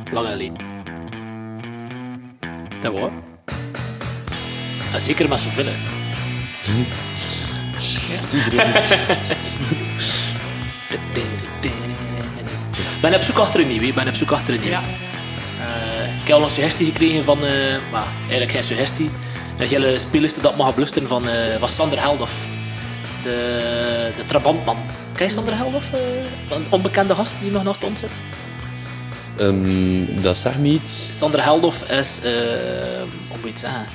Lang alleen. Dat waar. En zeker met zoveel, hè. Ik ben op zoek achter een nieuw. Ja. Ik heb al een suggestie gekregen van... eigenlijk geen suggestie. Een hele speelliste dat mag beluisteren van Sander Heldof. De Trabantman. Ken je Sander Heldof? Een onbekende gast die nog naast ons zit. Dat zegt me iets. Sander Heldof is... hoe moet je het zeggen?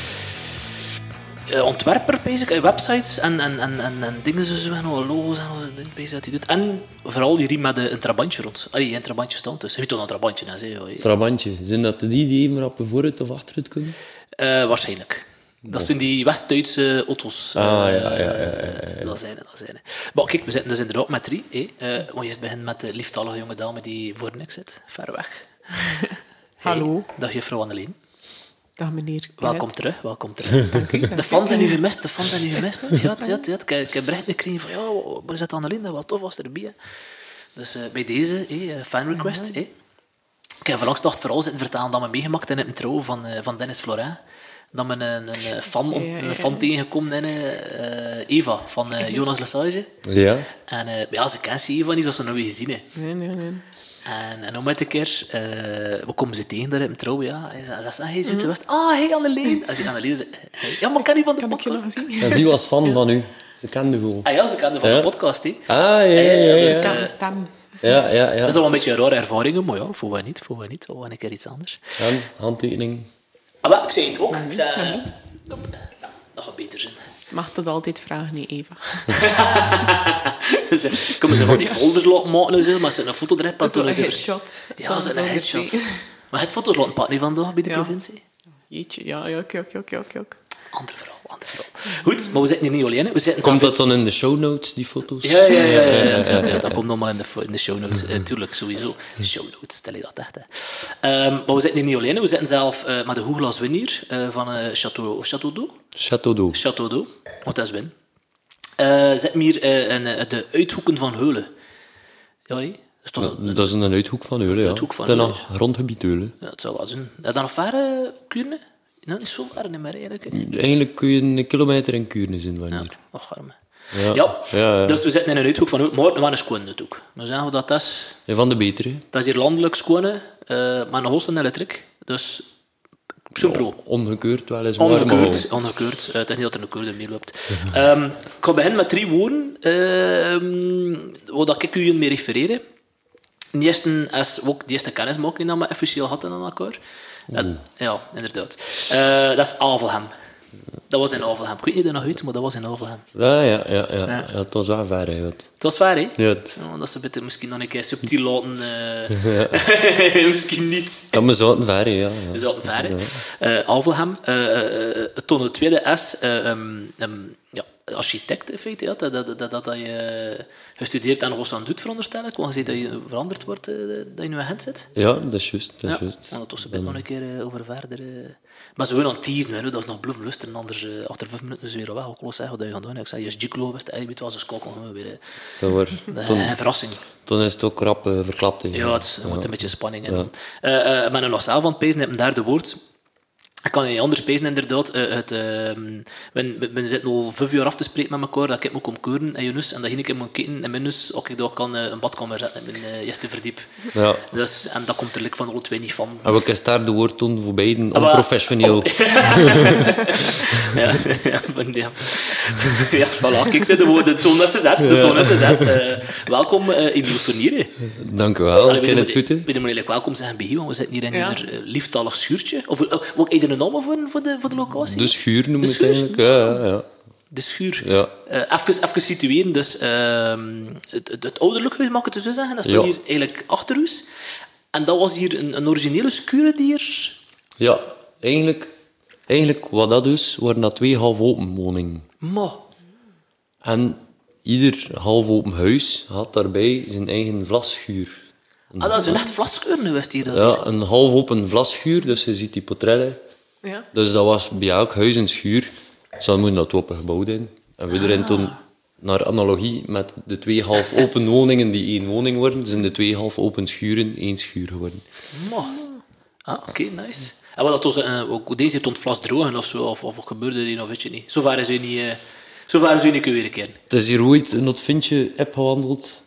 Ontwerper, basic, websites en dingen zo en logo's en dingen bezig dat hij doet. En vooral die riem met een trabantje rond. Allee, een trabantje stond dus. Je weet toch een trabantje, hè? Trabantje. Zijn dat die even rap vooruit of achteruit kunnen? Waarschijnlijk. Dat zijn die West-Duitse auto's. Ja. Dat zijn ze. Maar kijk, we zitten dus inderdaad met 3. Maar je begint met de lieftallige jonge dame die voor niks zit, ver weg. Hallo. Dag juffrouw Anneleen. Dag meneer. Welkom terug. Dank u. De fans zijn nu gemist. Ja. Ik heb berichten gekregen van, waar zit Anneleen? Dat wel tof was erbij. Hè. Dus bij deze, fan request. Ik heb voorlangs nog het verhaal zitten vertalen dat we meegemaakt in het intro van Dennis Florin. Dat we een fan tegengekomen in Eva van Jonas Lesage. Ja. En ze kent ze Eva niet, zoals ze nog weer gezien hè. Nee. En om met een keer, we komen ze tegen daar in het trouw, ja. Hij zegt, hey, Zuid West. Hey, Anneleen. En Anneleen zegt, ja, maar ik ken die van de podcast. En ze was fan van u. Ze kende gewoon. Ja, ze kende van de podcast, hè. Ja. Dus, Ik kan de stem. Ja. dat is wel een beetje een rare ervaringen, maar ja, voor wij niet. Gewoon een keer iets anders. En handtekening. Maar ik zei het ook. Ik zei, dat gaat beter zijn. Mag dat altijd vragen, nee, Eva. Dus kunnen ze van die folders laten maken en zo, maar ze een foto erop en Zo toen een is er... headshot. Ja, zo'n headshot. Maar het foto's laten pakken vandaag bij de provincie. Jeetje, ja, oké. Ander verhaal. Goed, maar we zitten hier niet alleen. We zitten Komt dat dan in de show notes, die foto's? Ja, dat komt allemaal in de show notes. Tuurlijk, sowieso. Show notes, stel je dat echt. Hè. Maar we zitten hier niet alleen. We zitten zelf met de Hoeglas win hier van Château d'Eau. Château d'Eau. Want dat is win. Zitten we hier in de uithoeken van Heulen. Ja, nee? Dat is een uithoek van Eulen, ja. Uithoek van Het is Eulen. nog grondgebied Eulen. Ja, het zou wel zijn. Heb je dat nog verre Kuurne? Nou, niet zo ver meer eigenlijk. Hè. Eigenlijk kun je een kilometer in Kuurne zien van Ja, hier. och arme. Ja. Ja. Dus we zitten in een uithoek van Heulen, maar wel een schone uithoek. Dan zeggen we dat is... En van de betere. Dat is hier landelijk schone, maar nog een elektriek. Dus... Super. Ongekeurd weliswaar. Ongekeurd. Het is niet dat er een keur meer loopt. Ik ga beginnen met 3 woorden waar ik u mee refereren. De eerste is ook de eerste kennismaking die we officieel hadden aan elkaar. Ja, inderdaad. Dat is Avelhem. Dat was in Avelhem. Ik weet niet of je nog weet, maar dat was in Avelhem. Ja. Het was wel ver, hè. Het was ver, hè? Ja, Dat ze beter misschien nog een keer subtiel laten... misschien niet. Ja, we zaten ver, ja. We zaten ver, hè. Avelhem. Toen het tweede is... architect, in feite. Ja, dat je gestudeerd aan Rossand doet, veronderstel ik. Want je ziet dat je veranderd wordt, dat je nu agent zit. Ja, dat is juist. Want dat was een nog een keer over verder... Maar ze willen aan het teasen, hè, dat is nog bluffen lusten. Anders, achter 5 minuten is weer weg. Ook los zeggen wat je gaat doen. Ik zei, je is Giclo, je weet wel, ze skokken weer. Een verrassing. Toen is het ook rap verklapt. Hè. Ja, het moet een beetje spanning in. Maar nog zelf aan het pezen, heb een derde woord. Ik kan niet anders pezen, inderdaad. We zitten al 5 jaar af te spreken met elkaar, dat ik me kom keuren in je nus, en dat ik moet kijken in mijn nus, ook ik daar kan een badkamer zetten in mijn eerste verdiep. Ja. Dus, en dat komt er van alle twee niet van. En we kunnen daar de woordtoon voor beiden, onprofessioneel. Ja, voilà. Kijk, de toon is gezet. Welkom, Emiel Vernieren. Dank u wel, ik ken het goed. We moeten eigenlijk welkom zeggen bij want we zitten hier in een lieftallig schuurtje. Of wat heb je een naam voor de locatie? De schuur noemen we het eigenlijk. Ja. De schuur. Ja. Even situeren. Dus, het ouderlijk huis, mag ik het zo zeggen, dat staat hier eigenlijk achter ons. En dat was hier een originele schuur die hier... Ja, eigenlijk wat dat is, waren dat 2 half-open woningen. Maar... En ieder half-open huis had daarbij zijn eigen vlasschuur. dat is een echt vlasschuur nu, wist je dat? Ja, een half-open vlasschuur, dus je ziet die potrellen. Ja. Dus dat was bij elk huis een schuur. Ze moeten dat open gebouwd in. En we erin toen naar analogie met de 2 half open woningen die 1 woning worden, zijn de 2 half open schuren 1 schuur geworden. Oké, nice. En wat dat was, ook deze het ontvlas drogen of zo, of gebeurde die nog, weet je niet. Zover is u niet kunnen weer keren. Het is hier ooit een Otvintje heb gewandeld,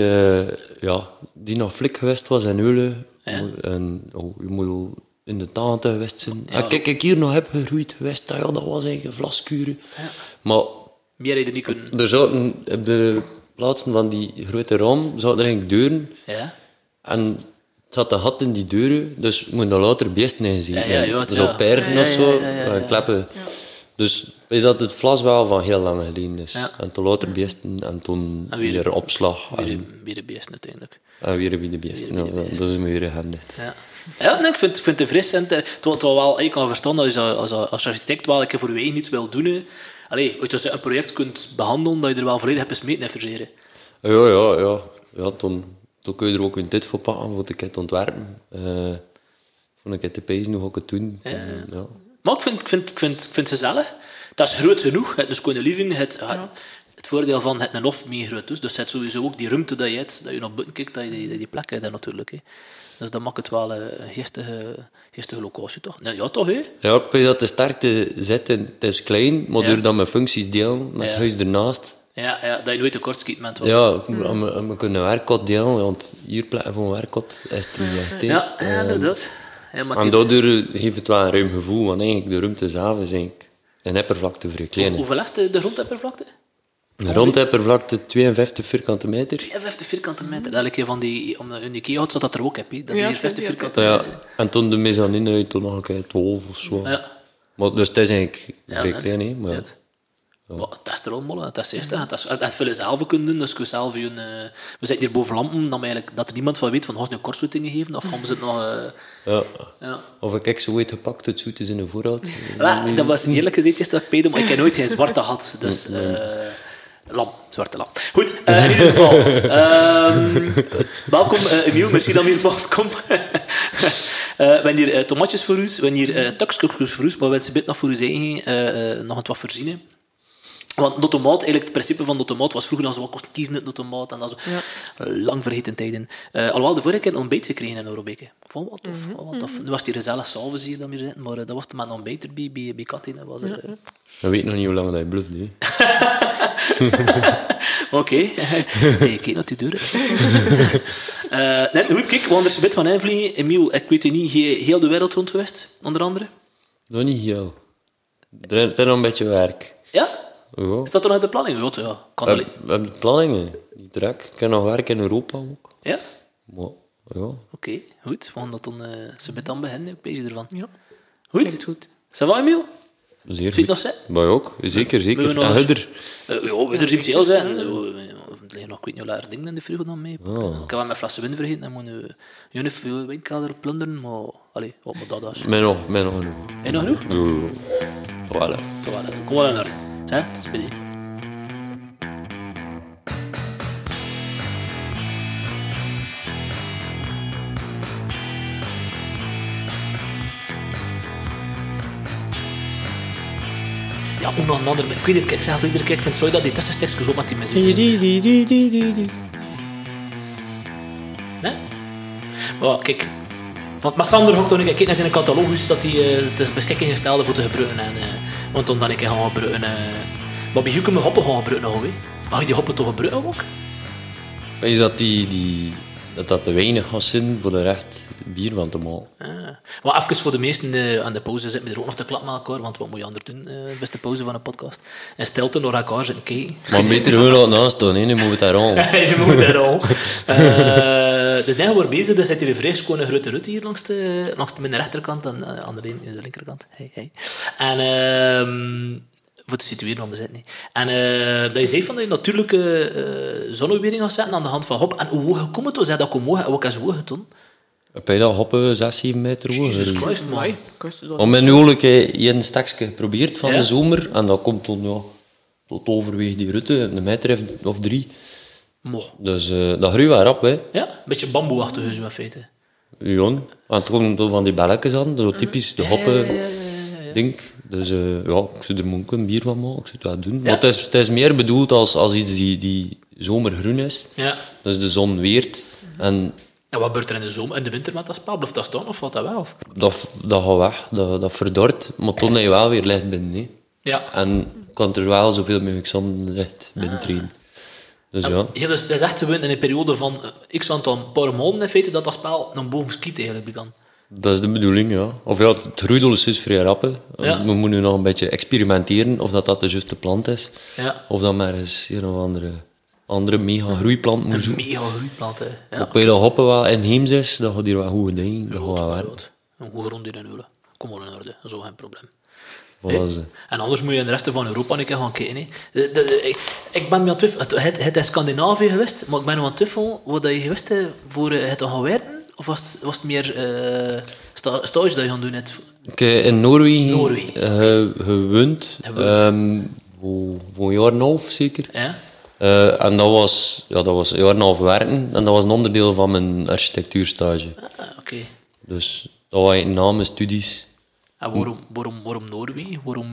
die nog flik geweest was in Eulen. Ja. En je moet in de tante geweest zijn. Ja. Kijk, ik hier nog heb gegroeid geweest, dat was eigenlijk een vlaskuren. Ja. Maar Meer had je niet kunnen... er zaten op de plaatsen van die grote raam zaten er eigenlijk deuren. Ja. En het zat een gat in die deuren, dus je moet er later beesten in zien. Ja, Zo paarden ja, of zo, ja. kleppen. Dus is dat het vlas wel van heel lang geleden is. Ja. En toen later beesten en toen En weer- weer opslag. Weer de beesten uiteindelijk. En weer de beesten. Weer de Ja, dat is me weer gehandigd. Ja. Ja, nee, ik vind het fris. Het wel, je kan verstaan dat je als architect wel een keer voor je eigen iets wil doen. Hè. Allee, als je een project kunt behandelen, dat je er wel volledig hebt besmeten en verzeren. Ja, toen kun je er ook een tijd voor pakken, voor een keer te ontwerpen. Voor een keer te pezen, hoe ga ik het doen? Ja. Maar ik vind het gezellig. Dat is groot genoeg. Het is een schone living. Het voordeel van het een loft meer groot is. Dus het sowieso ook die ruimte dat je hebt, dat je naar buiten kijkt, dat je die plek hebt daar natuurlijk. Hè. Dus dat maakt het wel een geestige locatie, toch? Nou, ja, toch, hè? Ja, ik weet dat de sterkte zit. Het is klein, maar Ja. doordat mijn functies delen met het huis ernaast. Ja, dat je nooit tekort schiet met wat. Ja, we kunnen een werkkot delen, want hier plekken voor een werkkot is het niet echt. Hè. Ja, inderdaad. Ja, maar En daardoor geeft het wel een ruim gevoel, want eigenlijk de ruimte zelf is eigenlijk een oppervlakte vrij klein. hè. hoeveel is de grondtempervlakte? Een rondoppervlakte 52 vierkante meter. 52 vierkante meter. Dat is van die... Omdat in IKEA had, zat dat er ook, heb je. Dat is Ja, hier 50 ja. vierkante Ja, meter. en toen de mezzanine uit toen nog een keer 12 of zo. Ja. Maar, dus het is eigenlijk vrij net. klein, hè. Maar, Net. Maar het is er allemaal, het is eerst. Het veel zelf kunnen doen, dus kun je zelf we zitten hier boven lampen, dat er niemand van weet van, gaan ze nu kortsluiting gegeven, of gaan ze het nog... ja. Ja. Of ik heb zo ooit gepakt, het zoet is in de voorraad. Ja, dat was eerlijk gezegd eerst dat ik pedo, maar ik heb nooit geen zwarte gehad. Dus... zwarte lam. Goed, in ieder geval. Welkom, Emiel. Merci dat je hier volgt. Kom. We hebben hier tomatjes voor u. We hebben hier takskoekjes voor u. Maar we hebben ze bit nog voor u zeggen. Nog wat voorzien. Want de tomaat, eigenlijk het principe van de tomaat was vroeger dat ze wat kost kiezen uit de tomaat. En dat zo lang vergeten tijden. Alhoewel, de vorige keer een ontbijt gekregen in Eurobeke. Vond wat tof. Wat tof. Nu was het hier gezellig s'avonds hier dan weer zitten. Maar dat was het met een ontbijt erbij bij Katien. Je weet nog niet hoe lang dat je bluft, hè. Oké. Hey, kijk naar die deur. Net goed, kijk, want er is een bit van invliegen. Emiel, ik weet je niet, heel de wereld rond geweest, onder andere. Dat niet heel. Er is nog een beetje werk. Ja? Ja. Is dat er nog in de planning? Ja, kan We alleen. hebben planningen, niet druk. Ik heb nog werk in Europa ook. Ja? Maar, ja. Oké, goed. We gaan dat dan ze bit aan beginnen. Ik pees je ervan. Ja, Goed? klinkt goed. Ça va, Emiel? Zeer Zie je het goed. nog zitten? Maar ook, zeker, zeker. We nog En eens- Hudder. Ja, er iets heel zijn. Er liggen nog, ik weet niet, hoe dingen in de frigo dan mee. Ik heb wel mijn flessen wijn vergeten. En moet nu een veel wijnkelder plunderen. Maar, allee, wat moet dat als? Mij nog genoeg. Heb je nog genoeg? Voilà. Toch wel, kom wel in orde. Hè? Tot ziens. Ja, ook nog een ander. Ik weet het, ik zeg het iedere keer, ik vind het zo dat die tussenstekjes ook met die muziek. Nee? Maar kijk, want met Sander ook toen ik kijk naar zijn catalogus dat hij ter beschikking gesteld voor te gebruiken. En, want dan dat ik gaan gebruiken. Maar bij Hukum hoppen gaan gebruiken nog, hè. Mag je die hoppen toch gebruiken ook? Is dat dat te weinig gaat zijn voor er echt bier van te maken? Maar even voor de meesten aan de pauze zitten we er ook nog te klappen met elkaar, want wat moet je anders doen? Beste pauze van een podcast. En stilte door elkaar zitten kijken. Maar beter gewoon laten naast doen, hè. Nu moet het daar aan. Je moet er al. Dus nu gaan we bezig. Dus zit hier een vrij schone grote rutte hier langs de mijn rechterkant en aan de linkerkant. Hey. En voor te situeren waar we zitten. En dat je zei van dat je natuurlijke zonnewering gaat zetten aan de hand van hop. En hoe hoog komt het? Zeg dat ik omhoog en wat is hoog het dan? Heb je dat hoppen 6-7 meter hoog? Jesus Christ, man. Amai, kost het Maar dan? mijn huwelijk een stakje geprobeerd van Ja? de zomer. En dat komt dan tot overwege die rutte, een meter of 3. Mo. Dus dat groeit wel rap, hè. Ja, een beetje bamboeachtig zo in feite. Ja, en het komt dan van die belletjes aan, zo typisch de hoppen. denk. Dus ik zou er ook een bier van maken. Ik zou het wel doen. Maar het is meer bedoeld als iets die zomergroen is. Ja. Dus de zon weert. En En wat gebeurt er in de zomer, in de winter met dat spel? Blijft dat staan of valt dat wel? Of? dat gaat weg. Dat verdort. Maar toen heb je wel weer licht binnen. Hè. Ja. En kan er wel zoveel mogelijk zonlicht binnen treden. Dus ja. Ja, dus dat is echt gewoon in een periode van x aantal een paar maanden in feite dat spel naar boven skiet eigenlijk begon. Dat is de bedoeling, ja. Of ja, het groeidel is dus vrij rap. Hè. Ja. We moeten nu nog een beetje experimenteren of dat de juiste plant is. Ja. Of dat maar eens een of andere mega groeiplant moet Een zoeken. mega groeiplant, hè. Ja. Op dat hoppen wel inheems is, dat gaat hier wel goed dingen. Dat gaat wel werken. Een goede ronde in Eulen. Kom wel in orde, zo geen probleem. Voilà, ze. En anders moet je in de rest van Europa een keer gaan kijken. Hè. Ik ben me aan het twijfelen. Het is Scandinavië geweest, maar ik ben me aan het twijfelen wat je geweest hebt voor het te gaan werken. Of was het meer stage dat je gaan doen hebt? Ik heb in Noorwegen Gewoond. gewoond. Voor een jaar en een half zeker. Ja? En dat was een jaar en een half werken. En dat was een onderdeel van mijn architectuurstage. Oké. Dus dat was na mijn studies. En waarom Noorwegen? Waarom...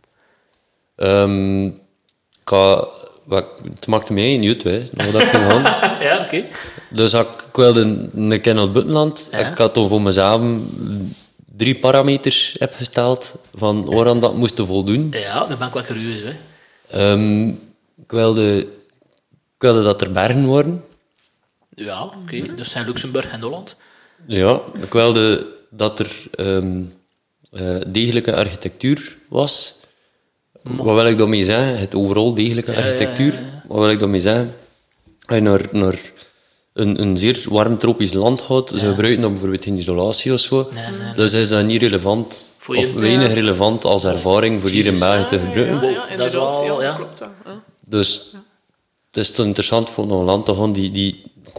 Het maakte mij niet uit, hè, dat ik ging gaan. Ja, oké. Dus ik wilde een keer naar het buitenland. Ja. Ik had toen voor mezelf 3 parameters opgesteld van waaraan dat moest voldoen. Ja, dan ben ik wel curieus. Hè. Ik wilde dat er bergen worden. Ja, oké. Dus zijn Luxemburg en Holland. Ja, ik wilde dat er degelijke architectuur was. Wat wil ik daarmee zeggen? Het overal degelijke architectuur. Wat wil ik daarmee zeggen? Als je naar een zeer warm tropisch land gaat, ze gebruiken dan bijvoorbeeld geen isolatie of zo. Nee. Dus is dat niet relevant, Voor je- of weinig relevant als ervaring voor hier in België te gebruiken. Dat is inderdaad, wel- ja. dat klopt. Ja. Dus het is toch interessant voor een land te gaan die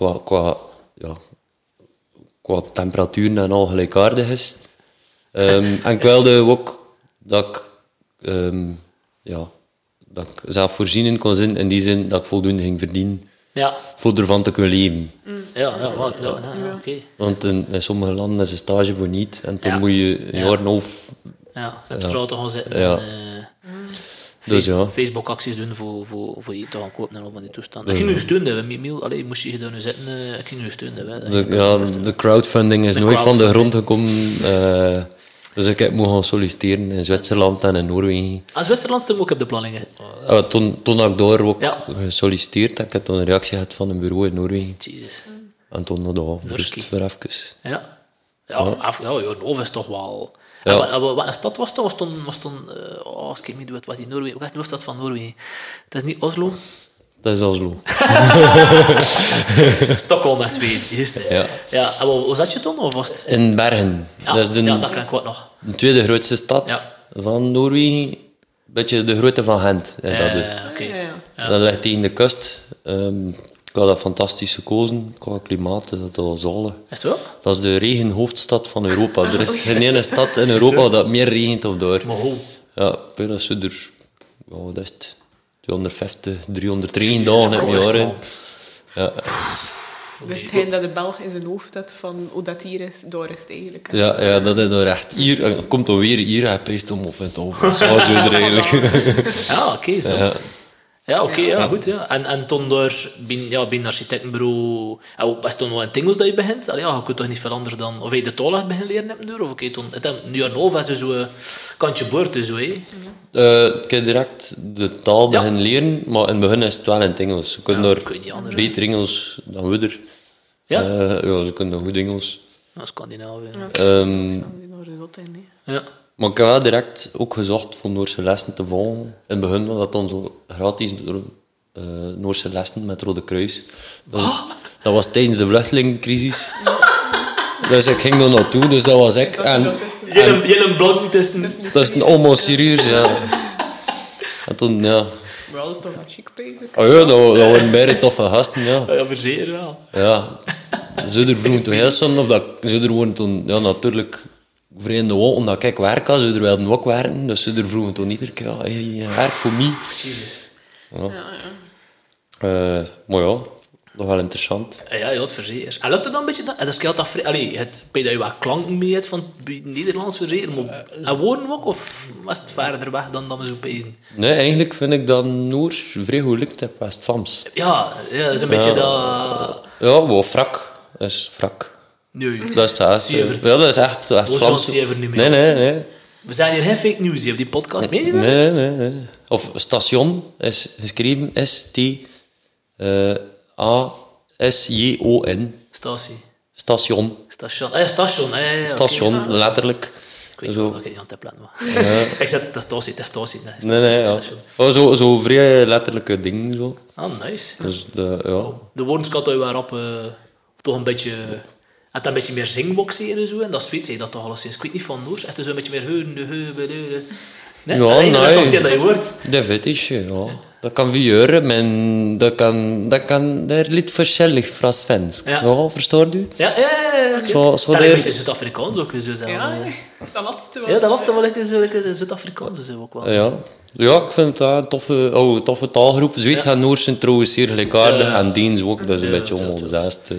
qua temperatuur en al gelijkaardig is. En ik wilde ook dat ik zelfvoorzienend kon zijn, in die zin dat ik voldoende ging verdienen Ja, voor ervan te kunnen leven. oké. Want in sommige landen is een stage voor niet. En dan Ja. moet je een jaar en een half... Ja, op straat te gaan zitten Ja. en Dus ja. Facebook-acties doen voor je te gaan kopen en al van die toestanden. Ik ging nu gesteund hebben, Miel. Allee, moest je daar nu zitten, ik ging nu gesteund hebben. De crowdfunding is De nooit van de crowdfunding. grond gekomen. Dus ik heb moeten gaan solliciteren in Zwitserland en in Noorwegen. Zwitserland stond ook op de planningen. Toen had ik daar ook Ja. gesolliciteerd. Ik heb toen een reactie gehad van een bureau in Noorwegen. Jezus. En toen had ik Norski. rust voor even. Ja. Joornhoven is toch wel... Ja. En wat een stad was het? Was toen als ik niet doe wat die Noorwegen... Wat is de hoofdstad van Noorwegen? Het is niet Oslo. Dat is Oslo. Stockholm en Zweden, juist. Hè. Ja. Ja. En hoe zat je toen? Of was het... In Bergen. Ja, Dat is ja, dat kan ik wat nog. de tweede grootste stad Ja. van Noorwegen. Een beetje de grootte van Gent. Oké. Dat ligt tegen de kust. Ik had dat fantastisch gekozen. Qua klimaat, dat was zalig. Is het wel? Dat is de regenhoofdstad van Europa. Er is geen ene stad in Europa dat meer regent of daar. Maar hoe? Ja, dat is er... Wat is het? 250, 300 regendagen in het jaar. Hè. Ja, Dus het schijnt dat de Belg in zijn hoofd had van hoe dat hier is, daar is het eigenlijk. hè. ja, dat is daar echt... Hier komt dan weer hier, hij peest om of het over. Dat is wel zo er eigenlijk. Ja, oké, zot. Ja, oké, ja, goed. Ja. En toen door binnen architectenbureau... Was het toen wel in het Engels dat je begint? Allee, ja, je kunt toch niet veel anders dan... Of je de taal echt beginnen leren hebben door? Of oké, toen... Nu en half is zo kantje boord, zo, hè. Ik heb direct de taal beginnen leren, maar in het begin is het wel in het Engels. Ze kunnen Ja, daar ik weet niet anders, beter Engels dan we er. Ja? Ze kunnen goed Engels. Ja, Scandinavië. Ja, Ehm, dat is nog een zot in, hè. Ja. Maar ik heb wel direct ook gezocht voor Noorse lessen te volgen. In het begin was dat dan zo gratis Noorse lessen met Rode Kruis. Dat was tijdens de vluchtelingencrisis. Dus ik ging er naartoe, dus dat was ik. En Jullie blank tussen... dat is een allemaal serieus, ja. En toen, ja... Maar alles toch wel chic bezig. Oh ja, dat waren beide toffe gasten, ja. Ja, maar zeer wel. Ja. Ze er vroegen toch heel snel of dat... Ze er wonen toen, ja, natuurlijk... Vreemde wol, omdat ik werk had, ze er wilden ook werken. Dus ze er vroegen toen iedere keer, ja, je werkt voor mij. Jezus. Maar ja, nog wel interessant. Ja, het verzekerd. En lukt het dan een beetje dat? En dat scheelt dat vrij... Allee, bij dat je wat klanken mee hebt van het Nederlands verzekeren, maar en woorden ook, of was het verder weg dan we zo pezen? Nee, eigenlijk vind ik dat Noors vrij goed lukt in West-Vlaams. Ja, dat is een beetje dat... Ja, maar frak. Dat is frak. Nee, Dat is het. Sievert. Ja, dat is echt West-Vlaams. Sievert niet meer. Nee. We zijn hier geen fake news op die podcast. Meen je dat? Nee. Of station is geschreven S-T-A-S-J-O-N. Statie. Station. Station. Station, oké. letterlijk. Ik weet Zo. wel dat ik niet aan het plannen was. Ik zet het statie. Nee, ja. Oh, zo vrij letterlijke dingen, zo. Ah, nice. Dus, ja. De woordenschat uit waarop toch een beetje... Het een beetje meer zingboxeren en zo. En dat Zweeds zei dat toch alleszins. Ik weet niet van Noors. Is het zo een beetje meer nee? Ja, Dat dacht je dat je hoort. Dat weet ik, ja. Dat kan verjuren, maar dat kan daar liet verschillig van svensk. Ja, verstoort u? Ja. Zo dat is een beetje Zuid-Afrikaans ook. Zo zeggen. Ja, dat laatste wel. Ja, dat laatste wel lekker Zuid-Afrikaans is ook wel. Ja, ik vind dat een toffe taalgroep. Zweeds en Noors zijn trouwens zeer gelijkaardig. En Deens ook, dat is een beetje om ons zesde.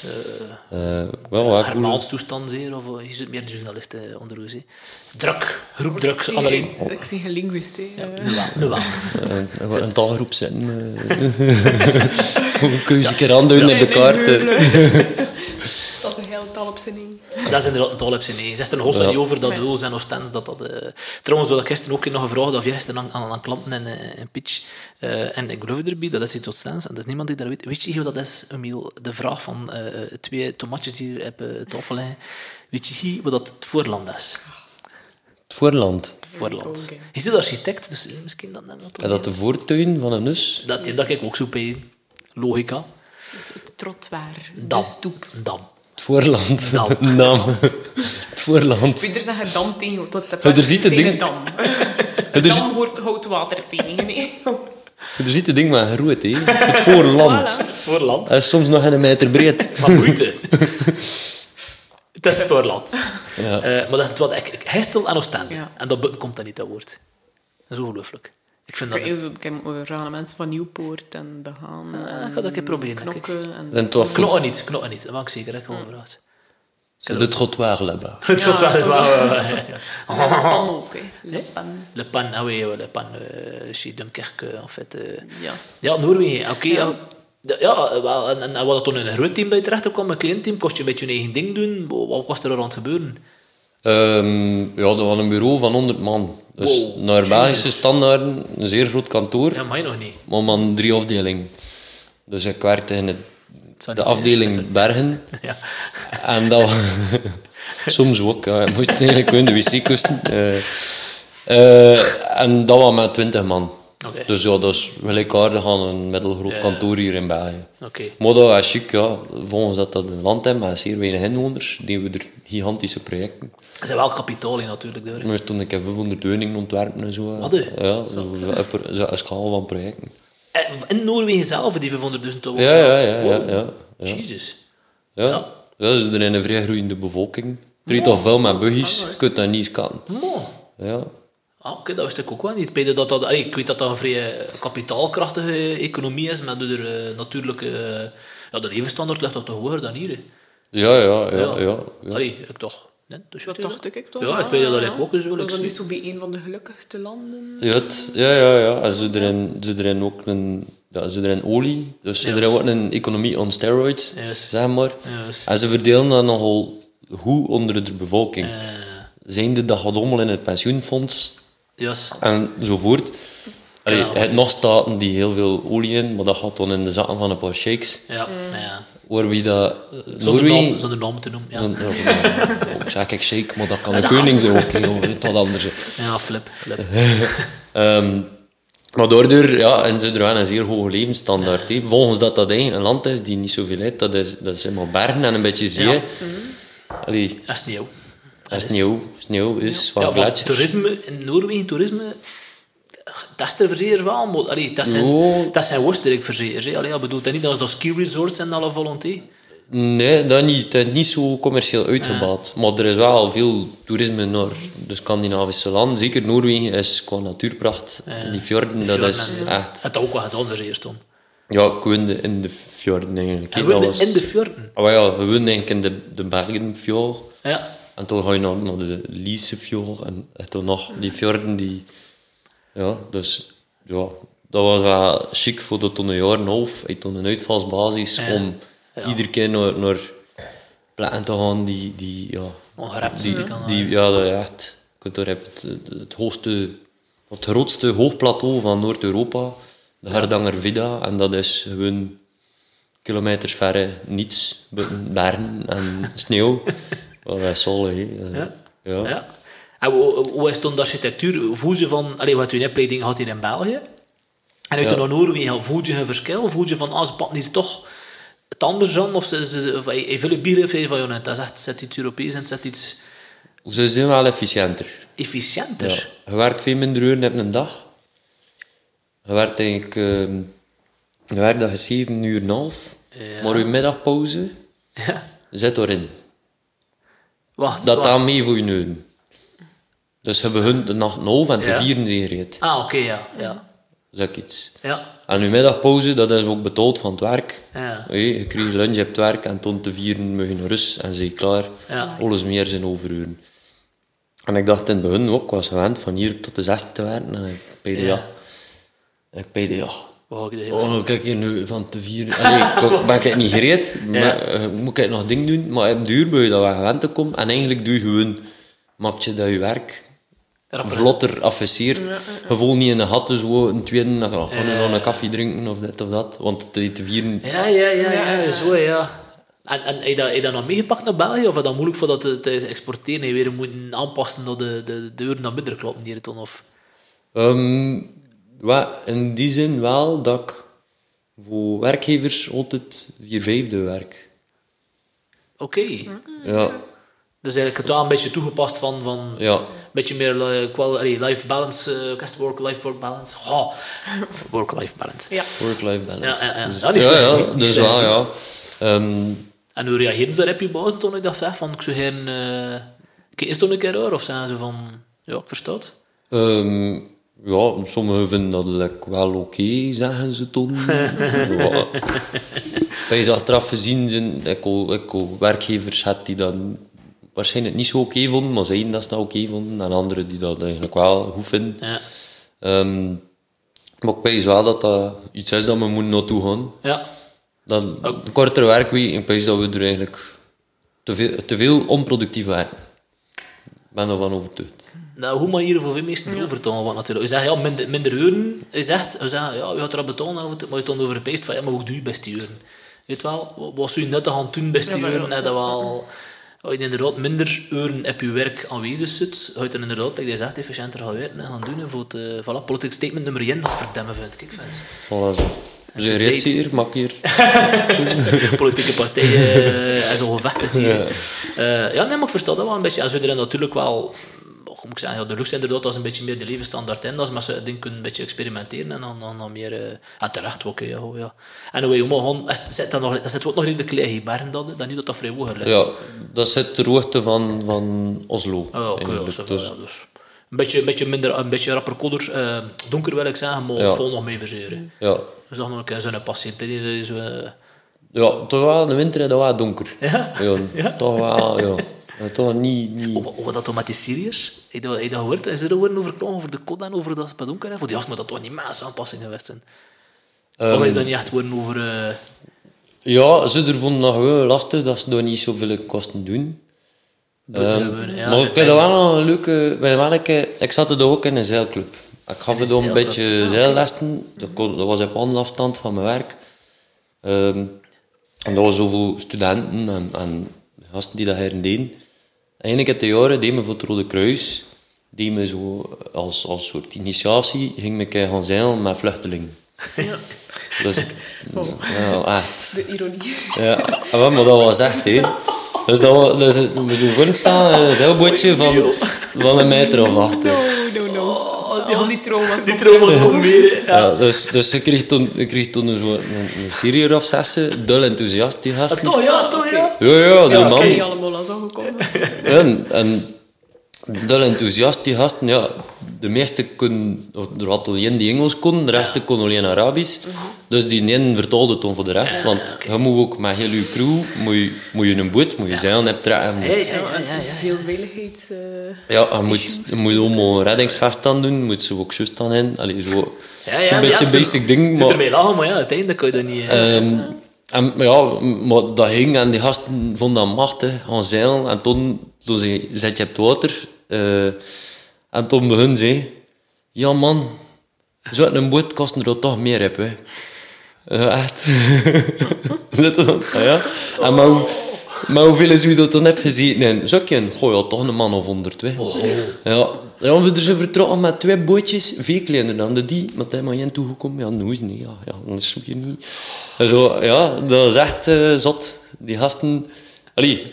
Hermaans toestand zeer, of je zit meer de journalisten onder u. Groepdruk, alleen. Ik zie geen linguist, hè. Nu wel. Een taalgroep zijn. Kun je een keer aanduiden op de kaart. Dat is een hele taal op zijn één. Dat is inderdaad een taal op zijn één. Ze is er nog niet over dat Uls en Oostens Trouwens, wat ik gisteren ook nog gevraagd of gisteren aan klanten in pitch. En ik geloof erbij, dat is iets Oostens. En dat is niemand die dat weet. Weet je wat dat is, Emiel? De vraag van 2 tomatjes die hier op tafel liggen. Weet je wat dat het voorland is? Het voorland? Het voorland. Je zit architect, dus misschien dat net wat. En dat de voortuin van een hus? Dat ik ook zo pezen. Logica. Dus het trottoir. Dam. Dam. Het voorland. Dam. Het voorland. Wie er zeggen dam tegen, tot er ziet het ding. Dam. Dam houdt water tegen, nee. Je ziet het ding maar groot, hè. Het voorland. Voilà. Het voorland. Hij is soms nog een meter breed. Maar moeite. Het is het voorland. Ja. Maar dat is het wat Hestel en Oostende. Ja. En dat buiten komt dan niet, dat woord. Dat is ongelooflijk. Ik vind dat... Ik heb mensen van Nieuwpoort en De Haan. Ik ga dat een keer proberen, denk ik. Knokken en... En toch Knokken niet. Dat maak ik zeker. Dat ik gewoon vraag. le trottoir là-bas. Het was wel... Le Pan ook, hè. Le Pan. Le Pan, ah oui, Le Pan, chez Dunkerque, en fait. Ja. Ja, Noorwegen, oké. Ja, wel, en wat toen in een groot team bij terecht kwam, een klein team, kost je een beetje je eigen ding doen. Wat was er aan het gebeuren? Dat was een bureau van 100 man. Dus Wow, naar Belgische standaarden een zeer groot kantoor. Ja, maar je nog niet. Maar man 3 afdelingen. Dus ik werkte in zou de niet afdeling Bergen. Ja. En dat soms ook. Ja, ik moest eigenlijk gewoon de wc kusten. En dat was met 20 man. Okay. Dus ja, dat is gelijkaardig aan een middelgroot kantoor hier in België. Okay. Maar dat is chic, ja. Volgens dat een land hebben met zeer weinig inwoners, deden we er gigantische projecten. Er zijn wel kapitaal in natuurlijk. Daar. Maar toen ik 500 woningen ontwerpen en zo. Wat? Ja, zo een schaal van projecten. In Noorwegen zelf, die 500.000 euro? Ja. Jezus. Ja, dus er is een vrij groeiende bevolking. Er is toch veel met buggies, je kunt dat niet scannen. Ja. Oké, dat wist ik ook wel niet. Ik weet dat dat een vrij kapitaalkrachtige economie is, maar door natuurlijk... de levensstandaard ligt dat toch hoger dan hier. Hè? Ja. Ik toch... Nee, dus Dat dacht ik toch? Ja, ik weet dat ik ook zo. Dat is niet zo bij een van de gelukkigste landen. Ja. En ze erin ook een... Ja, ze erin olie, dus ze erin ook een economie on steroids, zeg maar. Yes. En ze verdelen dat nogal goed onder de bevolking. Zijnde dat gaat allemaal in het pensioenfonds en zovoort. Je hebt nog staten die heel veel olie in, maar dat gaat dan in de zakken van een paar sheiks. Ja. Waar we dat... Zonder naam te noemen, Ik zeg ik shake, maar dat kan een koning zijn ook, dat anders. Ja, flip. Maar daardoor, en ze er een zeer hoge levensstandaard. Volgens dat eigenlijk een land is die niet zoveel heeft, dat is helemaal bergen en een beetje zee. Allee, sneeuw. Sneeuw is wat gletsjers. Toerisme, in Noorwegen, dat is er verzekerd wel, maar dat zijn Oostenrijk-verzekers. Ik bedoel, dat niet dat dat ski resorts en alle volonté. Nee, dat niet. Het is niet zo commercieel uitgebouwd. Maar er is wel veel toerisme naar de Scandinavische landen. Zeker Noorwegen is qua natuurpracht. Die fjorden, dat is echt... Het had ook wel gedaan, verzekerd toen. Ja, ik woonde in de fjorden eigenlijk. En woonde in de fjorden? Ah, ja, we woonden eigenlijk in de Bergenfjord. Ja. En toen ga je naar de Liesefjord en toen nog die fjorden die... Ja, dus ja, dat was wel chic voor dat toen een jaar en een half, uit toen een uitvalsbasis, om iedere keer naar plekken te gaan die ja... Ongerept. Ja, dat je echt... Daar heb je het grootste hoogplateau van Noord-Europa, de Hardanger Vida, en dat is gewoon kilometers verre niets, buiten bergen en sneeuw. Dat is zalig, hè. Ja. En hoe is dan de architectuur? Voel je van... wat je opleiding had hier in België? En uit de Noorwegen, voel je een verschil? Voel je van, ze pakken niet toch het anders aan? Of je veel bier heeft van, dat is echt, zet iets Europees en zet iets... Ze zijn wel efficiënter. Efficiënter? Ja. Je werkt veel minder uren op een dag. Je werkt eigenlijk... je werkt dat je 7 uur en een half. Ja. Maar je middagpauze zit erin. Wacht. Dat mee voor je uren. Dus je begint de nacht een half en te vieren zijn gereed. Oké, ja. Zeg iets. Ja. En je middagpauze, dat is ook betaald van het werk. Ja. Je krijgt lunch op het werk en toen te vieren moet je naar rust en zijn klaar. Ja. Alles meer zijn overuren. En ik dacht in het begin ook, ik was gewend van hier tot de 16 te werken. En ik peide kijk hier nu van te vieren. Ik ben niet gereed, moet ik nog dingen doen. Maar op de uur ben je dat wel gewend te komen. En eigenlijk doe je gewoon, maak je dat je werk vlotter afficeert. Je voelt niet in de gaten zo een tweede, dan ga je nog een koffie drinken of dit of dat. Want te vieren... Ja, zo ja. En heb je dat nog meegepakt naar België? Of is dat moeilijk voor dat te exporteren en je weer moeten aanpassen naar de uren naar minder kloppen hier toen? Of? In die zin wel dat ik voor werkgevers altijd 4/5 werk. Oké. Ja. Dus eigenlijk het wel een beetje toegepast van ja. Een beetje meer life balance, work-life balance. Oh, work-life balance. Ja. Work-life balance. Ja. Dus wel, ja. En hoe reageerden ze daar op je baas toen ik dat zei van, ik zou geen... Kijk, is het toch een keer raar? Of zeggen ze van, ja, ik versta het? Ja, sommigen vinden dat wel oké, zeggen ze toen. Ja. Bij je achteraf gezien zijn, ik ook werkgevers had die dat waarschijnlijk niet zo oké vonden, maar zeiden dat ze dat oké vonden. En anderen die dat eigenlijk wel goed vinden. Ja. Maar ik weet wel dat dat iets is dat we moeten naartoe gaan. Ja. Dat een kortere werkweek, ik weet dat we er eigenlijk te veel onproductief werken. Ik ben ervan overtuigd. Nou, hoe maar hier voor veel meesten overtalen, want natuurlijk. Je zegt, ja, minder uren. Je zegt, ja, je gaat erop betalen, maar je dan overpeest van, ja, maar hoe doe je best die uren? Weet wel, wat zou je net gaan doen best die uren? Dat wel... Als je inderdaad minder uren op je werk aanwezig zit, ga je dan inderdaad, like je zegt, efficiënter gaan werken en gaan doen. Voor het, voilà, politiek statement nummer 1, dat verdemmen vind ik. Voilà zo. Dus je redt hier, mak hier. Politieke partijen en zo gevechtigd hier. Ja, nee, maar ik versta dat wel een beetje. Als je er natuurlijk wel... Moet ik zeggen, de luxe inderdaad, dat is een beetje meer de levensstandaard in. Dat is met zo'n ding kunnen een beetje experimenteren en dan meer... terecht ook, ja. En hoe je gewoon... Dat zit ook nog in de kleine bergen, dat niet dat vrij hoger ligt. Ja, dat zit ter hoogte van Oslo. Dus een beetje minder, een beetje rapper kodder. Donker wil ik zeggen, maar vol nog mee verzeuren. Ja. Dus nog een keer zo'n patiënt. Ja, toch wel, in de winter is dat wel donker. Ja? Toch wel, ja. Toch niet... Hoe dat toch met die Syriërs? Heb je dat gehoord? Is er een overklagen over de code en over dat het donker is? Voor die gasten moet dat toch niet maatsaanpassingen geweest zijn? Of is dat niet echt worden over... Ja, ze vonden nog wel lastig dat ze daar niet zoveel kosten doen. Maar ik heb wel nog een leuke... Ik zat er ook in een zeilclub. Ik gaf er een beetje zeillessen. Dat was op wandelafstand van mijn werk. En dat was zoveel studenten en gasten die dat hier deden. Eigenlijk in de jaren deden we voor het Rode Kruis. Deden we zo als soort initiatie. Ging ik gaan zeilen met vluchtelingen. Ja. Dus, ja, echt. De ironie. Ja, maar dat was echt, hè. Dus we doen gewoon staan, een zeilbootje van een meter of 8. No. Die trauma's komen meer. Ja, dus je kreeg toen zo'n Syriër of 6, dol enthousiast, die gasten. Toch, ja. Ja, die man. Ik allemaal al zo gekomen. En dol enthousiast, die gasten, ja. de meeste kon, er had alleen die Engels kon, de rest kon alleen Arabisch. Dus die ene vertaalde het voor de rest. Want je moet ook met heel je crew, moet je een boot, moet je zeilen hebt trekken. Heel veiligheid. Ja, je moet allemaal een reddingsvest aan doen, moet ze ook juist aan in. Allee, zo. Zo'n beetje basic ding. Het zit ermee lachen, maar uiteindelijk kan je dat niet... maar dat ging en die gasten vonden dat machtig aan zeilen. En toen zet je op het water. En toen begon ze... Ja man, zo'n boot kost er toch meer op, hè. Echt. Ja. En maar hoeveel is u dat dan hebt gezien? Nee, zo kan gooi je toch een man of 100, hè. Ja, we zijn vertrokken met 2 bootjes, veel kleiner dan die. Maar hij maar toegekomen. Ja, nooit niet. Ja, anders zoek je niet. Zo, ja, dat is echt zot. Die gasten... Allee,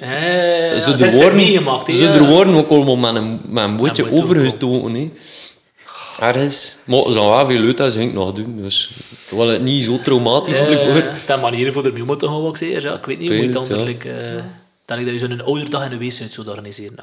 ze worden ook allemaal met een bootje overgestoken. Hè. Ergens. Maar ze gaan wel veel leuk dat ze nog doen. Dus terwijl het niet zo traumatisch blijkbaar. Dat manieren voor de muur moeten gaan, wat ik zeg. Ja, ik weet niet hoe je het dan dat je zo'n ouderdag in een weeshuis zou organiseren.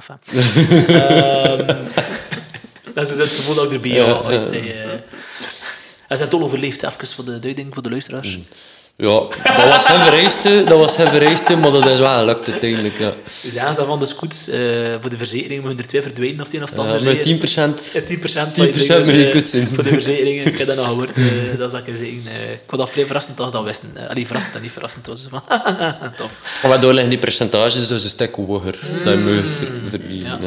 Dat is het gevoel dat ik erbij had. Hij is het al overleefd, even voor de duiding, voor de luisteraars. Ja, dat was hem vereiste, maar dat is wel gelukt uiteindelijk. Ja. Dus ja, van de scoots voor de verzekering moeten er 2 verdwijnen of het een of het ander. Met 10%. 10% met je koets in. Voor de verzekeringen, ik heb dat nog gehoord. Dat is dat ik zeggen. Ik vond dat vrij verrassend als dat wisten. Verrassend en niet verrassend was. Tof. Waardoor liggen die percentages dus een stuk hoger. Dat je moet verliezen.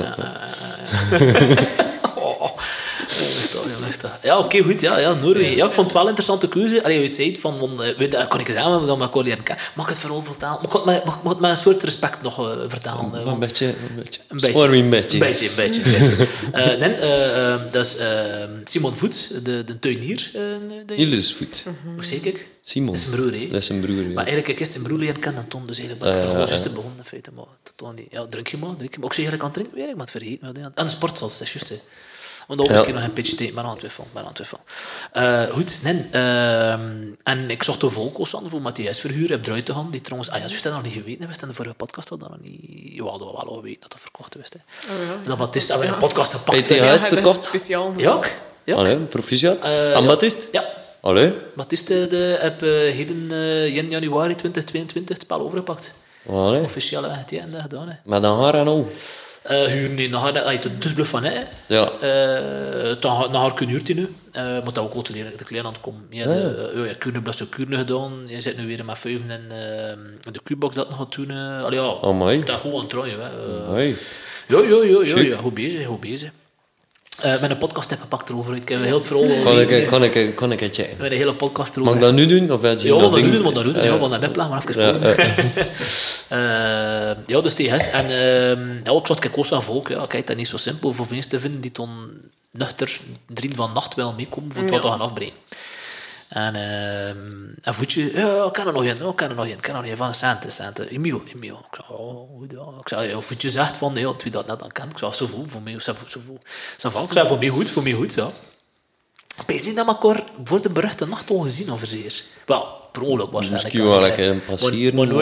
Ja, oké, goed. Ja, Noorwegen. Ja, ik vond het wel een interessante keuze. Allee, je zei van, kan ik zeggen, dan mag ik mag het vooral vertalen? Mag het met een soort respect nog vertalen? Een beetje. Een beetje. Dat is Simon Voet, de tuinier. Niels Voet. Hoe zeg ik? Simon. Dat is zijn broer, hè? Dat is zijn broer, ja. Maar eigenlijk, ik is zijn broer leren kennen dan, dus eigenlijk dat ik vervolgens juist te begonnen, in feite. Maar totaal niet. Ja, drink je maar. Ook zeg ik aan het drinken weer, ik moet het vergeten. En de sportsals, dat is juist, hè. Want ook nog een pitch tegen, maar aan het twijfel. Goed, en ik zocht de volkos aan voor Matthias Verhuur, heb eruit te gaan, die trouwens... juist dat nog niet geweten, we in de vorige podcast hadden we dat nog niet... Ja, dat we wel al weten dat dat verkocht was. Dat Baptiste hebben we een podcast gepakt. ETHS verkocht? Speciaal. Ja. Allee, proficiat. En Baptiste? Ja. Allee. Baptiste heb heden 1 januari 2022 het spel overgepakt. Allee. Officieel heeft hij dat gedaan. Hè. Met een haar en al. Huur nu, dus blijf van hè. Ja. Dan haar kun je nu. Maar dat ook wel te leren aan het komen. Je hebt kuurne gedaan. Je zit nu weer met 5 in de Q-box dat nog gaat doen. Dat gewoon aan het draaien. Ja, goed bezig. Met een podcast heb gepakt erover. Ik heb heel het verhaal... Kan ik het checken? Met een hele podcast erover. Mag ik dat nu doen? Of ja, dat nu doen. Ja, want dat webplan maar even spoelen. Ja, dus die is. En ik zat koos aan volk. Ja, kijk, dat is niet zo simpel voor mensen te vinden die dan nuchter 3 van nacht wel meekomen voor het wat te gaan afbreken. En Voetje, ja, kan er nog een van een centen. Emiel. Ik zei, goed, ja. Ik zei, Voetje zegt van, nee, dat dat net dan kan. Ik zei, zo voel, voor mij, zo voel. Ik zei, voor mij goed, ja. Ik weet niet dat we elkaar voor de beruchte nacht al gezien of zeer. Wel, per ongeluk waarschijnlijk. Misschien wel lekker een passeren. Maar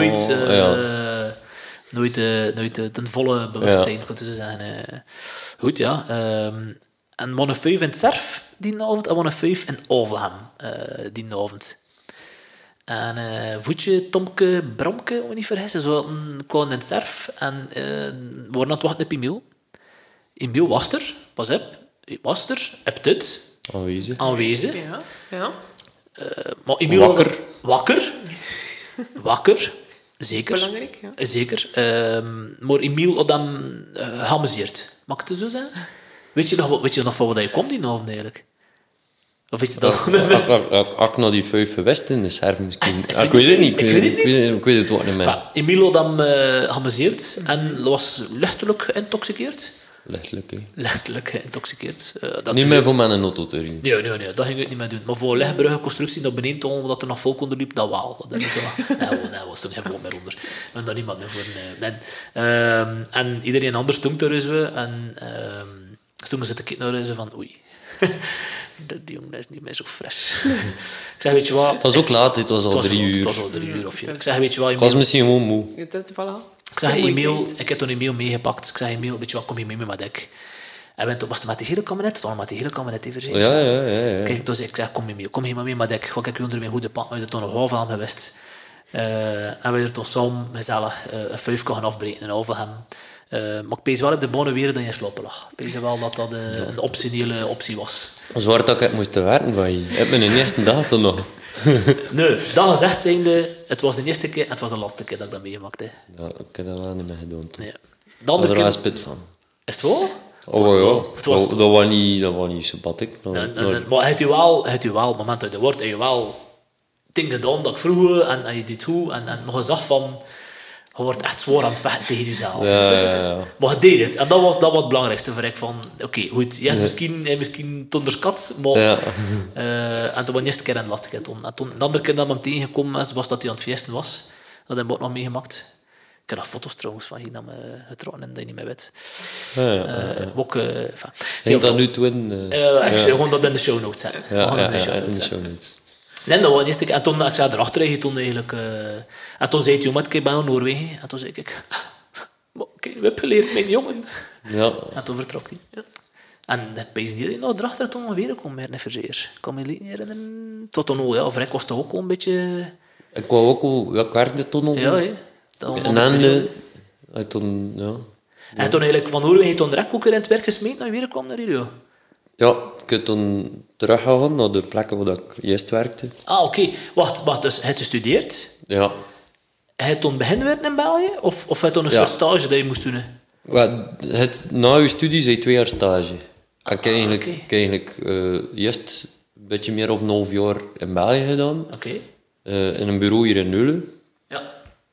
nooit ten volle bewustzijn, kan je zo zeggen. Goed, ja. En we 5 in het Serf die avond en we 5 in Overham die avond. En Voetje, Tomke, Bramke, om me niet vergissen, zo kwamen in het Serf en we waren aan het wachten op Emiel. Emiel was er, pas op, heb dit. Aanwezig. Ja. Maar Emiel Wakker. Zeker. Belangrijk, ja. Zeker. Maar Emiel had hem geamuseerd. Mag ik het zo zeggen? Weet je nog van wat je kwam die avond eigenlijk? Of weet je dat? Als ik naar die 5 geweest in de Serf misschien. Ik weet het niet. Ik weet het ook niet meer. Emiel had hem geamuseerd en was lichtelijk geïntoxiceerd. Lichtelijk geïntoxiceerd. Niet meer voor mijn auto te rijden. Nee, dat ging ik niet meer doen. Maar voor legbruggenconstructie naar beneden tonen, dat er nog volk onder liep, dat wel. Dat nee, was er geen volk meer onder. En daar niemand meer voor. En iedereen anders stond er eens we. En toen zit ik naar huis van, oei. Die jongen is niet meer zo fris. Ik zeg, weet je wat... Het was ook laat, het was al 3 uur. Het was al 3 uur of 4. Ik zeg, weet je wat... Ik was misschien gewoon moe. Het is toevallig. Ik zeg, Emiel, ik heb toen Emiel meegepakt. Ik zeg, Emiel, weet je wat, kom je mee met ik. En was het met die hele kabinet? Toen met die hele kabinet die verzekerd. Ja. Kijk, dus ik zeg, kom hier maar mee. Maar ik ga onder mijn goede pad. We zijn toen nog half aan geweest. En we er toen samen gezellig een 5 gaan afbreken en over hem. Maar ik pees wel op de bonen weer dan je sloppen lag. Ik pees wel dat dat een optionele optie was. Zwaar dat ik moest werken van je. Heb mijn eerste dag toen nog. Nee, dat gezegd zijnde, het was de eerste keer en het was de laatste keer dat ik dat meegemaakt heb. Ja, ik heb dat wel niet meer gedaan. Nee. De andere keer... spit van. Is het wel? Oh ja, dat was niet sympathiek. Maar het je wel, op het moment dat je wordt, heb je wel dingen gedaan dat ik vroeger en je dit goed en nog een zag van je wordt echt zwaar aan het vechten tegen jezelf. Ja. Maar je deed het en dat was het belangrijkste voor ik van oké, goed, jij is misschien te onderschat, maar en toen was de eerste keer en de laatste keer toen de andere keer dat me hem tegengekomen is, was dat hij aan het feesten was. Dat heb ik ook nog meegemaakt. Ik heb nog foto's trouwens van hier dat me getrokken en dat je niet meer weet. Ook, Ging dat nu doen? Ik zou gewoon dat in de show notes zetten. In de show notes. Nee, dat was de eerste keer. En toen, ik zei erachter, toen eigenlijk... en toen zei hij, maar ik ben naar Noorwegen. En toen zei ik... Maar ik heb geleerd, mijn jongen. Ja. En toen vertrok hij. Ja. En dat pees die nog erachter toen nog weer kwam, meer verzeer. Ik kan me niet herinneren. Het was toen al, ja, Vrek was toch ook al een beetje... Ik wou ook al... Ja, ik werkte toen al. Ja, hè. En dan... toen, ja. En toen eigenlijk van Noorwegen toen direct ook weer in het werk gesmeed en weer kwam naar hier. Ja, ik heb toen teruggegaan naar de plekken waar ik eerst werkte. Ah, oké. Wacht, dus heb je gestudeerd? Ja. Heb je toen beginnen werken in België? Of heb je toen een soort stage dat je moest doen? Na je studie zei 2 jaar stage. Ik heb eigenlijk eerst een beetje meer dan een half jaar in België gedaan. Oké. In een bureau hier in Neulen. Ja.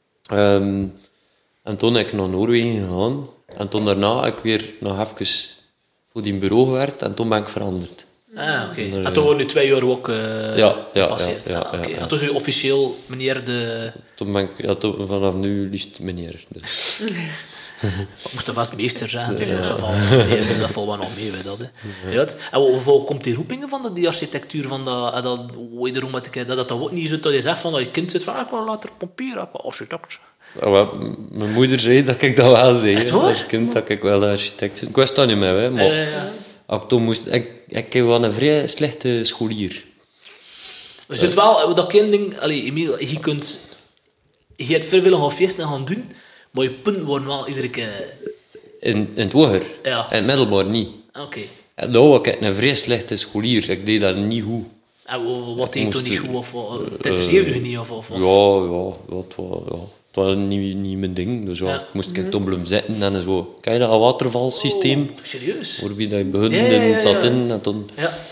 En toen ben ik naar Noorwegen gegaan. En toen daarna heb ik weer nog even voor die bureau gewerkt. En toen ben ik veranderd. Ah, oké. En toen waren nu 2 jaar ook gepasseerd. Ja. En toen is u officieel meneer de... Toen ben ik vanaf nu liefst meneer. Dus. Ik moest er vast meester zijn, dus ik zou van meneer, dat valt wel nog mee bij dat. Ja, en hoeveel komt die roepingen van die architectuur van dat wederom dat ook niet zo dat je zegt van dat je kind zit van ik wil later pompier, ik wil architect. Ja, mijn moeder zei dat ik dat wel zei. Is het waar? Als kind dat ik wel architect ben. Ik wist dat niet meer, hè, maar ik heb wel een vrij slechte scholier. We zitten wel, dat kind Emiel, je hebt veel willen gaan feesten en gaan doen, maar je punten worden wel iedere keer... In het hoger. Ja. In het middelbaar niet. Oké. En daar was ik een vrij slechte scholier. Ik deed dat niet goed. En wat deed je toen niet goed? Of het interesseerde je niet? Of? Het was niet mijn ding. Dus moest ik toch blijven zitten en zo. Kijk je dat watervalsysteem? Oh, serieus? Waarbij dat je begint in het Latin en dan...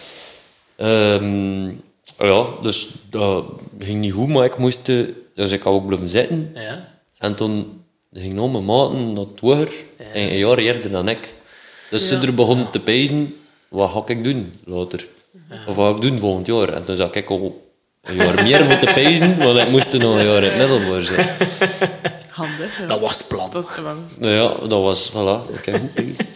Ja. Dus dat ging niet goed, maar ik moest... Dus ik had ook blijven zitten. Ja. En toen ging al mijn maten naar het hoger. En een jaar eerder dan ik. Dus ze er begonnen te pijzen. Wat ga ik doen later? Of wat ga ik doen volgend jaar? En toen zag ik al een jaar meer voor te pijzen, want ik moest nog een jaar in het middelbaar zijn. Handig. Ja. Dat was het plan. Dat was, voilà, ik heb goed pijzen.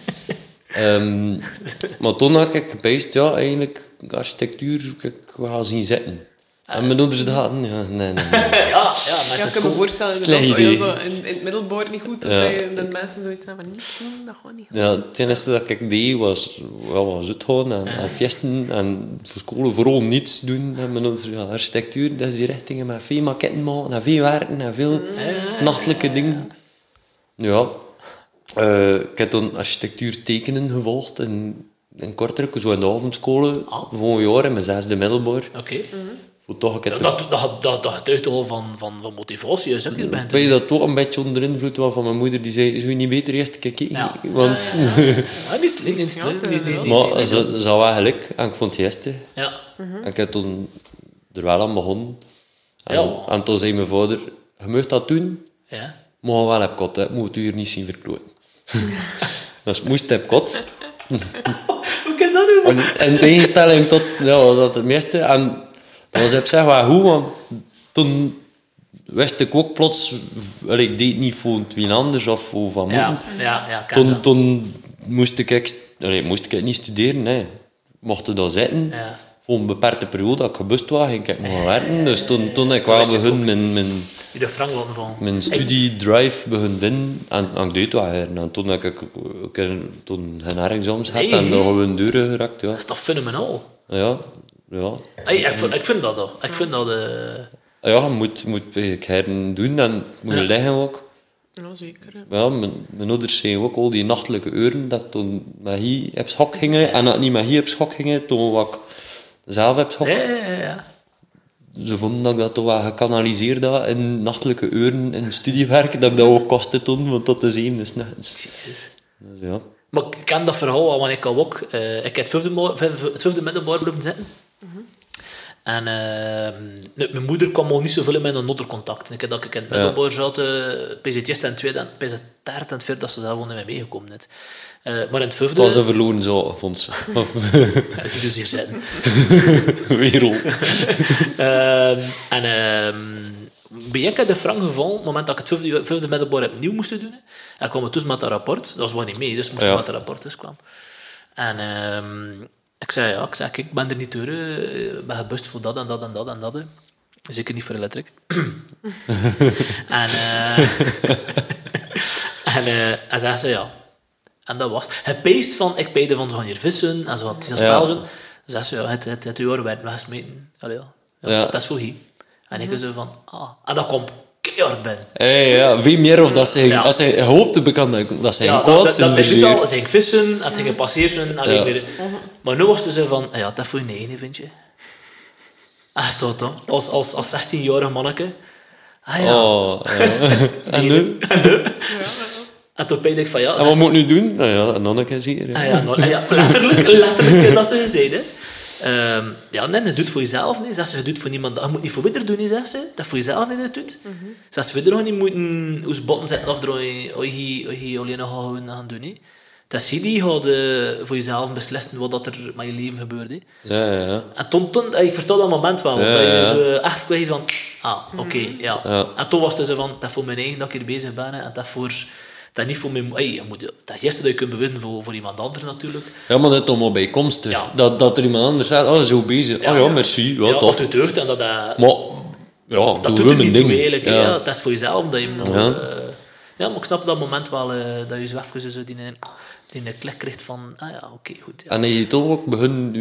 Maar toen had ik gepijst, eigenlijk, architectuur, ik ga zien zitten. En mijn ouders dachten, nee. Maar ik het is kan me voorstellen dat je zo in het middelbaar niet goed doet, dat mensen zoiets hebben van, dat gaat niet. Ja, het enige dat ik deed was uitgaan en feesten en voor school vooral niets doen. En mijn ouders, architectuur, dat is die richting met veel maquetten maken en veel werken en veel nachtelijke dingen. Ja. Ik heb toen architectuur tekenen gevolgd in Kortrijk, zo in de avondscholen, voor een jaar in mijn 6e middelbaar. Oké. Toch dat getuigt toch al van motivatie. Weet je dat toch een beetje onder invloed was van mijn moeder, die zei, zou je niet beter eerst kijken? Ja. Want... Niet slim. Maar ze had wel gelijk en ik vond het geestig. Ja. En ik heb toen er wel aan begonnen. En toen zei mijn vader, je mag dat doen, maar je wel heb kot, hè. Moet u hier niet zien verkloten. Dus moest heb kot. Hoe kan dat nu? En in tegenstelling tot dat het meeste... En dat was op zich wel goed, want toen wist ik ook plots... Ik deed niet voor wie anders of voor van moeten. Toen moest ik niet studeren, nee. Mocht ik daar zitten. Ja. Voor een beperkte periode dat ik gebust was, ging ik maar werken. Dus toen ik wel begon Je de frank laten vallen. Mijn studiedrive begon in en ik deed wat her. En toen heb ik toen geen herexamens gehad en dan hebben we een deuren geraakt. Ja. Dat is toch fenomenaal? Ja. Hey, ik vind dat toch. Ik vind dat... Ja, je moet heren doen en moet je liggen ook. Ja, zeker. Ja, mijn ouders zijn ook al die nachtelijke uren dat toen met hier op schok gingen en dat niet met hier op schok gingen, toen wat ik zelf op schok. Ja. Ze vonden dat ik dat toch wel gekanaliseerd had in nachtelijke uren in studiewerk, dat ik dat ook kostte toen, want tot de 7 is nachts. Jezus. Dus ja. Maar ik ken dat verhaal, want ik had ook... ik heb het vijfde middelbaar blijven zitten. En mijn moeder kwam al niet zoveel in mijn nottercontact. Ik heb dat ik in het middelbaar zat, PZT's en tweede, en PZT en vierde, dat ze zelf niet mee meegekomen net. Maar in het vijfde... Het was een verloren zo, vond ze. Dat zie dus hier zitten. Wereld. Bij ik had de frank gevallen, op het moment dat ik het vijfde middelbaar opnieuw moest doen. En ik kwam er toen met dat rapport. Dat was wel niet mee, dus moest ik met dat rapport dus kwam. En ik zei, kijk, ik ben er niet door. Ik ben gebust voor dat en dat en dat en dat. Zeker niet voor elektrik. En zei ze, ja. En dat was het. Hij peest van, ik peide van, ze gaan hier vissen en zo wat spel doen. Zei ze, ja, het uw arbeid weggesmeten. Ja, dat is voor hier. En ik zo van, en dat komt keihard binnen. Ja, veel meer of dat ze, als hij hoopte bekend dat ze geen kwaad zijn. Dat weet al, ze ging vissen, het ging passeren. Maar nu was het zo van, ja, dat voor je 9, vind je. Hij staat toch, als 16-jarig manneke. En nu? En toen peinde ik van, ja... En wat moet ik nu doen? Nou ja, een nonneke zeker. Letterlijk dat ze gezegd heeft. Nee, je doet voor jezelf. Nee. Zegt ze, je doet voor niemand. Je moet niet voor widder doen, zegt ze. Dat voor jezelf niet het doet. Zegt ze, widder nog niet moeten hoe ze botten zetten afdraaien, als je alleen nog gaan doen. Nee. Dat is je die gaat voor jezelf beslissen wat er met je leven gebeurt. Nee. Ja. En toen, ik versta dat moment wel. Dat je zo echt kwijt van, oké. En toen was het zo van, dat voor mijn eigen dat ik hier bezig ben. En dat voor... Dat niet voor mij... je moet dat gisteren dat je kunt bewijzen voor iemand anders natuurlijk. Ja, maar dat is allemaal bijkomstig. Ja. Dat er iemand anders zegt, zo bezig. Merci. Ja, dat doet deugd en dat... Maar, ja, dat doet er niet toe eigenlijk. Ja. Dat is voor jezelf. Dat je moet, maar ik snap dat moment wel, dat je zo even zo die klik krijgt van... oké, goed. Ja. En je toch ook begint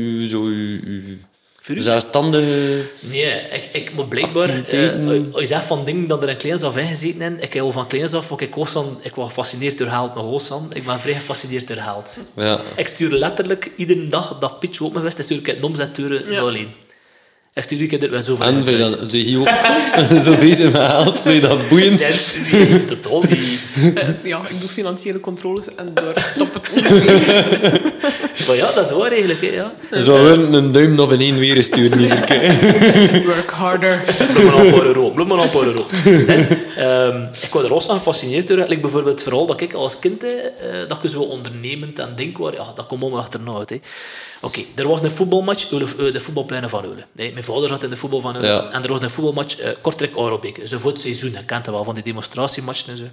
zelfstandige... Nee, ik moet blijkbaar... als je zegt van dingen dat er een kleins af ingezeten in, ik heb al van kleins af, ik was gefascineerd door geld naar Hoosland. Ik ben vrij gefascineerd door geld. Ja. Ik stuur letterlijk iedere dag dat pitch op me geweest, stuur ik het omzetdeuren alleen. Ik stuur ik er zoveel en vind je dat, zie je ook zo bezig met geld? Vind je dat boeiend? Nee, zie je totaal niet. Ik doe financiële controles en daar stop het ongeveer. Maar ja, dat is waar eigenlijk. Hè, ja. Zo een duim naar beneden weer sturen iedere keer. Work harder. Bloem maar een paar euro. Ik word er ook aan gefascineerd door. Like bijvoorbeeld het verhaal dat ik als kind, dat je zo ondernemend en denk waar, dat komt allemaal achterna uit. Oké, er was een voetbalmatch, de voetbalpleinen van Eulen. Mijn vader zat in de voetbal van Eulen. Ja. En er was een voetbalmatch, Kortrijk-Aarobeke. Zo voor het seizoen, je kent het wel, van die demonstratiematchen en zo.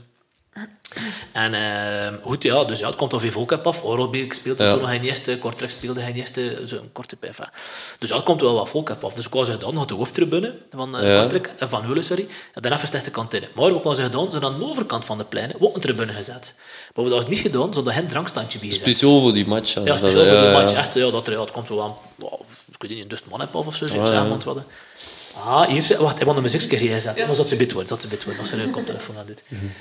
En goed, dus het komt al veel volk op af. Aarobeke speelde toen nog geen eerste, Kortrijk speelde geen eerste, zo'n korte pijf. Dus het komt wel wat volk op af. Dus ik was gedaan, had de hoofdtribune van Kortrijk, van Eulen, sorry. En dan even slechte kantine. Maar wat was gedaan, ze aan de overkant van de pleinen ook een tribune gezet. Maar wat was niet gedaan, ze hadden geen drankstandje bij gezet. Speciaal voor die match. Ja, speciaal voor die match. Echt, het komt wel aan, ik weet niet, een dust man heb of zo, hier, wacht, ik had een muziekje gezet. Maar dat ze bit wordt, als ze een koptelefoon aan doet.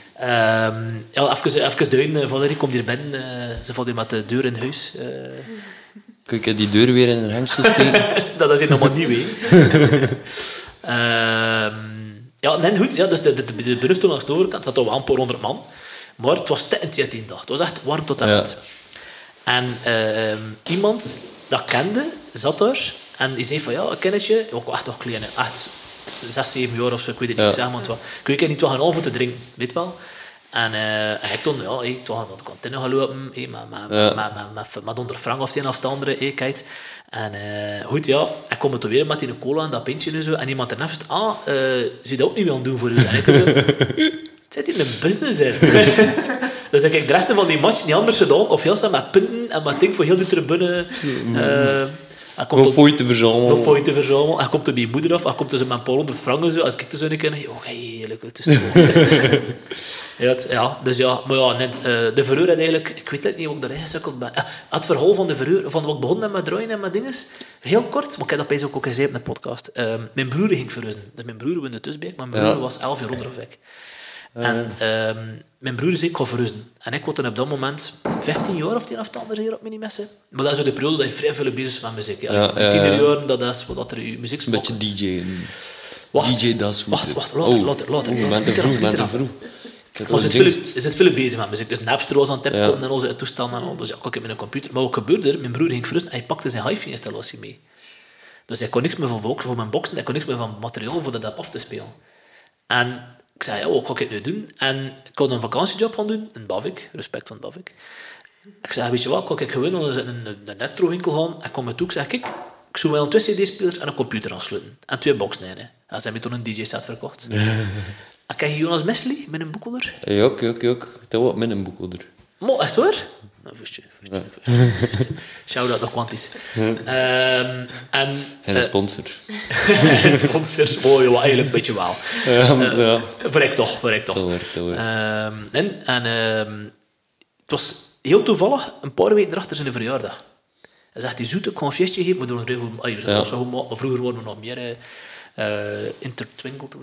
Even duiden, Valerie komt hier binnen. Ze valt hier met de deur in huis. Kun je die deur weer in een hengsel steken? Dat is hier nog maar niet mee. Goed. Ja, dus de binnenstoel langs de overkant zat al wel een paar 100 man. Maar het was te intens die dag. Het was echt warm tot en met. En iemand dat kende, zat daar. En die zei van, een kennetje, ook echt nog klein, echt 6, 7 jaar of zo, ik weet het niet, zeg maar wat. Ik weet niet wat gaan over te drinken, weet wel. En ik toen, toch aan dat kantine gaan lopen, met 100 frank of het een of het andere, kijk. En goed, ik kom er weer met die cola en dat pintje en zo. En iemand ernaast zegt, zie je dat ook niet willen doen voor u? En ik zo, het zit hier een business in. Dus ik de rest van die match niet anders gedaan, of heel snel met punten en met ding voor heel die tribune. Hij komt Wat fooi te verzamelen. Wat fooi te verzamelen. Hij komt er bij je moeder af. Hij komt dus met een paar 100 franken. Zo. Als ik er zo een keer... Oh, heerlijk. Het is ja, dus ja. Maar ja, net, de verhuur had eigenlijk... Ik weet het niet hoe ik daarin gesukkeld ben. Het verhaal van de verhuur... Van wat ik begon met draaien en met dingen... Heel kort, maar ik heb dat bij ook gezegd in de podcast. Mijn broer ging verhuizen. Dus mijn broer woonde tussen bij, maar mijn broer was 11 jaar ouder dan ik. En mijn broer zei, ik ga verhuizen. En ik was toen op dat moment 15 jaar of 10 of 12 jaar op minimessen. Maar dat is zo de periode dat je vrij veel bezig is met muziek. Ja, tienerjaren, dat is wat er je muziek Een beetje DJ'en. Wacht, DJ, dat is wacht, later. Je bent te vroeg. Maar ze zit veel bezig met muziek. Dus Napster was aan het tippen en onze toestanden. En al. Dus ja, ik met een computer. Maar wat gebeurde er? Mijn broer ging verhuizen en hij pakte zijn hi-fi-installatie mee. Dus hij kon niks meer van mijn boxen, hij kon niks meer van materiaal voor dat af te spelen. En ik zei, ja, wat ga ik nu doen? En ik kon een vakantiejob gaan doen, in Bavik, respect van Bavik. Ik zei, weet je wat, ga ik gewoon naar een Netro-winkel gaan en kom me toe, ik zeg, kijk, ik zou wel een 2 CD-spelers en een computer aansluiten. En 2 boxen in. En ze hebben toen een DJ-set verkocht. En kijk je Jonas Mesley met een boekelder? Ja, ook. Dat was met een boekelder. Maar, is het waar? Nou, vustje. Shout-out naar Quantis. En een sponsor. Een sponsor. Oh, joh, eigenlijk een beetje wel. Ja. Verrek toch. Dat hoor. Het was heel toevallig, een paar weken erachter zijn verjaardag. Hij zegt, die zoete, ik ga een feestje geven, maar door een vroeger worden we nog meer... intertwinkled,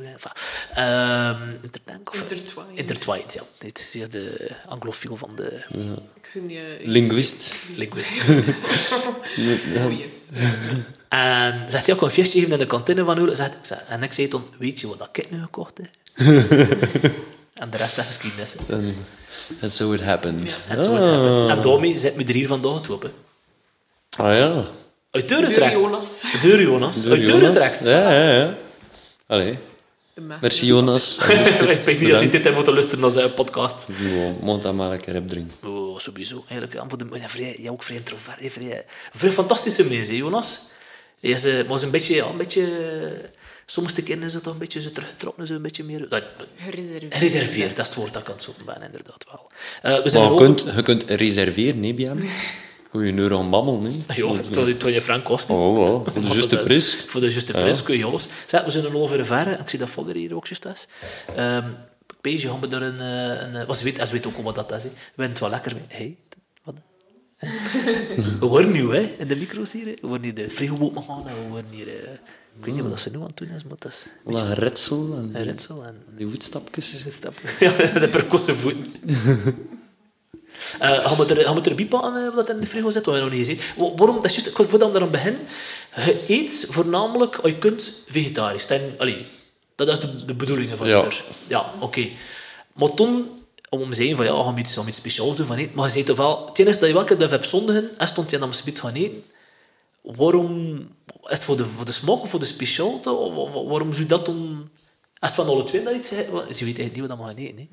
intertwined, ja. Dit is de anglofiel van de... Linguist. Oh, yes. En zegt hij ook een feestje geven in de kantine van Hulen. En ik zei toen, weet je wat ik nu gekocht heb? En de rest is geschiedenis. And so it happened. And so it happened. En daarmee zit me er hier vandaag toe op. Ah ja. Uit deuren trekt. Deur Jonas. Uit deuren trekt. Ja. Allee. Merci Jonas. Ik weet niet dat hij dit heeft moeten luisteren naar zijn podcast. Moet dat maar een keer opdrinken. Oh, sowieso. Eigenlijk, ook vrij introvert. Vrij fantastische mens, hè, Jonas. Hij was een beetje... Soms de keer is het een beetje zo teruggetrokken, zo een beetje meer... Gereserveerd, dat is het woord dat ik aan het zoeken ben, inderdaad wel. Je kunt reserveren, nee, bij hem. Kun je nu aan babbelen, nee? Ja, toen je frank kost. Voor de juiste prijs. Voor de juiste prijs kun je alles. Zeg, we zijn een over verre, ik zie dat Volder hier ook juist is. Peesje gaan we door een... Ze weet ook al wat dat is. We hebben het wel lekker mee. Hey, wat? We worden nu, hè, in de micro's hier. We worden hier de frigo gaan en we worden hier... Ik weet niet wat ze nu aan het doen is, maar dat is... Een ritsel en die voetstapjes. Ja, de percussieve voeten. Gaan we er bijpakken wat in de frigo zit? Wat we nog niet gezien. Waarom? Dat is juist, voordat we daarom beginnen. Je eet voornamelijk, als je kunt, vegetarisch. Dat is de bedoeling van je. Ja, oké. Maar toen, om te zeggen van ja, gaan we iets speciaals doen van eten. Maar je zei toch wel, het enige dat je welke duif hebt zondigen, en stond je dan op gaan eten. Waarom? Is het voor de smaak of voor de specialte? Of waarom zou je dat doen? Is het van alle twee dat je het zegt? Ze weet eigenlijk niet wat we gaan eten.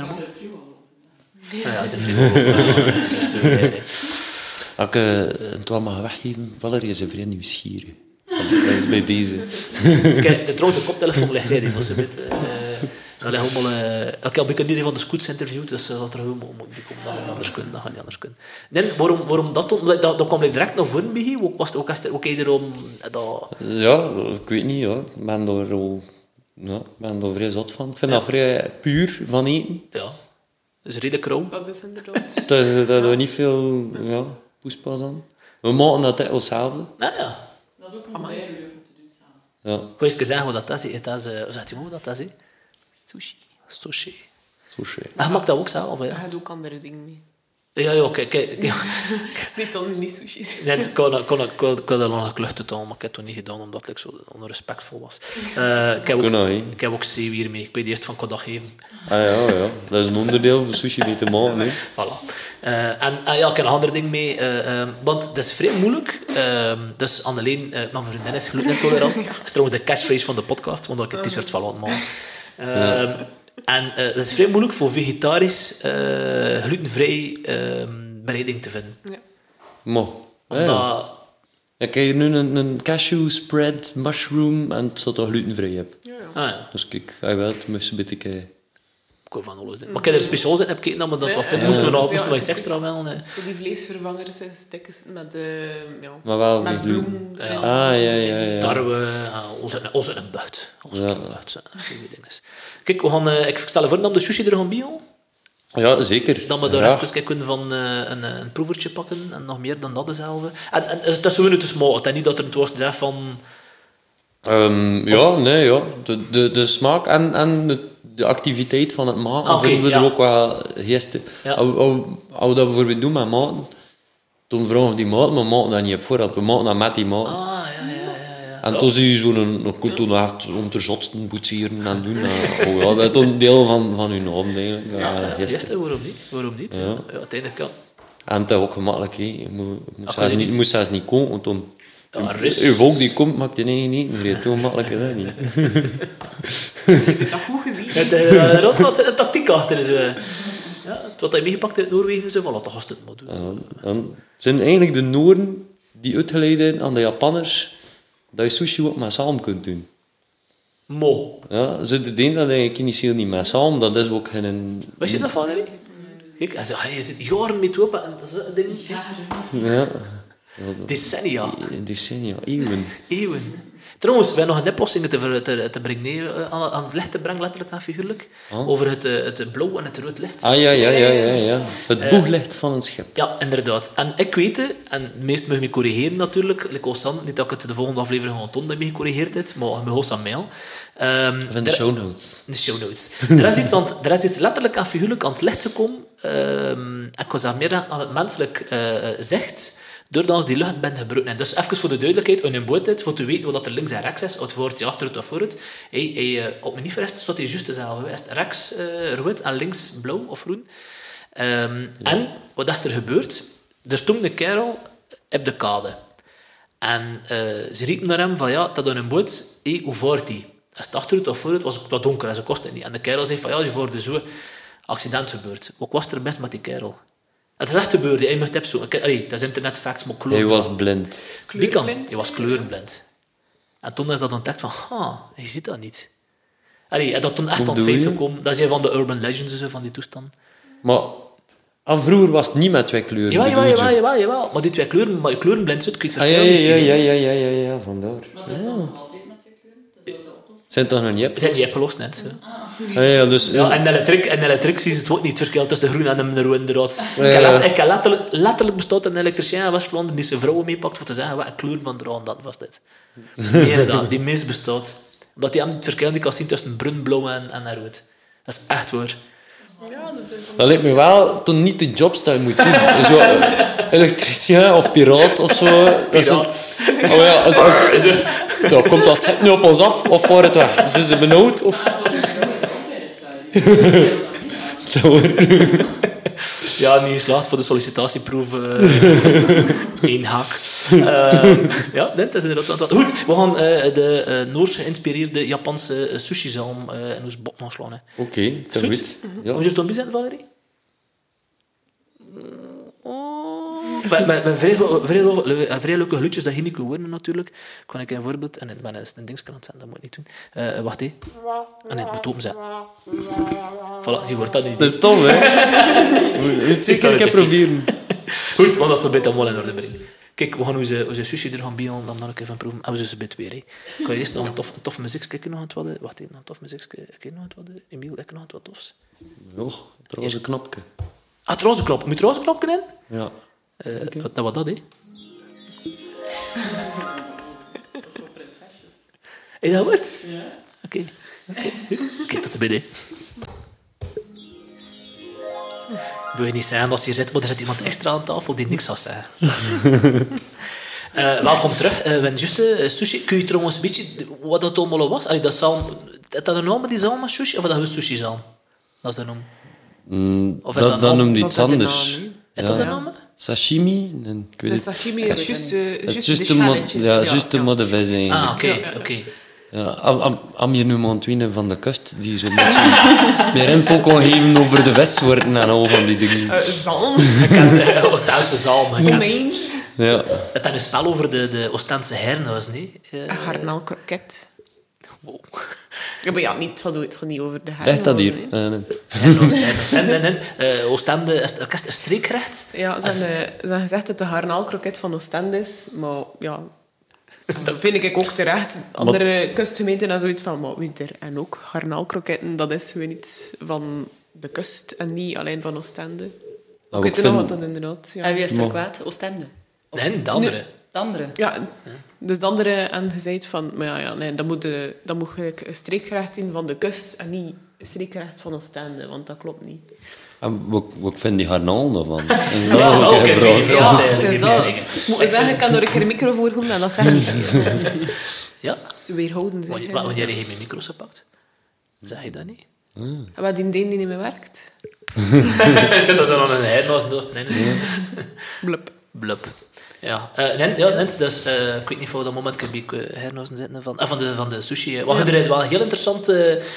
Ja, de frigo. Als ik het wat mag weggeven, Valerie is een vrij nieuwsgierig. Dat is bij deze. Kijk, de trouwens, de koptelefoon ligt rijden. Dat is een beetje... Ik heb iedereen van de Scoots interviewd, dus dat er gewoon die komt dat niet anders kunnen. Nee, waarom dat dan? Dat kwam direct naar voren bij je. Ook erom dat... Ja, ik weet niet, ja. Ik ben daar vrij zot van. Ik vind dat vrij puur van eten. Ja, dat is redelijk rauw. Dat is inderdaad. Dat er niet veel poespas aan. We maken dat echt hetzelfde. Ja. Dat is ook een mooie leuk om te doen samen. Ja. Ik wil eens zeggen wat dat is. Hoe zegt je wat dat is? Sushi. En je maakt dat ook zelf, hè? Je gaat ook andere dingen mee. Ja, kijk. Niet sushi. Nee, ik had er nog een klucht uit, maar ik heb het toen niet gedaan, omdat ik zo onrespectvol was. Ik heb ook zeewier mee. Ik weet eerst van, ik kan dat geven. Ja. Dat is een onderdeel van sushi mee te maken, hè. Voilà. En ik heb een ander ding mee, want het is vrij moeilijk. Dus Anneleen, mijn vriendin is glutenintolerant. Dat is trouwens de catchphrase van de podcast, want ik heb het t-shirt van laten maken. En het is vrij moeilijk voor vegetarisch, glutenvrij bereiding te vinden. Ja. Maar, Omdat... Ik heb hier nu een cashew spread mushroom en het staat dat glutenvrij heb. Ja. Ah, ja. Dus kijk, hij wel, het moest een beetje... hou van alles. Maar ik heb er speciaal zitten heb gekeken dat we dat wat vinden. Moesten we nog iets extra wel. Nee. Zo die vleesvervangers zijn stukjes met maar wel met bloem. Ja. Tarwe, ons in een bucht. Kijk, ik stel je voor dat we de sushi er gaan bij. Ja, zeker. Dat we daar even kunnen van een proevertje pakken en nog meer dan dat dezelfde. En dat is gewoon te smaak. En niet dat er het was zegt van... De smaak en de activiteit van het maken vinden we er ook wel geestig. Ja. Als we dat bijvoorbeeld doen met maten, dan vragen we die maten, maar we maken dat niet op voorhand. We maken dat met die maten. Ja. En toen zie je zo'n kunt echt om te zotten, boetseren en doen. Dat is een deel van hun avond eigenlijk. Ja, waarom niet? Ja, uiteindelijk ja. En het is ook gemakkelijk. Je moet zelfs niet komen, want dan... Je volk die komt, maakt je eigen eten. Het is zo makkelijk is dat niet. Ik heb dat goed gezien. Er is wat een tactiek achter. Zo. Ja, wat hij meegepakt uit Noorwegen, zo van, laat de gasten het maar doen. Het zijn eigenlijk de Noorden die uitgeleid zijn aan de Japanners dat je sushi ook met zalm kunt doen. Mo. Ja, ze deden dat eigenlijk initieel niet met zalm, dat is ook geen... Wist je dat van, niet? Kijk, hij zegt, je zit jaren mee te open en dat is een ding. Ja. Decennia, eeuwen. Trouwens, we hebben nog een oplossing te brengen, aan het licht te brengen, letterlijk en figuurlijk, over het blauw en het rood licht. Ja. Het boeglicht van een schip. Ja, inderdaad. En ik weet het, en de meesten mogen me corrigeren natuurlijk, like Ossan, niet dat ik het de volgende aflevering gewoon tonnen mee gecorrigeerd heb, maar je mag aan mail. Van de show notes. De show notes. Er is iets letterlijk en figuurlijk aan het licht gekomen, ik was daar meer aan het menselijk zicht, doordat die lucht bent gebruikt. Dus even voor de duidelijkheid, in een boot, voor te weten wat er links en rechts is, of voor het, achter het of voor het. Op me niet verrest, staat hij juist dezelfde. Is rechts rood en links blauw of groen. En wat is er gebeurd? Er stond een kerel op de kade. En ze riepen naar hem van, dat in een boot, hoe vaart hij? Is het achter het of voor het, was het wat donker en ze kostte het niet. En de kerel zei van, je voerde zo. Accident gebeurd. Wat was er best met die kerel? Het is echt gebeurd, hij mocht zo. Dat is internetfacts, maar kleur. Hij was blind. Hij was kleurenblind. En toen is dat ontdekt van, je ziet dat niet. En dat toen echt aan het feit gekomen. Dat is een van de urban legends zo, van die toestand. Maar vroeger was het niet met twee kleuren. Jawel. Maar die twee kleuren, maar je kleurenblind zit, kun je het verschil niet zien. Ja, vandaar. Maar dat is dan nog altijd met twee kleuren? Dus dat is de oplossing? Zijn het toch nog niet hebt? Zijn die opgelost net, zo. En elektriek zien ze het ook niet, het verschil tussen de groen en de rood, inderdaad. Ik heb letterlijk bestaat een elektricien in West-Vlaanderen die zijn vrouwen meepakt voor te zeggen wat een kleur van de rood, dat was dit. Die mis bestaat. Omdat hij het verschil niet kan zien tussen bruinblauw en rood. Dat is echt waar. Dat lijkt me wel toch niet de jobs dat je moet doen. Zo, elektricien of piraat of zo. Piraat. Komt dat set nu op ons af of voor het weg? Zijn ze benauwd? Of... Ja, niet geslaagd voor de sollicitatieproef. 1 haak. Dat is inderdaad wat. Goed, we gaan de Noors geïnspireerde Japanse sushi-zalm in ons bot gaan slaan. Oké, dat is goed. Hoe is het dan bij, Valerie? Met vrij leuke geluidjes dat je niet kunt horen natuurlijk. Kan ik een voorbeeld... En ik ben een dingetje aan het zetten, dat moet ik niet doen. Wacht, hé. Nee, het moet openzetten. Voilà, zie wordt dat niet. Dat is tof, hè? Het is een keer proberen. Goed, want dat zal beter allemaal in orde brengen. Kijk, we gaan onze sushi er gaan bieden, dan nog even proeven. En we zullen ze weer. Kan je eerst nog een tof muziek kijken? Nog wat? Wacht even, een tof muziek. Kijk nog wat? Emiel, ik nog wat tofs. Ja, het roze knopje. Het roze knop. Moet je het roze knopje in? Ja. Wat dat, hè? Is dat goed? Ja. Oké, tot ziens, hè. Wil je niet zeggen dat je hier zit, maar er zit iemand extra aan tafel die niks zal zeggen. Welkom terug. We hebben juist sushi. Kun je trouwens een beetje wat dat allemaal was? Allee, dat zalm... Is dat een naam, die zalm met sushi? Of is dat een sushi-zalm? Dat is de naam. Dat noemt iets anders. Is dat de naam? Sashimi? Nee, ik weet het. Sashimi is juist de mode vis. Oké. Ja, am je nu Montwine van de kust, die zo'n beetje meer info kon geven over de vissoorten en al van die dingen. Zalm. Oostense zalm. Ja. Het is een spel over de Oostense hernuis, nee? Garnalkroket. Wow. Ja, maar ja, het gaat niet over de hernuis. Ligt dat hier? En Oostende, is het een streekgerecht? Ja, ze hebben gezegd dat de garnaalkroket van Oostende is. Maar ja, dat vind ik ook terecht. Andere kustgemeenten hebben zoiets van, maar winter en ook garnaalkroketten, dat is gewoon iets van de kust en niet alleen van Oostende. Ik weet nog wat dat inderdaad... Ja. En wie is er kwaad? Oostende? Nee, de andere. De andere? Ja, dus de andere en gezegd van, maar ja, nee, dat moet gelijk een streekgerecht zien van de kust en niet een streekgerecht van Oostende, want dat klopt niet. En wat vind die garnalen ervan? Oké, twee vragen het is eigenlijk. dat. Ik moet zeggen, ik kan door een keer een micro voorgoen en dat zeg ik niet. Ja? Ze weerhouden zich. Wanneer jij geen micro's pakt, zeg je dat niet? En wat die deen die niet meer werkt? Het zit er zo aan een heidenhuis. Nee. Blub. Ja, dus ik weet niet voor dat moment heb ik hernozen zitten van de sushi. Wat je er wel een heel interessant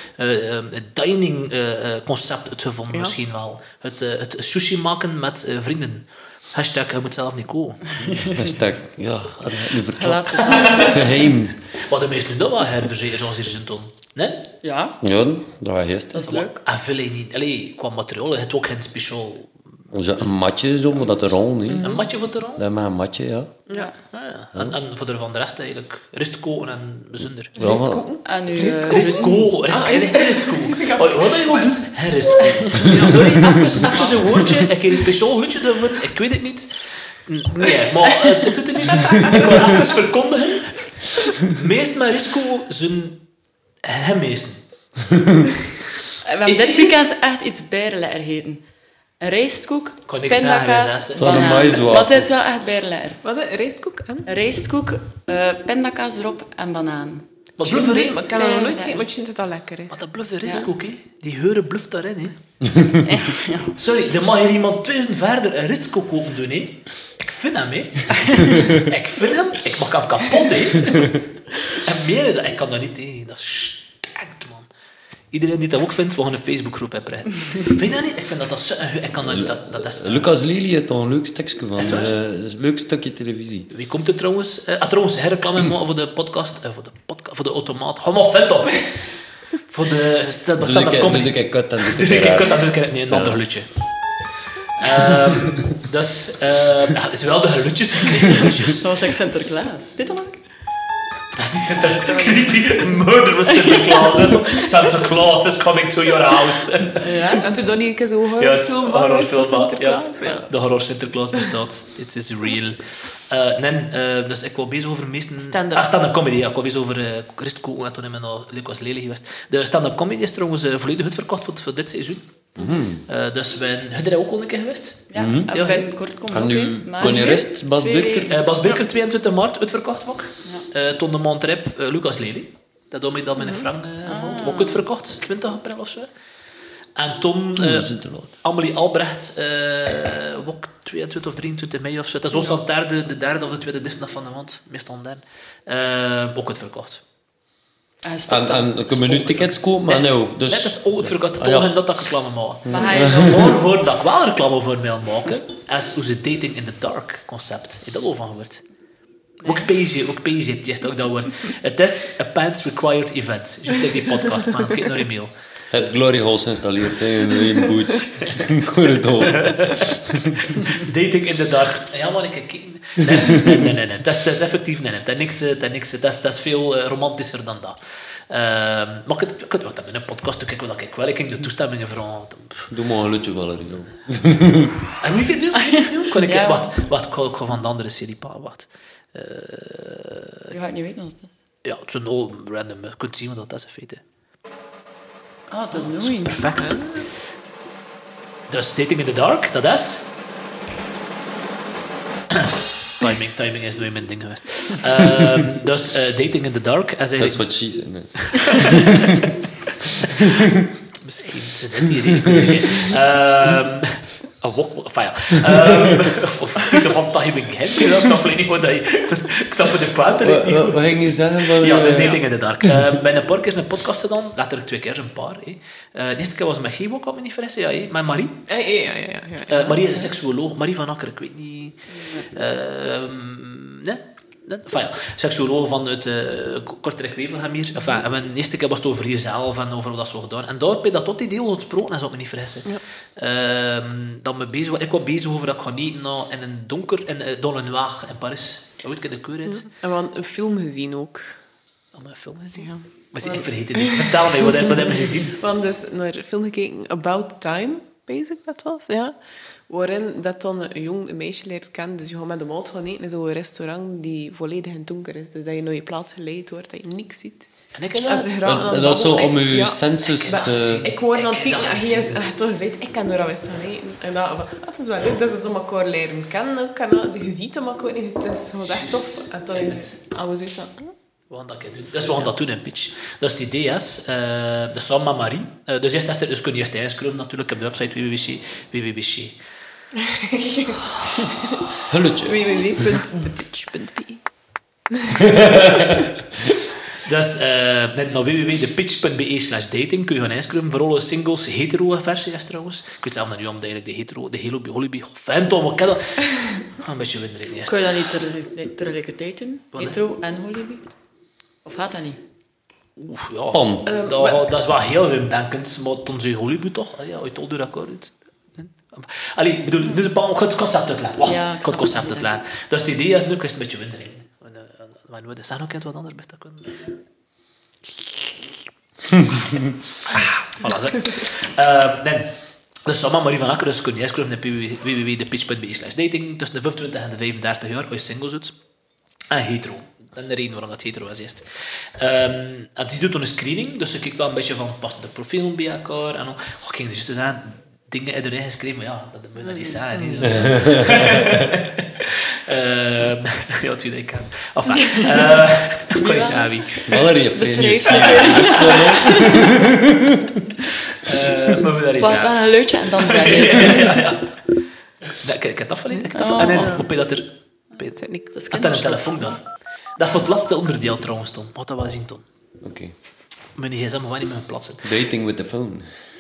dining concept gevonden, misschien wel. Het sushi maken met vrienden. Hashtag, je moet zelf niet koken. Hashtag, ja, nu Laat verklapt. ze staan. Het geheim. Wat de meesten nu dat wel herverzeren, zoals hier zijn ton. Nee? Ja, Ja, dat was eerst. dat is leuk. En veel niet. Allee, qua materiaal, je hebt ook geen speciaal... Een matje zo, maar dat er al niet. Een matje voor de rol? Dat is maar een matje, ja. Ja. En voor de van de rest eigenlijk ristkoken en bijzonder. Ja, maar- En nu... Ristkoken. Ristkoken. Wat je gewoon doet, ristkoken. Sorry, even een woordje. Ik heb een speciaal liedje ervoor. Ik weet het niet. Nee, maar het doet het niet. Ik wil even verkondigen. Meest met ristko zijn hemmeesten. We hebben dit weekend echt iets bijrelekker gegeten. Een rijstkoek, Kan niks pindakaas, zeggen, Het was een banaan. maïswafel. Maar het is wel echt bijrelekker. Wat, een rijstkoek en? Een rijstkoek, pindakaas erop en banaan. Wat bluffer is... Maar ik kan dat nog nooit gegeten, maar ik vind dat dat lekker is. Wat dat bluffer is ook, hè. Die heuren bluft daarin, hè. Ja. Sorry, er mag hier iemand 1000 verder een ristkoek open doen, hè. Ik vind hem, hè. Ik vind hem. Ik maak hem kapot, hè. En meer dat, ik kan dat niet tegen. Dat stankt, man. Iedereen die dat ook vindt, we gaan een Facebookgroep hebben. Vind je dat niet? Ik vind dat zo... Ik kan dat niet... Dat is... Lucas Lely heeft er een leuk stukje van. Is het waar? Dat is een leuk stukje televisie. Wie komt er trouwens? Trouwens, herreclame maken voor de podcast. Voor de automaat. Ga maar vet op. Voor de stand-up comedy. Doe ik kut en doe Dus ik ik kan raar. dat niet, een ander gelutje. Dus, het is wel de gelutjes en de gelutjes. Zoals like Sinterklaas. Dit dan ook? Dat is niet Sinterklaas. Creepy murderous Sinterklaas. Hè, toch? Santa Claus is coming to your house. Ja, had je dan niet een keer zo'n Ja, het is horrorfilm een van horrorfilm. Sinterklaas? Ja, de horror Sinterklaas bestaat. It is real. Dus ik wil bezig over meesten... Stand-up. Stand-up comedy, ja. Ik wil bezig over Christko en toen hebben we nog Lucas Lely geweest. De stand-up comedy is trouwens volledig uitverkocht voor dit seizoen. Dus wij zijn er ook al een keer geweest. Ja, en Ja. binnenkort komt En ook nu, een. Maar kon je rest, Bas 2 Birker? weken. Bas Birker, 22 maart, uitverkocht ook. Ton de Montrep, Lucas Lely. Dat had mij dat met een frank vond. Ook uitverkocht, 20 april of zo. En toen We zijn te laat. Amelie Albrecht, ook 22 of 23 mei of zo. Het is ook zo'n de derde of de tweede dinsdag van de maand, meestal derde. Ook uitverkocht. En dan kunnen we nu tickets kopen, maar nou. Dus... Net is ook uitverkocht. Ah, ja. Toch dat ik reclame maak. Maar ga je nog... Maar voor dat ik wel reclame voor mij aan maken, is hoe ze Dating in the Dark concept. Heb je dat al van gehoord? Ook Paige heeft juist ook dat woord. Het is a pants required event. Juist like die podcast, man. Kijk naar je mail. Het Glory House geïnstalleerd in Boots. Corridor. Dating in the dark. Ja, man, ik kijk. Nee. Dat is effectief. Nee. Dat is niks. Dat is veel romantischer dan dat. Maar ik kan wat in een podcast doe ik wel dat ik wel. Ik ging de toestemmingen vragen. Doe maar een lutje, Valerie. En moet ik het doen? Kan ik Ja. Wacht, ik ga van de andere serie pa. Wacht. Je gaat niet weten wat het is. Ja, het is een all random. Je kunt zien wat dat is in feite. Ah, het is een goeie. Perfect. Dus Dating in the Dark, dat is... Timing is door mijn ding geweest. Dus Dating in the Dark is Dat is eigenlijk... wat she said. Misschien, ze zit hier. Het ziet er van timing uit. Ik snap niet wat je... Ik snap de paard niet. Wat ging je zeggen? Van, Ja, dus Dating in the Dark. Bij een paar keer een podcast gedaan. Letterlijk 2 keer, een paar. De eerste keer was met Gebo, kan me niet vergissen. Ja, met Marie. Ja. Marie is een seksuoloog. Marie van Akker, ik weet niet... nee? Enfin ja, seksuologen vanuit Kortrijk-Wevelgem hier. Enfin, en de eerste keer was het over jezelf en over wat dat zo gedaan. En daar ben dat tot idee ontsproken, als ik me niet vergissen. Ja. Dat me bezig was. Ik was bezig over dat ik ga niet in een donker, in Dans le Noir in Parijs. Hoe ik in de keur uit. En we hadden een film gezien ook. Hebben we een film gezien? Ja. Maar ik vergeet het niet. Vertel mij, wat hebben we gezien? We hadden dus naar een film gekeken, About Time, basic dat was, ja. Waarin dat dan een jong meisje leert kennen. Dus je gaat met de maat gaan eten in zo'n restaurant die volledig in het donker is. Dus dat je naar je plaats geleid wordt, dat je niks ziet. En ik heb dat is zo om je sensus te... Ik hoorde aan het kijken en hij heeft toch gezegd, ik kan er al eens gaan eten. En dat is wel leuk, dat ze elkaar leren kennen. Je ziet hem elkaar niet, het is gewoon echt tof. En dan is het alles zoiets van... We gaan dat doen. Dus we gaan dat doen in pitch. Dus het idee is, dat is samen met Marie. Dus kun je eerst inschrijven natuurlijk op de website www. Hulletje. www.thepitch.be. Dus naar www.thepitch.be/dating kun je gaan inschrijven voor alle singles. Hetero versie is trouwens. Ik weet zelf nog niet om eigenlijk de hetero, de holibi, Phantom, wat ken dat? Een beetje windering eerst. Kun je dat niet tegelijkertijd doen? Hetero en holibi? Of gaat dat niet? Oef, ja. Dat is wel heel ruimdenkend, maar toen zei holibi toch? Ja, uit al die akkoord. Allee, ik bedoel, nu ik ga het concept uitleggen. Wacht, ik ga het concept uitleggen. Dus het idee is nu, een beetje windering. Zeg nog eens wat anders best dat kunnen. Voilà, zeg. Nee. Dus samen Marie van Akker, dus kun je inschrijven op www.thepitch.be/dating tussen de 25 en de 35 jaar, als singles uit. En hetero. En de reden waarom dat hetero was eerst. En die doet dan een screening, dus ik kijk wel een beetje van passende profielen bij elkaar. En dan, ik ging dus zeggen, dingen erin geschreven, maar ja, dat moet je niet zeggen. Ja, het ik kan. Enfin, kan je zeggen wie? Valerie Frenius. Maar we daar eens Wacht wel een leutje en dan zeg je het. Ik heb dat verleden. En dan op je dat er... Dat een telefoon dan. Dat voor het laatste onderdeel trouwens, Tom. Wat dat wel zien, Tom. Oké. Mijn gsm mag niet meer plaatsen. Dating with the phone.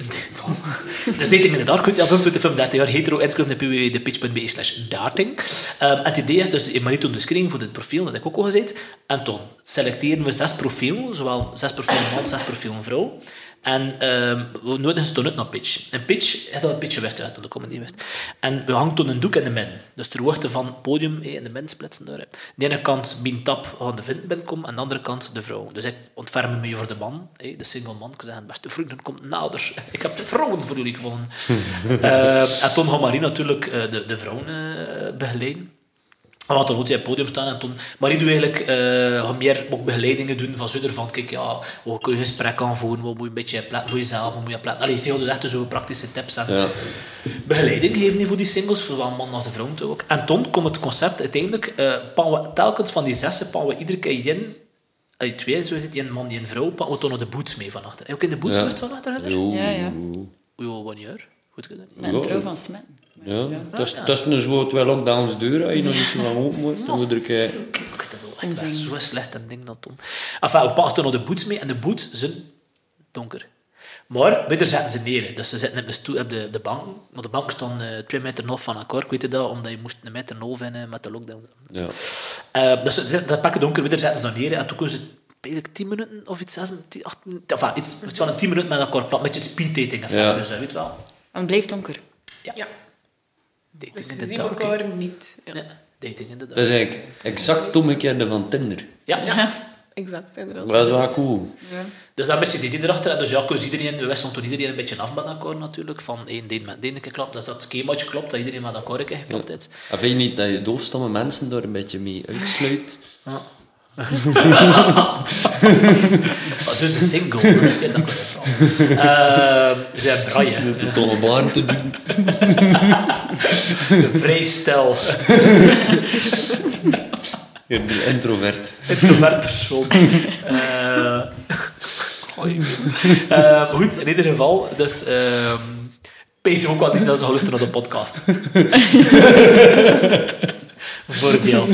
Dus dating in de dark, goed. Ja, 25-35 jaar, hetero, inschrijven op www.thepitch.be/dating. En het idee is dus, maar niet doen de screening voor dit profiel, dat heb ik ook al gezegd. En toen selecteren we 6 profielen, zowel 6 profielen man, 6 profielen vrouw. En we nodigen ze toen uit naar pitch. En pitch, het een pitch geweest, toen de comedy geweest. En we hangen toen een doek in de min. Dus ter hoogte van het podium, in de min splitsen daar. De ene kant Bintap gaan de vrienden binnenkomen, en de andere kant de vrouw. Dus ik ontferm me voor de man, de single man. Ik zeg, beste vrienden, kom nader. Ik heb vrouwen voor jullie gevonden. En toen gaat Marie natuurlijk de vrouwen begeleiden. En wat dan moet hij op het podium staan en toen... Marie doet eigenlijk meer ook begeleidingen doen van zuider van, kijk, ja, hoe kun je gesprek aanvoeren, wat moet je een beetje plannen voor jezelf, wat moet je plannen. Allee, ze hadden echt zo praktische tips en begeleiding geven voor die singles, zowel man als de vrouw ook. En toen komt het concept uiteindelijk, telkens van die 6 pakken we iedere keer in, 2, zo zit een man die een vrouw, pakken we toen nog de boots mee van achter. Heb je ook in de boots geweest van achter? Ja. Wanneer? Goed gedaan. Met een trouw van Smetten. Ja, tussen de zo 2 lockdowns deur, als je nog niet zo lang open moet, dan moet er kijken. Ik ben zo slecht en ding dat toen. Enfin, we pakken toen nog de boots mee en de boots zijn donker. Maar binnen zetten ze neer. Dus ze zitten op de bank. Maar de banken staan 2,5 meter van elkaar. Ik weet het dat, omdat je moest 1,5 meter in met de lockdown. Ja. Dus dat pakken donker, binnen zetten ze nog neer. En toen kunnen ze bezig 10 minuten of iets, 8 minuten. Enfin, iets van een 10 minuten met elkaar plakken. Met je speed-dating effect. Ja. Dus weet wel. En het blijft donker. Ja. Dating Dus in ze de zien dark. elkaar niet. Ja. Ja, dating in de dark. Dat is eigenlijk exact omgekeerde van Tinder. Ja. Exact, inderdaad. Dat is wel cool. Ja. Dus dat beetje die idee erachter. Dus ja, we wisselen toen iedereen een beetje af met elkaar natuurlijk. Van één met één keer klopt. Dus dat schemaatje klopt, dat iedereen met elkaar een keer geklopt heeft. En vind je niet dat je doofstomme mensen daar een beetje mee uitsluit? Ja. Als ze een single, dan is dat ook ze zijn braille. De toch een baan te doen. Vrij stel. Die introvert. Introvert persoon. Goed, in ieder geval. Dus... pees ook wel iets dat ze gaan luisteren naar de podcast. Voordeel.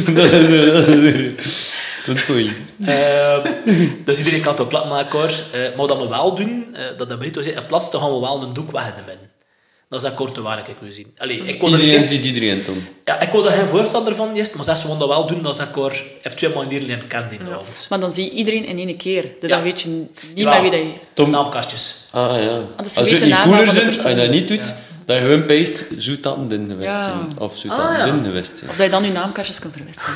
Goed voor je. Dus iedereen kan het ook plat met elkaar. Maar wat we wel doen, dat de Benito zei, in plaats gaan we wel een doek weg in de min. Dat is akkoord te waar ik wil zien. Allee, ik wil Iedereen ziet iedereen dan. Ja, ik wil er geen voorstander van, juist, maar als ze dat wel doen, dan is akkoord... Heb 2 manieren leren kennen in de avond. Maar dan zie je iedereen in één keer. Dus Ja. dan weet je niet Ja. met wie dat je... Tom, Naamkastjes. ah ja. dus je Als weet het de niet naam cooler van de zijn, als je persoon. dat niet doet, dat je gewoon peest, zoet dat een din geweest Ja. zijn. Of zoet Ah, dat ja. een din geweest zijn. Of dat je dan je naamkastjes kunt verwisselen.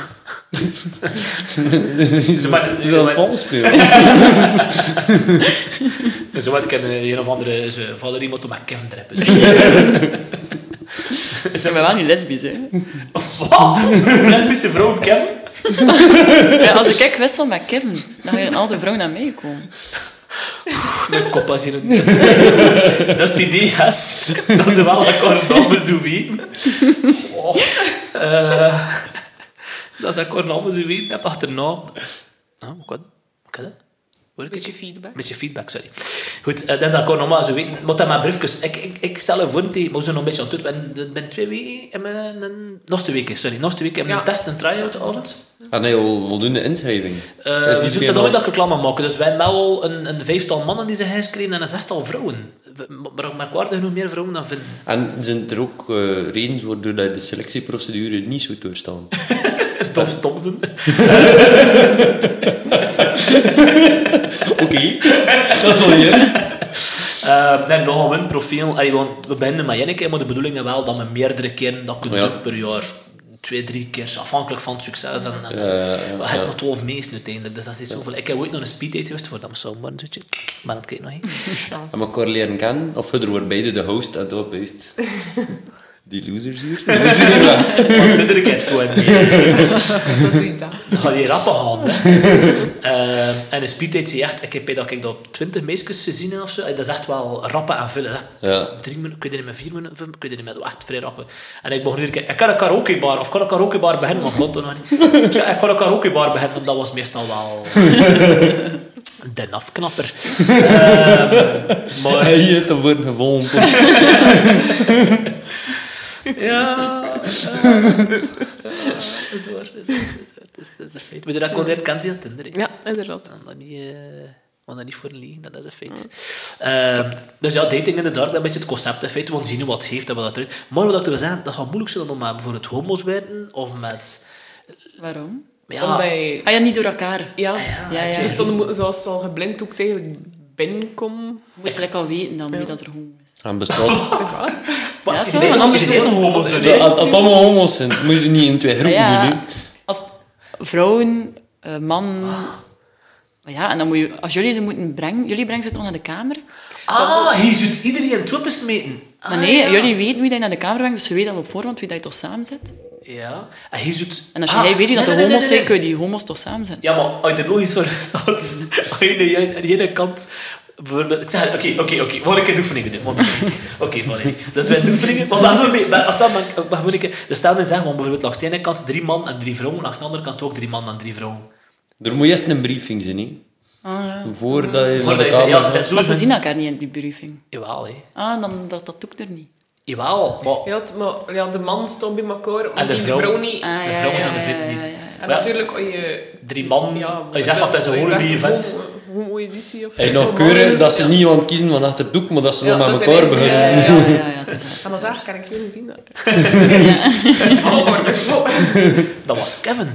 Ze maar- Is dat vals spelen? Zo wat, ik heb een of andere Valerie Motto met Kevin Treppen. Dat zijn wel niet lesbisch, hè. Wat? Lesbische vrouw Kevin? Ja, als ik wissel met Kevin, dan gaan al de vrouwen naar mij komen. Mijn kop was hier... Dat is het idee, yes. Dat ze wel akkoord namen zo weten. Oh. Dat ze akkoord namen zo weten. Heb achterna... Wat is dat? Hoor ik het? Beetje feedback. Beetje feedback, sorry. Goed, dat is akkoord normaal zo weten. Maar dat met briefjes. Ik stel er voor tegen, maar we zijn nog een beetje aan het doen. Ik ben 2 weken in mijn... Nog 2 weken, sorry. Nog 2 weken heb ik een test, een try-out avond. Ah nee, al voldoende inschrijving. We zoeken dat nooit dat reclame maken. Dus wij hebben wel al een 5-tal mannen die zich inschrijven en een 6-tal vrouwen. Maar merkwaardig genoeg meer vrouwen dan vinden. En zijn er ook redenen waardoor dat je de selectieprocedure niet zou doorstaan? Tof stom zijn. Oké, dat is al hier. Nee, nog een profiel. Allee, want we beginnen met 1 keer, maar de bedoeling is wel dat we meerdere keren dat kunnen Ja. doen per jaar. 2-3 keer, afhankelijk van het succes. En we hebben maar 12 meesten uiteindelijk, dus dat is niet zoveel. Ik heb ooit nog een speeddate geweest, voordat we samen waren, zoetje. Maar dat kijk nog niet. En elkaar leren kennen, of verder worden beide de host en dat beest. Die losers hier. Want verder ik het zo in. Dat doe je dat. Dan ga je rappen gaan. Hè. En een speeddate zie je echt, ik heb bij dat ik dat 20 meisjes gezien heb of zo. Dat is echt wel rappen en vullen. Dat is echt 3 minuten, ik weet niet met 4 minuten, ik weet niet met echt vrij rappen. En ik begon hier, ik kan een karaokebar, of kan een karaokebar beginnen, maar ik kon toch nog niet. Ik zei, ik kan een karaokebar beginnen, dat was meestal wel de afknapper. Maar Hij hier te worden gevonden. ja, dat is waar. Dat is een feit. Maar dat kon je kent via Tinder. Hè. Ja, inderdaad. En dat niet, maar dat niet voor liegen, dat is een feit. Dus ja, dating inderdaad, dat is een beetje het concept. In feite, we gaan zien wat het heeft en wat dat eruit. Maar wat ik wil zeggen, dat gaat moeilijk zijn om met bijvoorbeeld homo's werken of met... Waarom? Ja, Omdat je... Ah ja, niet door elkaar. Ja, Ja. dus dan moet, zoals het al geblind ook eigenlijk binnenkomen. Je moet gelijk al weten dan wie dat er homo is. En bestaat. maar Ja, ik toch? denk Want anders iedereen is het homo's zijn. Zo, als het allemaal homo's zijn, moet je ze niet in 2 groepen doen. Ja, hè. als vrouwen, man... Maar ja, en dan moet je... Als jullie ze moeten brengen... Jullie brengen ze toch naar de kamer? Je zult iedereen twuppes meten. Maar nee, jullie weten wie dat je naar de kamer brengt, dus ze weten al op voorhand wie dat je toch samen zit. Ja, en je zult... En als jij weet dat de homo's zijn, kun je die homo's toch samen zetten. Ja, maar als je er logisch voor staat, als je aan de ene kant... Bijvoorbeeld, ik zeg, oké, wat ik een oefening dit. Oké, Valerie. Dus wij doen oefeningen, maar er staan in zeggen, want bijvoorbeeld langs de ene kant 3 man en 3 vrouwen, langs de andere kant ook 3 man en 3 vrouwen. Er moet eerst een briefing zijn, hè. Voordat je naar Voordat de je kamer ja, ze gaat. zijn zo Maar ze zijn- zien elkaar niet in die briefing. Jawel, hè. Ah, dan dat doe ik er niet. Jawel, maar... Ja, maar ja, de man stond bij elkaar, maar En de zien de vrouw- vrouw niet. Ah, De vrouwen zijn de vrienden niet. En Maar natuurlijk, als je... 3 man, Ja, als je zegt van het is een homo-event... Hoe moet je die zien? En nog keuren dat ze niet aan het kiezen van achter het doek, maar dat ze Ja, wel met dat elkaar zijn beginnen. Ja, het is waar. En dan zeg ik, kan ik jullie zien dat? Dat was Kevin.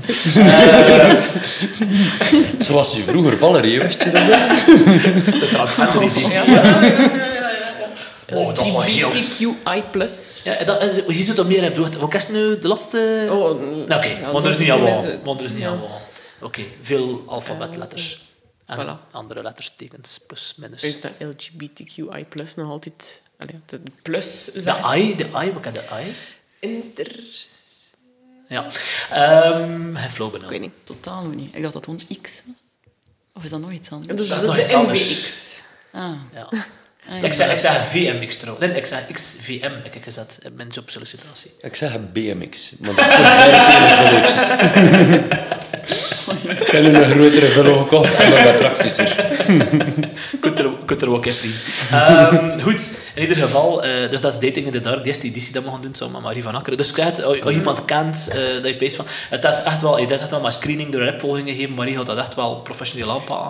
Zoals je vroeger Valerie, wist je dat? De transgender editie. Oh, dat was heel... LGBTQI+. Ja, en dat, en je ziet dat meer hebt. Wat is nu de laatste... Oh, Nou, oké, ja, want er is dat niet is- allemaal. dat is- Want er is niet ja. allemaal. Oké, veel alfabetletters. En Voilà. andere letters, tekens, plus, minus. Is dat LGBTQI+, nog altijd... Allee, de plus De zegt... I, wat kan de I? Inter... Ja. Geen flow benauwd. Ik weet niet. Totaal nog niet. Ik dacht dat het gewoon X was. Of is dat nog iets anders? Dus Dat dat is is nog de iets anders. NVX. Ah. Ja. Ah, Ik zeg VMX trouwens. Nee, ik zeg XVM heb ik gezet in mijn jobsollicitatie. Ik zeg BMX, maar dat zijn kleine velletjes. Ik heb nu een grotere velo gekocht en dat is praktischer. Kunt er ook in vrienden. Goed, in ieder geval, dus dat is Dating in the Dark, de eerste editie dat we gaan doen, samen met Marie van Akkeren. Dus kijk, als je iemand kent, dat je peest van... Het is echt wel maar screening door een opvolging gegeven. Marie gaat dat echt wel professioneel aanpakken.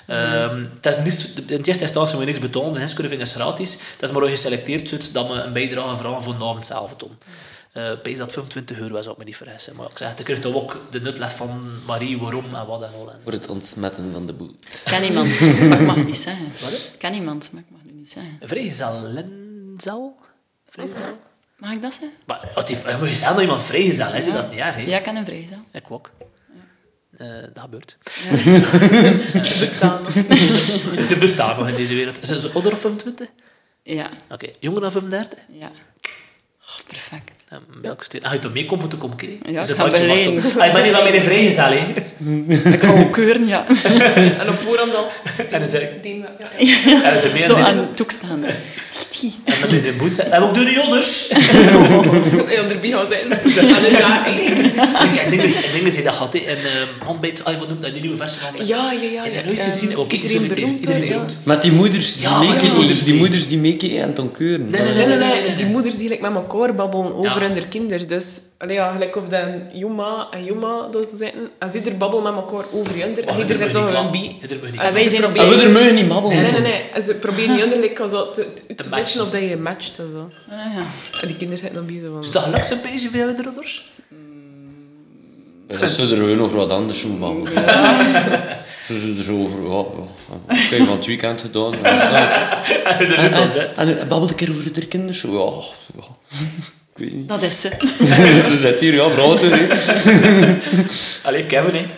Het is niet, in het eerste instantie moet je niks betalen. De inschrijving is gratis. Het is maar al geselecteerd zodat dat we een bijdrage vragen voor de avond zelf doen. Pees dat €25 was, ook me niet vergissen. Maar ik zeg, je krijgt ook de uitleg van Marie, waarom en wat en al. Voor het ontsmetten van de boel. Ken iemand, maar ik mag het niet zeggen. Wat? Ken iemand, maar ik mag het niet zeggen. Vrijgezellenzel? Vrijgezel? Mag ik dat zeggen? Maar moet je zeggen dat iemand vrijgezel is, dat is niet erg. Hè? Ja, ik ken een vrijgezel. Ik ook. Dat gebeurt. Ze bestaan nog. Ze bestaan nog in deze wereld. Zijn ze ouder of 25? Ja. Oké, jonger dan 35? Ja. Oh, perfect. Welke steun? Ga je toch meekomen voor te komen kijken? Ja, Dus ik een ga bandje was begeleiden. toch- ik ben niet van mijn vrijgezel, hè? Ik ga ook keuren, ja. En op voorhand al. En dan zeg ik... Team, ja. En ze meer Zo dit- aan het toek staan. Die. En dan in de boot zetten. En ook door de jonders. En erbij gaan zijn. En dan Ik denk dat je dat had, hè. En handbijt, wat noemt dat, die nieuwe versie van... Ja. Heb je nooit gezien? Oké, Iedereen beroemd. Iedereen Ja. beroemd. Met die moeders die Ja, maar meekijken, die moeders die mee. moeders die meekijken en ton keuren. Nee. Die moeders die like, met elkaar babbelen over Ja. hun kinderen. Dus, allee, ja, gelijk of dan Juma en Juma dat ze zitten. En ze babbelen met elkaar over hun. En Oh, er zit toch een bij. bij. En wij zijn op En we er mogen niet babbelen. Nee. En ze proberen hun like, zo te matchen. weten of dat je matcht. En, zo. Ah, ja. En die kinderen zitten dan bij zo van... Is dat gelukt zo'n beetje voor jou de ouders? Dat is er gewoon over wat anders doen babbelen. Ze zullen er zo over... Oké, van het weekend gedaan. En babbel een keer over de kinderen. Zo, ja. Ik weet niet. Dat is ze. Ze zit hier, ja, vrouw toch, hè. Allee, Kevin, hè.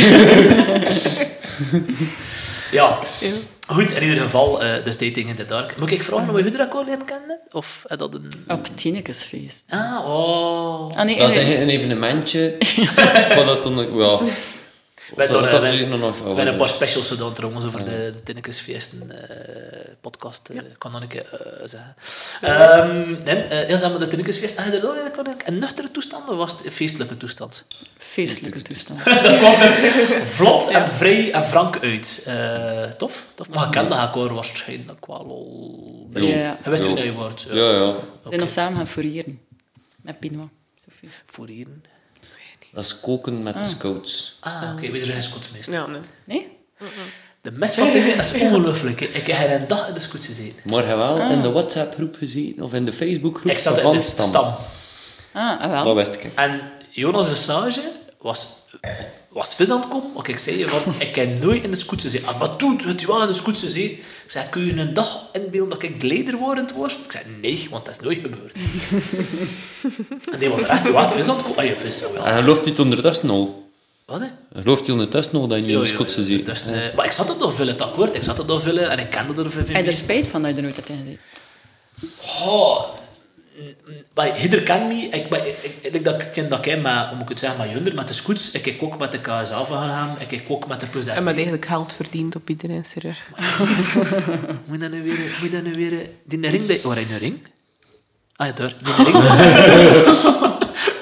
Ja. Goed, in ieder geval, dus Dating in the Dark. Moet ik vragen of je Hudra-koor leren kennen? Of is dat een... Op Tinekesfeest. Ah, oh. Ah, nee, Dat is nee. een evenementje. Wat dat dan... Ja. We hebben een paar nog... specials gedaan trouwens over de Tinnekesfeesten podcast, kan nog een keer zeggen. Ja, zeg maar, de Tinnekesfeest, had je er dan eigenlijk een nuchtere toestand of was het een feestelijke toestand? Feestelijke toestand. Dat kwam er vlot en vrij en frank uit. Tof? Maar ik ken dat akkoord waarschijnlijk wel al. Ja. Je weet hoe Ja. dat je wordt. Ja. We zijn nog samen gaan fourieren. Met Pinois. Sophie. Voor hier. Dat is koken met de scouts. Oké, weet je, hij is scotsmeester. Ja, nee. Nee? De mes van Pinoy is ongelooflijk. hè. Ik heb er een dag in de scouts gezeten. Maar hij wel in de WhatsApp-groep gezien, of in de Facebook-groep Ik zat in van de Stam. stam. Wel. Dat wist ik. En Jonas de Sage was vis aan het komen. Want ik zei, van, ik heb nooit in de scouts gezeten. Ah, maar doet het je wel in de scouts gezeten? Ik zei, kun je een dag inbeelden dat ik leiderwordend was? Ik zei, nee, want dat is nooit gebeurd. En die was er echt wat vis aan het komen. Ah, je vis, ja. En gelooft hij het ondertussen al? Wat, hè? Gelooft hij ondertussen al dat je niet in de Schotse zit? Dus, maar ik zat er nog veel, het akkoord. Ik zat er nog veel en ik kende er veel Heb je er meer. spijt van dat je er nooit hebt ingezeten? Oh, maar Hidder kent me. Ik dat ik met, hoe moet ik het zeggen, met Junder, met de scouts. Ik heb ook met de KSA van gegaan. Ik heb ook met de Plus 13. En met eigenlijk geld verdiend op iedereen serieus. Moet dat nu weer... Die ring... Waar is die ring? Ah ja, daar. Die ring.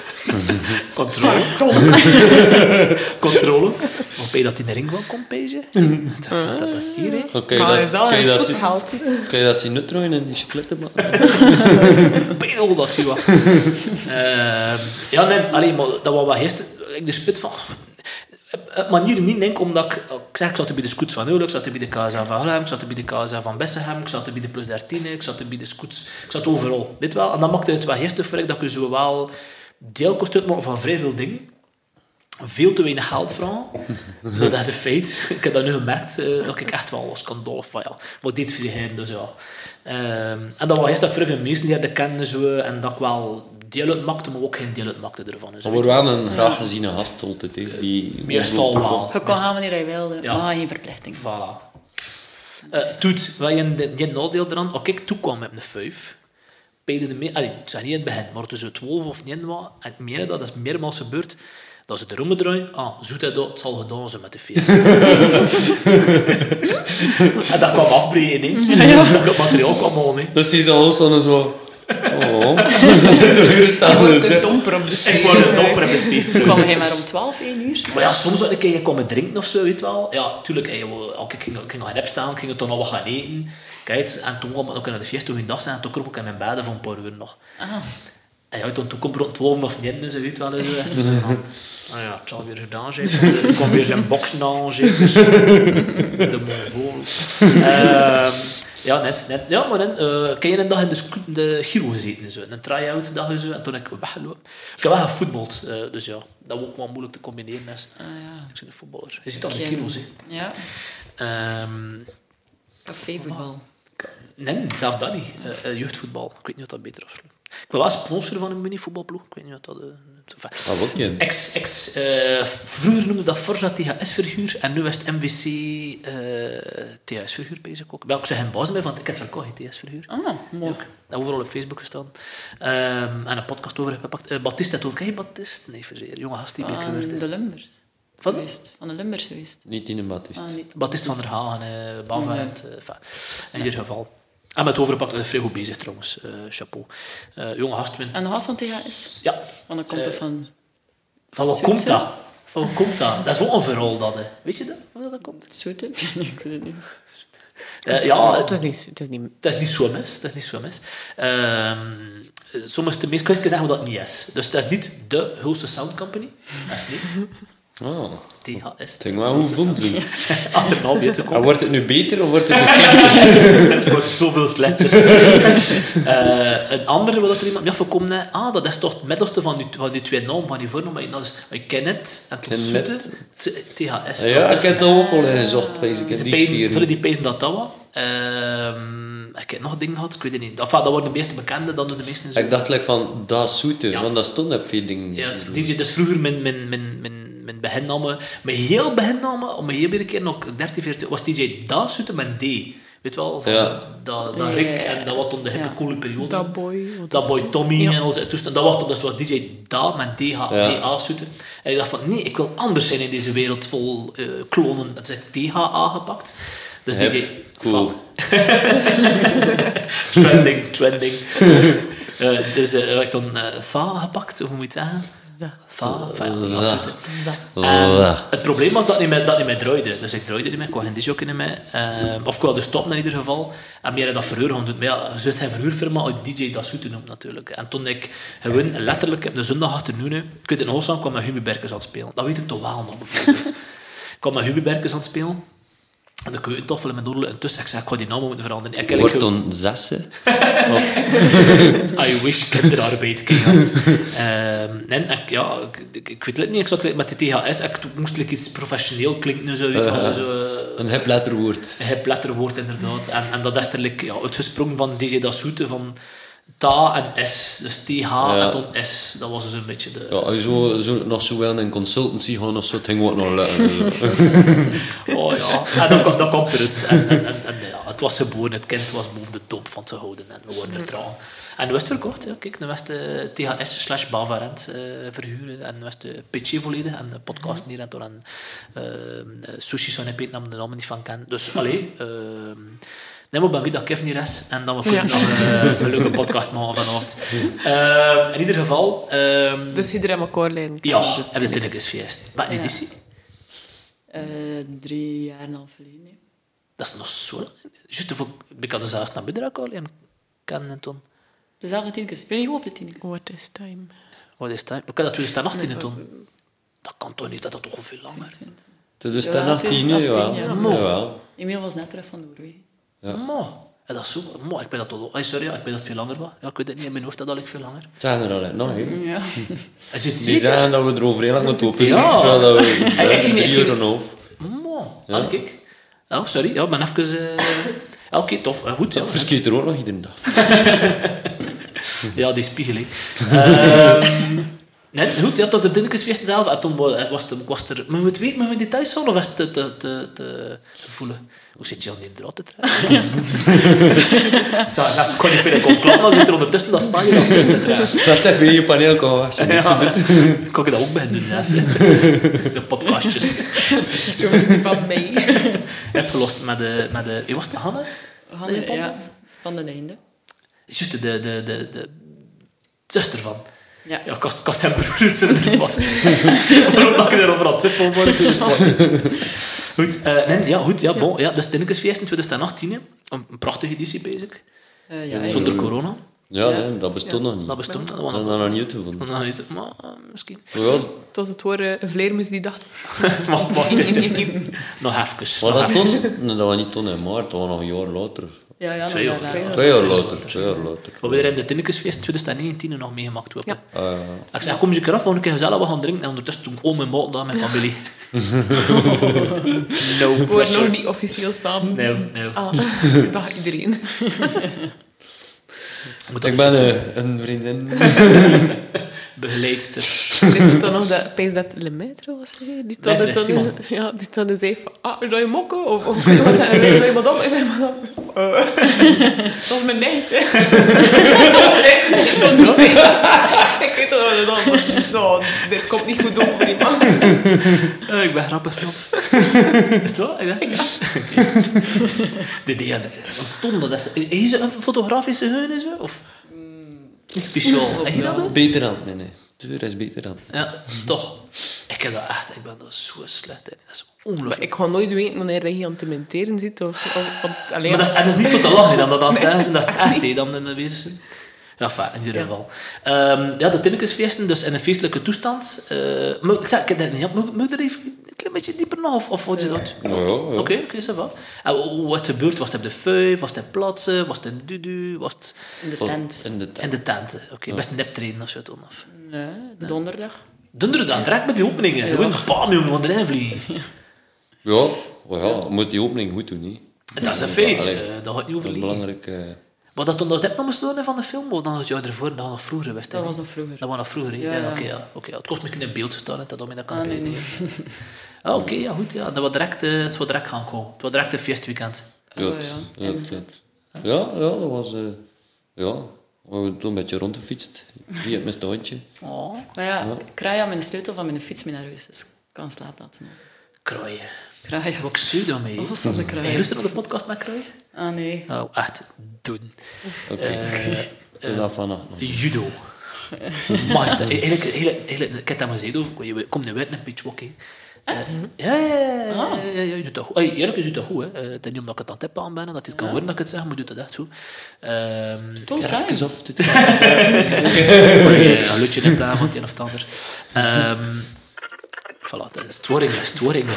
Controle. Maar ben je dat in de ring wel komt, Peesje? Dat is hier, hè. Oké, Maar hij is al een dat Scots geld. kan je dat zien uitrooien in die chocoladebar? Pedel dat je wat. Ja, nee, alleen maar dat was wat eerst. Ik de spit van. Manier niet denk, omdat ik zeg, ik zat er bij de scouts van Eulen, ik zat er bij de KSA van Haarlem, ik zat er bij de KSA van Bessenhem, ik zat er bij de Plus 13, ik zat er bij de scouts, ik zat overal. Weet wel? En dat maakte het wel eerst voor dat ik zo wel deel kost uitmaken van vrij veel dingen. Veel te weinig geld vragen. Dat is een feit. Ik heb dat nu gemerkt, dat ik echt wel een schandaal van ja, wat dit vliegen, dus ja. En dat was eerst dat ik vrij veel mensen leerde kennen zo, en dat ik wel deel uitmaakte, maar ook geen deel uitmaakte ervan. Dus, Dat wordt wel een graag geziene gast altijd, hè. Die meestal wel. Je kon gaan wanneer je wilde, Ja. maar geen verplichting. Voilà. Toet, wat je nadeel eraan, als ik toekwam met een 5, peide de mee... Allee, ik zeg niet in het begin, maar tussen 12 of 9 was, en ik meen dat is meermaals gebeurd, dat ze de roemen draaien, zoet hij dat, het zal gedaan zijn met de feest. En dat kwam afbreken, hè. Dat materiaal kwam al, hè. Dus die is al zo... Oh, dat is teleurgesteld. Dus, De hè. domper op de Ik sfeer. word een domper in de feest. Kwam hij maar om 12, 1 uur? Maar ja, soms had ik een keer komen drinken of zo, weet je wel. Ja, natuurlijk, ik ging nog in nep staan, ik ging toch nog wat gaan eten. Kijk, en toen kwam ik nog naar de feest, toen ging dag zijn, en toen kroop ik in mijn bed voor een paar uur nog. En ja, toen komt rond 12 of 9, ze weet wel eens. Toen zei van, ja, het zal weer gedaan zijn. Er komt weer zijn boksen aan, zeker. De Mongool. Ja, net. Ja, maar dan ken je een dag in de Giro gezeten, zo. Een try-out dag en zo. En toen heb ik weggelopen. Ik heb wel gevoetbald, dus ja, dat was ook wel moeilijk te combineren is. Ik ben een voetballer. Je ziet al de kilo's, hè. Ja. Cafévoetbal. Nee, zelfs dat niet. Jeugdvoetbal. Ik weet niet of dat beter afsluit. Ik ben wel sponsor van een mini-voetbalploeg. Ik weet niet of dat... Vroeger noemde dat Forza THS-verhuur en nu is het MVC THS-verhuur bezig ook. Ik zeg een baas mee, want ik heb het verkocht, THS-verhuur. Mooi. Ja, dat overal op Facebook gestaan. En een podcast over gepakt. Baptiste, het over. Ken je Baptiste? Nee, verzeer. Jonge gast die Van de Lumbers. Van de Lumbers geweest. Niet in een Baptiste. Baptiste van der Hagen, Bavarent. In ieder geval. En met overpakken, vrij goed bezig trouwens. Chapeau. Jonge gast. En de gast van THS? Ja. Want dan komt er van... Van wat komt dat? Van wat komt dat? Dat is wel een verhaal, dat. Hè. Weet je dat? Hoe dat komt? Zoete? Ik weet het niet. Ja, Het is niet... dat is niet zo mis. Dat is niet zo mis. Sommige mensen kunnen zeggen dat het niet is. Dus dat is niet de Hulse Sound Company. Dat is niet. THS. Denk maar hoe vond je? Achternaam weet ik ook. Wordt het nu beter of wordt het misschien... Het wordt zoveel slechter. Een andere wat er iemand mee afgekomen is, dat is toch het middelste van die twee namen, van die voornaam. Dat is Kenneth en tot Zoete, THS. Ja, ik heb het ook al gezocht, bij die sfeer. Die pezen dat was. Ik heb nog dingen gehad, ik weet het niet. Enfin, dat worden de meeste bekende dan de meeste. Ik dacht van, dat is Zoete, want dat stond op veel dingen. Ja, dus vroeger mijn beginname, mijn heel beginname, om me heel een keer nog 13, 14, was DJ Da Zoete met D. Weet wel, van dat Rick en dat wat om de hippe coole periode. Dat boy Tommy en al zijn toestand. Dat was DJ Da met DA Zoete. En ik dacht van, nee, ik wil anders zijn in deze wereld vol klonen. Dat is DHA gepakt. Dus DJ... Cool. Trending. Dus heb ik dan Tha gepakt, of hoe moet je het zeggen? Het probleem was dat niet meer draaide. Dus ik draaide niet meer, ik wou geen disjockey niet meer. Of ik wilde stoppen in ieder geval. En meer dat verhuur gaan doen. Maar ja, je zult geen verhuurfirma uit DJ Dat Zoete noemen natuurlijk. En toen ik gewoon letterlijk op de zondag achternoon, ik weet het nog zo, kwam met Hume Berkes aan het spelen. Dat weet ik toch wel nog bijvoorbeeld. Ik kwam met Hume Berkes aan het spelen. En de keukentafel met Doorle intussen. Ik zei, ik ga die naam moeten veranderen. Wordt dan 6, hè? I wish kinderarbeid gehad. Ik weet het niet. Ik zat met de THS. Ik moest iets professioneel klinken. Zo, een hip letterwoord. Een hip letterwoord, inderdaad. En dat is er uitgesprongen van DJ Dat Zoete, van Ta en S. Dus TH en dan S. Dat was dus een beetje de... Ja, als je zo nog zo wel in consultancy gaan of zo, het ging ook nog lukken. Oh ja, en dan komt er het. En het was geboren, het kind was boven de top van te houden en we worden vertrouwen. En nu is het verkocht. Ja. Kijk, nu is de THS/Bavarent verhuren en nu is de pitje volledig en de podcast hier en door en sushi zo'n eten nam de namen niet van ken. Dus allee... Nee, maar bij wie dat Kevin hier is en dan we kunnen nog een leuke podcast maken vanavond. In ieder geval... dus iedereen elkaar leren. Ja, en de Tinnekesfeest. Wat een editie? 3 jaar en een half geleden. Dat is nog zo lang. Juist voor... Ik kan dus zelfs naar binnen al en kennen toen. Dezelfde Tinnekes. Ben je goed op de Tinnekes? What is time? Wat is time? Ik kan dat 2018 toen. Dat kan toch niet, dat toch al veel langer. Dus dan 18, ja. Emiel was net terug van Noorwegen. Ja. En dat is zo. Ik ben dat al... Sorry, ik ben dat veel langer was. Ja, ik weet het niet, in mijn hoofd dat al ik veel langer. Het zijn er al nog, hè? Ja. Die zeggen dat we er over heel lang aan toe zijn. Ja. Terwijl dat we 3 uur en half. Ja, kijk. Oh, sorry, ja, ik ben even... Oké, tof. Goed, ja. Verskiet er ook nog iedere dag. Ja, die spiegeling. Nee, goed, ja, tot de Dinnekesfeest zelf. En toen was er... Maar moeten we details zo of is het te voelen? Hoe zit je aan die draad te trekken? Zelfs kon je veel ontklappen, dan zit er ondertussen dat Spanje nog veel te trekken. Dat even in je paneel kan wassen. Ja, kan ik dat ook beginnen doen, zo'n podcastjes. Je was niet van mij. Heb gelost met de... Wie was het? Hanne? Hanne, ja. Van den Einde. Juist de zuster van. Ja. Ja, kast zijn broers ervan. Waarom dat ik er overal twijfel worden? Goed, bon. Ja, dus Dinnekesfeest in 2018. Een prachtige editie bezig. Zonder corona. Ja, nee, dat bestond nog niet. Dat bestond Dat is nog niet uitgevonden. nog niet, maar misschien. Ja, Het was het hoor, een vleermus die dacht... Wacht. Nog even. maar dat toen, nee, dat was niet toen in maart, dat was nog een jaar later. Ja, 2 jaar. 2 jaar later. Wat we er in de Tinnekesfeest 2019 nog meegemaakt hebben. Ja. Ik zeg, kom eens een keer af, want ik gezellig wat gaan drinken. En ondertussen toen oom en maat daar met familie. No We worden pressure. nog niet officieel samen. No. Dag iedereen. Ik ben een vriendin. Begeleidster. Weet je toch nog dat Pijs dat Lemaitre was? Die Lemaitre, Simon. Ja, die toen zei van... is dat je mokken? Of wat? En ik zei, madame? Ik zei, madame... Dat was mijn nicht, hè. Dat was niet zo. Ik weet het wel, dan. Dit komt niet goed over, iemand. Ik ben grappig soms. Is het wel? Ja. De idee, Ton, dat is... Is het een fotografische geheugen, zo? Of... Niet speciaal. Heb je dat dan? Beter dan, nee. Tuur is beter dan. Ja, toch. Ik heb dat echt... Ik ben daar zo slecht in. Dat is ongelooflijk. Ik ga nooit weten wanneer je aan het dementeren zit. Want, alleen Maar dat is, en dat is niet voor te lachen, dan dat aan het zeggen zijn. Dat is echt, hè, dan in wezen zijn. Ja, fijn, in ieder geval. Ja, de Tinnekesfeesten, dus in een feestelijke toestand. Maar ik zeg, ik heb dat niet. Moet ik er even een klein beetje dieper nog? Of wat je dat? Ja. Oké, ça va. En wat gebeurt? Was het op de feu? Was het in plaatsen? Was het in Dudu? Was het In de tent. in de tenten? Oké, best een neptreden of zo toen? Of? Nee, de donderdag. Donderdag, direct met die openingen. Gewoon bam, jongen, want erin vliegen. Ja, je moet die opening goed doen, niet? Dat is een feit. Allee, Dat gaat niet dat is overliegen. belangrijk. Maar dat toen dat net nog besloten van de film, of dan had je ervoor, dat nog vroeger wist. Dat was nog vroeger. Dat was nog vroeger, hè? Ja, ja. ja. Oké. Het kost misschien een beeld te staan, dat om in dat kan Nee, nee. Oké, ja, goed. Ja. Dat was direct, het was direct gaan gaan. Het was direct een feestweekend. Ja, dat was... ja, we hebben toen een beetje rondgefietst. Hier met het hondje. Oh, Maar ja, ik krijg aan mijn sleutel van mijn fiets mee naar huis, dus ik kan slaapplaatsen. kraaien. Kraaien. Wat zie je daarmee? Wat was dat, een Hey, kraai? rustig naar de podcast met kraaien? Ah, nee. Oh, echt, doen. Oké. Dat vannacht nog. Judo. Master. Eigenlijk, ik heb dat maar gezegd over. Je komt nu uit een pitchwalk, hè. Ja, je doet dat goed. Eerlijk is het dat goed, hè. Het is niet omdat ik het aan het tippen aan ben en dat je het kan horen dat ik het zeg, maar je doet het echt zo. Full time. Even af. Een lutje in plaats van het een of het ander. Voilà, dat is storingen.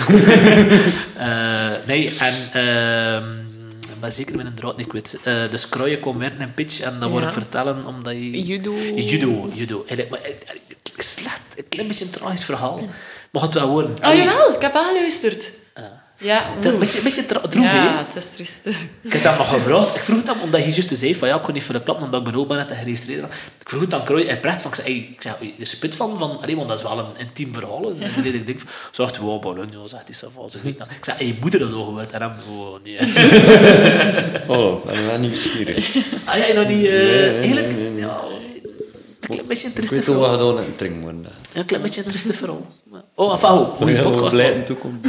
Nee, en... maar zeker met een draad, ik weet. Dus kraaien komt weer in een pitch en dan word ik vertellen omdat je... Judo. Eigenlijk, maar, slecht, een klein beetje een tragisch verhaal. Mag het wel worden? Oh, jawel, ik heb wel geluisterd. Ja, Een beetje droef, ja, hè? het is triest. Ik heb hem nog gevraagd. Ik vroeg het hem, omdat hij juist zei van ja, ik kon niet voor de klap, omdat ik benoemd ben en geregistreerd ben. Ik vroeg het aan Krooi en Precht van, ik zei, er spit van, allee, want dat is wel een intiem verhaal. En dan ik denk, zo dacht wow, ballon, joh, zegt hij zo van, ze weet dat. Ik zei, je moeder dat al gehoord? En hem, oh, nee. Oh, dat is wel nieuwsgierig. Ah, jij nog niet, Nee. eigenlijk, ja, een klein beetje een Ik trieste weet toch wat verhaal. gedaan en drink worden. Een klein beetje een trieste verhaal. Oh, enfin, goeie Ja, podcast. blij in de toekomst.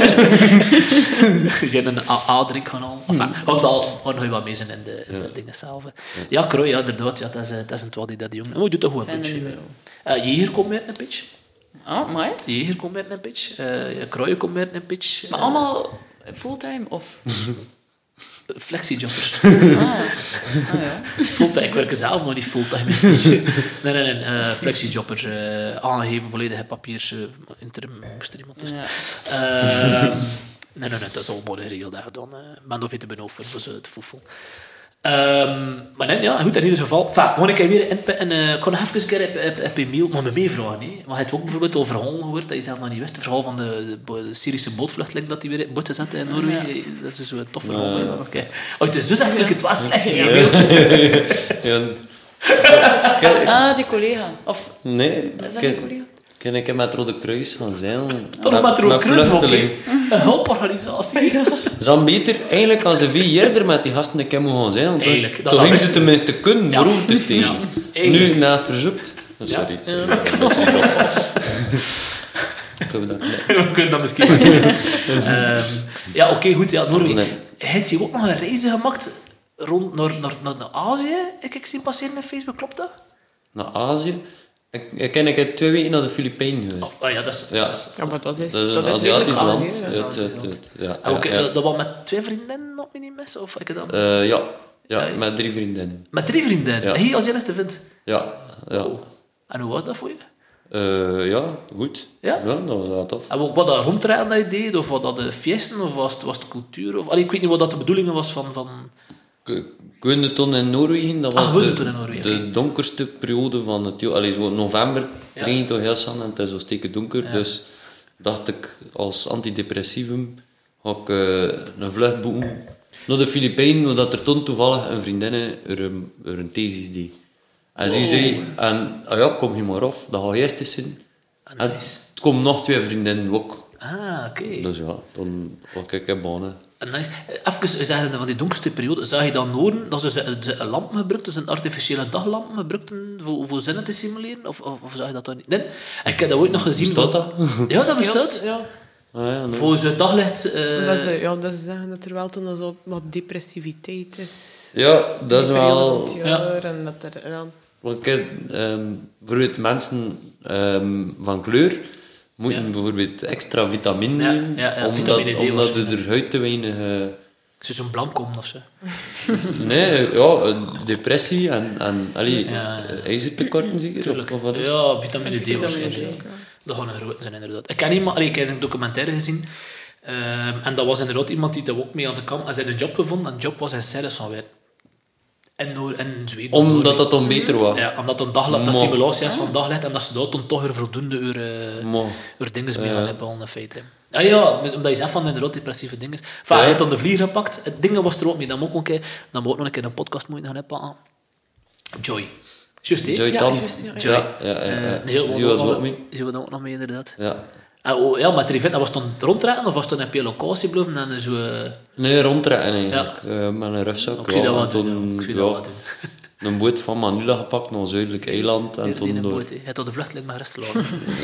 Je zijn een AA-drink gaan halen. Enfin, had wel nog wat mee zijn in de dingen zelf. Ja, Krooi, ja, inderdaad. Ja, het is een twaalf die dat jongen. Maar je doet toch goed een Fijne pitch. nummer. Jeger komt weer in een pitch. Ah, maar? Jeger komt weer in een pitch. Krooi komt weer in een pitch. Maar allemaal fulltime of... Flexiejobbers. ja. Fulltime. Ik werk zelf nog niet fulltime in een pitch. Nee. Flexiejobbers. Aangegeven, volledige papiers. Interim moest er iemand tussen. Ja. Nee, dat is allemaal geregeld en gedaan. Ik ben nog veel te benoven voor ze te voedsel. Maar nee, ja, goed, in ieder geval. Enfin, gewoon ik weer inpitten. Ik kon nog even een keer op Emiel maar me meevragen. Maar je hebt ook bijvoorbeeld over verhaal gehoord dat je zelf nog niet wist. Het verhaal van de Syrische bootvluchteling dat die weer in boot gezet in Noorwegen. Ja. Dat is zo'n tof verhaal. Ja. Okay. Oh, het is dus eigenlijk het was slecht. Ja. Die collega. Of, Nee, is dat een collega? ken ik met Rode Kruis gaan zeilen. Toch met Rode Kruis, vluchtelingen. een hulporganisatie. Ze dan beter, eigenlijk als ze 4 eerder met die gasten een keer moeten gaan zeilen. Eigenlijk, dat Zo zou gingen ze best- tenminste kunnen, Ja. beroemd te steken. Ja, eigenlijk. Nu, na het verzoekt. Oh, sorry. Ik heb dat niet. We kunnen dat misschien. Ja, oké, goed. Ja, Noorwegen. Nee. Heeft je ook nog een reis gemaakt rond naar Azië? Ik zie passeren op Facebook, klopt dat? Naar Azië. Ik ken 2 weken naar de Filipijnen geweest. Oh ja, dat is... Ja. Ja, maar dat is Dat is een redelijk Aziatisch land. Azië, hè. Ja, Aziatisch land. ja, En ook, ja. dat was met 2 vriendinnen op niet mis? Of ik dat? Ja. Ja, met 3 vriendinnen. Met 3 vriendinnen? Ja. Hey, als je eerste vindt. Ja. Oh. En hoe was dat voor je? Ja, goed. Ja? Ja, dat was wel tof. En wat dat rondrijden dat je deed? Of wat dat de feesten? Of was het cultuur? Of, ik weet niet wat dat de bedoelingen was van... Koendeton in Noorwegen, dat was Koendeton in Noorwegen, de donkerste periode van het jaar. Allee, zo november train je toch heel snel en het is zo steken donker. Ja. Dus dacht ik, als antidepressivum ga ik een vlucht boeken naar de Filipijnen, omdat er toen toevallig een vriendin er een thesis deed. En ze zei, kom je maar af, dat gaat eerst eens zijn. En Nice. het komen nog 2 vriendinnen ook. Oké. Dus ja, dan was ik in banen. Nice. Even zeggen van die donkerste periode, zag je dan horen dat ze een lamp gebruikten, dus een artificiële daglamp gebruikten voor zinnen te simuleren? Of zag je dat dan niet? Nee. En ik heb dat ooit nog gezien. Bestaat dat? Ja, dat bestaat. Ja. Ah, ja, nee. Voor zo'n daglicht... Dat ze zeggen dat er wel toen zo wat depressiviteit is. Ja, dat is Die periode wel... van het jaar en dat er... Ja. Want kijk, bijvoorbeeld mensen van kleur moeten bijvoorbeeld extra vitamine Ja, nemen, ja, vitamine D omdat waarschijnlijk. er huid te weinig... zo'n blank komen of zo. nee, depressie en ijzertekorten zeker? Tuurlijk. Of wat is het? Ja, vitamine D Vitamine waarschijnlijk. D, ja. Dat gaan een grote zijn, inderdaad. Ik ken iemand, ik heb een documentaire gezien. En dat was inderdaad iemand die daar ook mee aan de kant... Hij had een job gevonden. En de job was in Ceres van werken. In Zweden. Omdat dat dan beter was. Ja, omdat een daglicht, dat Mo. simulatie is van daglicht. En dat ze daar dan toch er voldoende Mo. dingen mee gaan hebben, in feite. Ja, omdat je zegt van inderdaad depressieve dingen. Enfin, hij had dan de vlieger gepakt. Het ding was er ook mee. Dan moet ik ook nog een keer een podcast moeten gaan inpakken. Joy. Juist, hè? Joy Ja, Tant. juist, ja. Joy. Zie was ook mee. Zie we dat ook nog mee, inderdaad. Ja. Ja, maar die vent, dat was toen rondrijden of was het toen op je locatie blijven en zo... Nee, rondtrekken eigenlijk. Met een rugzak. Ik zie dat en wat doen. toen, Ik zie dat wat doen. een boot van Manila gepakt naar een zuidelijk eiland. En Die toen een door... boot, hè. Hij had tot de vluchteling maar rest laten.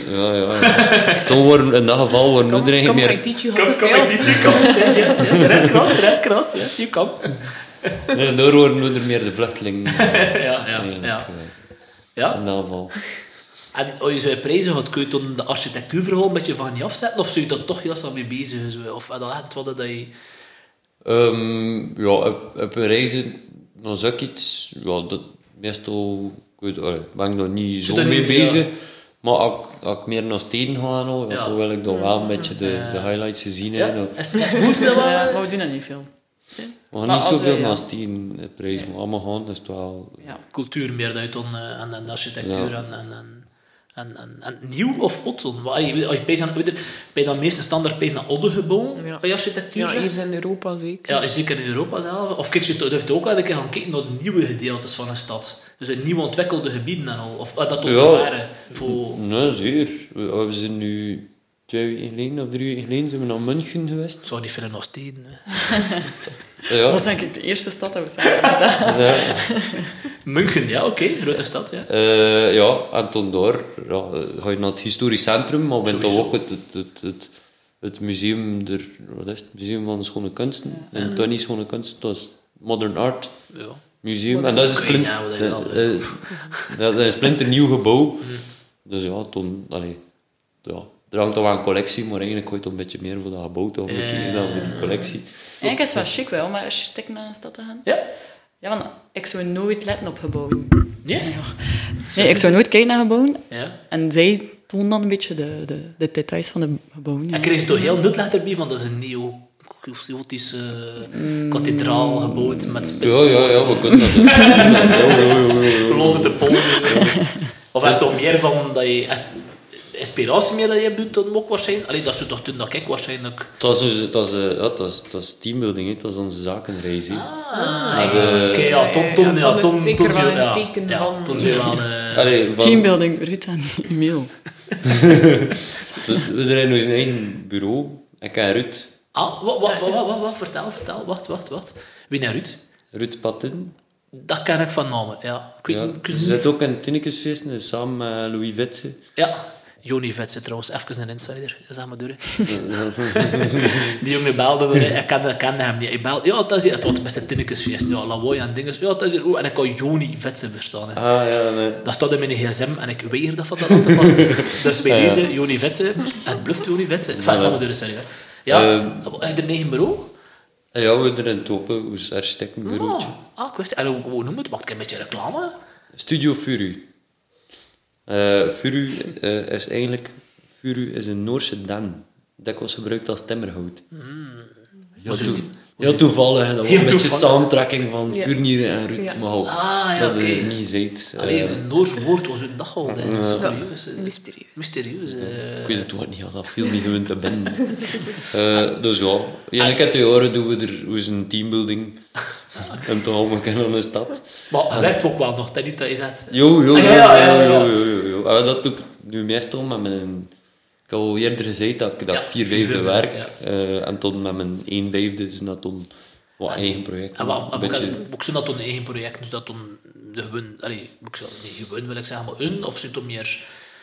Ja. Toen worden, in dat geval worden we er eigenlijk Come, I meer... teach you how to sail. Yes, red cross, yes, you come. Nee, door worden we er meer de vluchtelingen. Ja. Ja. In dat geval. En als je zo prijzen gaat, kun je dan de architectuurverhaal een beetje van je afzetten? Of zou je dat toch heel snel mee bezig zijn? Of dat echt wat dat je... Op een reizen, dan zeg ik iets... Ja, dat, meestal ben ik nog niet zo Zit er mee niet- bezig. Maar als ik meer naar steden ga, dan wil ik dan wel een beetje de highlights gezien hebben. Of- Is het echt goed dat wel? Maar we doen dat niet veel. We Maar gaan niet als zoveel we- naar steden prijzen, maar allemaal gaan, is het wel... Ja. Cultuur meer uit dan en architectuur Ja. en nieuw of oud dan? Als je bij dan meeste standaard pees naar oude gebouwen, Ja. als je architectuur Ja, zegt. iets in Europa zeker. Ja, zeker in Europa zelf. Of kijk, je durft ook wel een keer gaan kijken naar de nieuwe gedeeltes van een stad. Dus in nieuw ontwikkelde gebieden en al. Of dat tot Ja. te verre. Voor... Nee, zeker. We zijn nu 2 weken geleden of 3 weken geleden zijn we naar München geweest. Ik zou niet veel nog steden. Hè. Ja. Dat was denk ik de eerste stad dat we samen hebben gedaan. Ja. München, ja, oké. Grote stad, ja. En toen door ga je naar het historisch centrum, maar bent dan Sowieso. ook het museum, wat is het? Museum van de Schone Kunsten. En het was niet Schone Kunsten, het was Modern Art Ja. Museum. En dat is Kun je zeggen wat je wil, dat is een splinternieuw gebouw. Dus ja, toen... Er hangt toch wel een collectie, maar eigenlijk ga je toch een beetje meer voor dat gebouw toch bekijken dan voor die collectie. Eigenlijk is het wel chic wel, om als architect naar een stad te gaan. Ja? Ja, want ik zou nooit letten op gebouwen. Nee? Nee, ik zou nooit kijken naar gebouwen. Ja. En zij tonen dan een beetje de details van de gebouwen. Ja. En kreeg je toch heel nuttig erbij, van dat is een neo-gotische kathedraal gebouwd met spits. Ja, we kunnen dat doen. Ja. Los uit de polder. Of is het toch meer van dat je... Is het inspiratie meer dat je doet dan ook waarschijnlijk? Allee, dat zou toch doen dat ik waarschijnlijk... Dat is teambuilding, hè. Dat is onze zakenreis. Hè. Oké, ja, Ton dan is het zeker wel een ja, teken ja, van- Ton zou wel... Allee, Teambuilding, Ruud en Emiel. we draaien nu zijn eigen bureau. Ik en Ruud. Wat? Vertel. Wacht. Wie naar Ruud? Ruud Patin. Dat ken ik van namen, ja. Ik weet Ja. niet- ik weet Ze niet- zit ook in het Tinnekesfeesten, samen met Louis Witse. Ja. Joni Vetse trouwens, even een insider. Zeg maar door. Die jongen belde er, ik kende hem niet. Ik belde, ja, dat is hier, het was best een Tinnekesfeest. Ja, lawaai en dingen. Ja, dat is hier. En ik kon Joni Vetse verstaan. Hè. Ah, ja, nee. Dat staat in mijn gsm en ik weiger dat van dat aan te passen. Dus bij deze, Joni Vetse, het bluft Joni Vetse. Enfin, zeg maar door, sorry. Hè. Ja, heb je er 9 bureau? Ja, we zijn in het open, als architectenbureautje. Ik wist het. En hoe noem het? Mag ik een beetje reclame? Studio Furu. Furu is eigenlijk... Furu is een Noorse den. Dikwijls gebruikt als timmerhout. Heel toevallig. Dat was Heel een beetje toevallig. samentrekking van Furnier en Ruud. Ja. Maar ook, dat oké. je niet ziet. Alleen een Noors woord was een dag al. Dat is zo curieus. Mysterieus. Mysterieus. Ik weet het woord niet, dat viel niet gewoon te binnen. Dus ja, eigenlijk in 2 jaar doen we er dus een teambuilding. En toch allemaal kennen een stad. Maar het werkt ook wel nog. Dat niet dat je zegt... Jo. Ja. Dat doe ik nu meestal met mijn... Ik heb al eerder gezegd dat ik Ja, 4/5 werk. ja. En dan met mijn 1/5 is dat dan wat eigen project. En wat, Een beetje... ook zo dat dan een eigen project, dus dat dan de gewoon... Allee, ik zou niet gewoon wil ik zeggen, maar een, of zit het meer...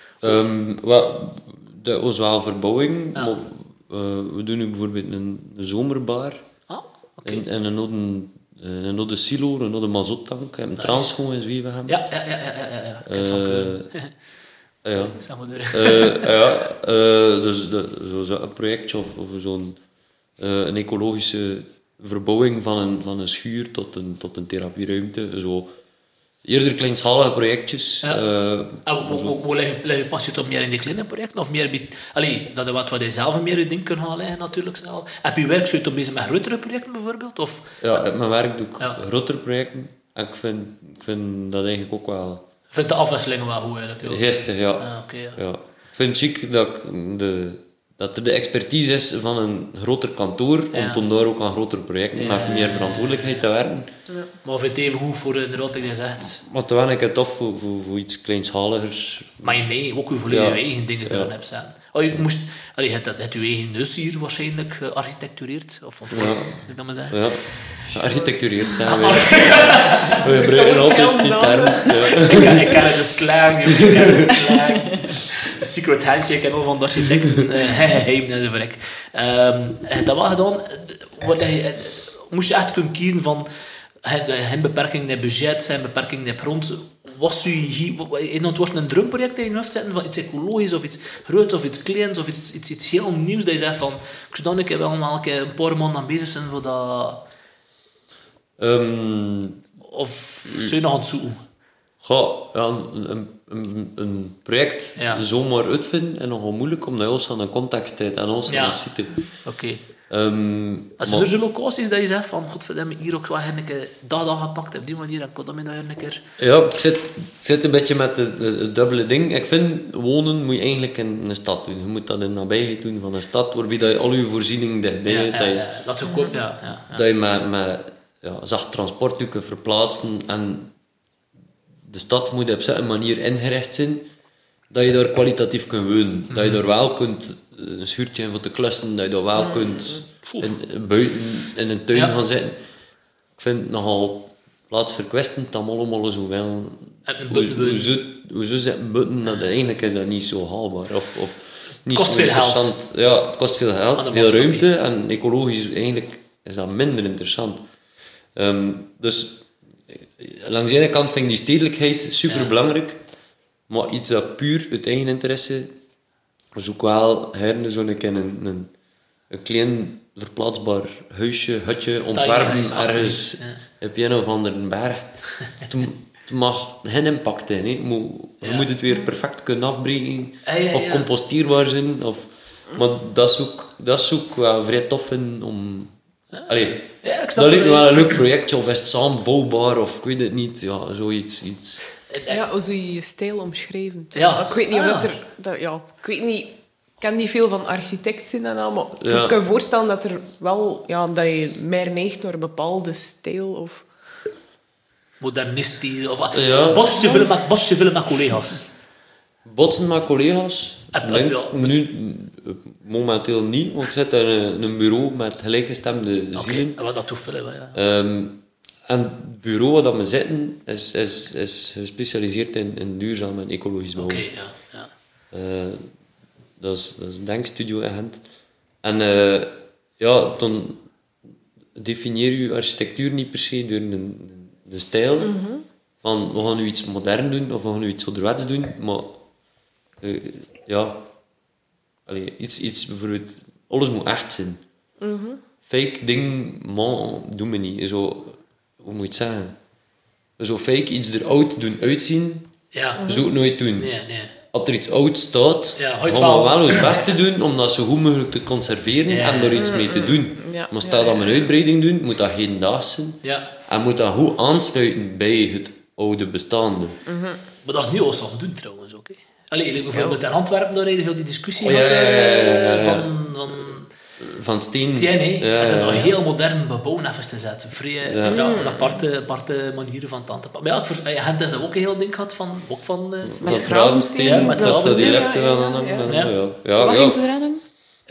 Dat was wel verbouwing. Ja. Maar, we doen nu bijvoorbeeld een zomerbar. Oké. En een oude silo, een oude mazottank. En een transfoon in Zwievenhem. Ja. Ik heb het al kunnen. Ja. Zeg maar door. Dus een projectje of zo'n een ecologische verbouwing van een schuur tot een therapieruimte. Zo. Eerder kleinschalige projectjes. Ja. Hoe leg je passie toch meer in die kleine projecten? Of meer bij... Allee, dat is wat je zelf meer je ding kunt gaan leggen, natuurlijk zelf. Heb je werk zo bezig met grotere projecten, bijvoorbeeld? Of... Ja, op mijn werk doe ik Ja. grotere projecten. En ik vind dat eigenlijk ook wel Ik vind de afwisseling wel goed, eigenlijk. Ja. geestig, ja. Oké. Ja. Ik vind het chic dat er de expertise is van een groter kantoor, Ja. om dan daar ook aan grotere projecten met meer verantwoordelijkheid te werken. Maar ik vind het even goed voor inderdaad, dat je zegt... Maar terwijl ik het tof voor iets kleinschaliger. Maar je mee, ook je volledig Ja. je eigen dingen erin hebt staan. Oh, je moest... Allee, je hebt je eigen neus hier waarschijnlijk gearchitectureerd, of moet ik dat maar zeggen? Ja, gearchitectureerd zijn we. We gebruiken altijd die term. Ja. Ik ken het, de slang, joh. Ik ken het, slang. Een secret handshake en al van de architecten. Heim en zo verrek. Dat was gedaan. Moest je echt kunnen kiezen van... Geen beperking in budget, geen beperking in grond. Was u hier... Het was een droomproject in je hoofd zetten van iets ecologisch of iets groots of iets kleins of iets heel nieuws dat je zegt van... Ik zou dan een keer wel een paar maanden aan bezig zijn voor dat... Of zou je nog aan het zoeken? Een project zomaar uitvinden en nogal moeilijk, omdat je ons aan een contexttijd en ons aan zitten. Oké. Zijn er zo locaties dat je zegt van, godverdomme, hier ook wel een keer dat gepakt, op die manier, en kon dat daar een keer... Ja, ik zit een beetje met het dubbele ding. Ik vind, wonen moet je eigenlijk in een stad doen. Je moet dat in de nabijheid doen van een stad, waarbij dat je al je voorzieningen dichtbij hebt. Dat goedkoop, Dat je met zacht transport kunt verplaatsen en de stad moet op zo'n manier ingericht zijn dat je daar kwalitatief kunt wonen. Dat je daar wel kunt een schuurtje in voor te klussen, dat je daar wel kunt buiten in een tuin gaan zitten. Ik vind het nogal plaatsverkwistend dat allemaal zo wel... Hoezo zitten buiten, dat eigenlijk is dat niet zo haalbaar. Of niet kost zo veel interessant. geld. Ja, het kost veel geld, Aan de veel maatschappij. ruimte en ecologisch eigenlijk is dat minder interessant. Dus langs de ene kant vind ik die stedelijkheid super belangrijk, maar iets dat puur uit eigen interesse is ook wel zo'n keer een klein verplaatsbaar huisje, hutje, ontwerpen huis, ergens op een of andere berg. Het mag geen impact hebben. Je moet het weer perfect kunnen afbreken of compostierbaar zijn. Maar dat is ook wel vrij tof in om... Allee, ik snap dat lijkt me het. wel een leuk projectje, of is het samenvouwbaar, of ik weet het niet. Ja, zoiets. Ja, hoe zou je je stijl omschrijven? Ja. Ik weet niet of ik weet niet... Ik ken niet veel van architect zijn en al, maar ik kan je voorstellen dat er wel... Ja, dat je meer neigt naar een bepaalde stijl of... Modernistisch, of... Ja. Botst je veel met collega's? Botsen met collega's? Denk ja. nu momenteel niet, want ik zit in een bureau met gelijkgestemde zielen. Oké, dat toevallig wel, ja. En het bureau waar we zitten is gespecialiseerd in duurzaam en ecologisch bouwen. Oké, ja. Dat is een denkstudio in Gent. En dan definieer je architectuur niet per se door de stijl. Van, we gaan nu iets modern doen, of we gaan nu iets ouderwets doen, maar iets bijvoorbeeld... Alles moet echt zijn. fake ding, man, doen we niet. Zo, hoe moet je het zeggen? Zo fake iets er oud doen uitzien, Ja. zou ik nooit doen. Nee. Als er iets oud staat, Ja, gaan ooit we wel. wel ons best te doen om dat zo goed mogelijk te conserveren Ja. en er iets mee te doen. Ja. Maar stel dat we een uitbreiding doen, moet dat hedendaags zijn. Ja. En moet dat goed aansluiten bij het oude bestaande. Maar dat is nu al zo doen trouwens ook. Hè. Allee, bijvoorbeeld in Antwerpen, daar reden heel die discussie Oh, ja, gehad, ja. van Van steen. Stien, hè. Ja, Dat is ja. nog heel modern bebouwen even te zetten. Vrij, een aparte manier van het aan te pakken. Maar ja, Gent is dat ook een heel ding gehad van... Ook van Met Dat gravensteen, gravensteen, met dat ze die gravensteen, liften wel aan hangen. Ja. Ja, Wat ja. gingen ze eraan doen?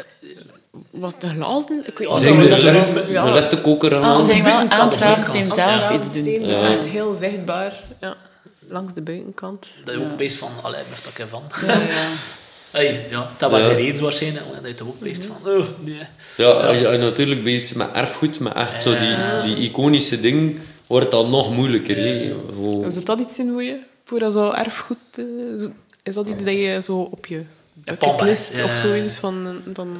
Was het de glazen? Ik weet Oh, Ze dat gingen dat de is- een liftenkoker aan Ah, ze hangen. gingen wel aan het buitenkant, gravensteen buitenkant, zelf ja. iets doen. Dat is Ja. echt heel zichtbaar. Ja. Langs de buitenkant. Dat je ook beest van... Allee, blijft dat ervan. Ja, ja. Hey, ja, dat was Ja. er eens waarschijnlijk. Dat je toch ook beest van... Oh, nee. Ja, als je natuurlijk bezig bent met erfgoed, met echt zo die iconische ding, wordt dat nog moeilijker. Hè. Voor- Zou dat iets zijn voor je? Voor zo erfgoed? Is dat iets dat je zo op je pamba bucketlist is, ja. of zoiets van...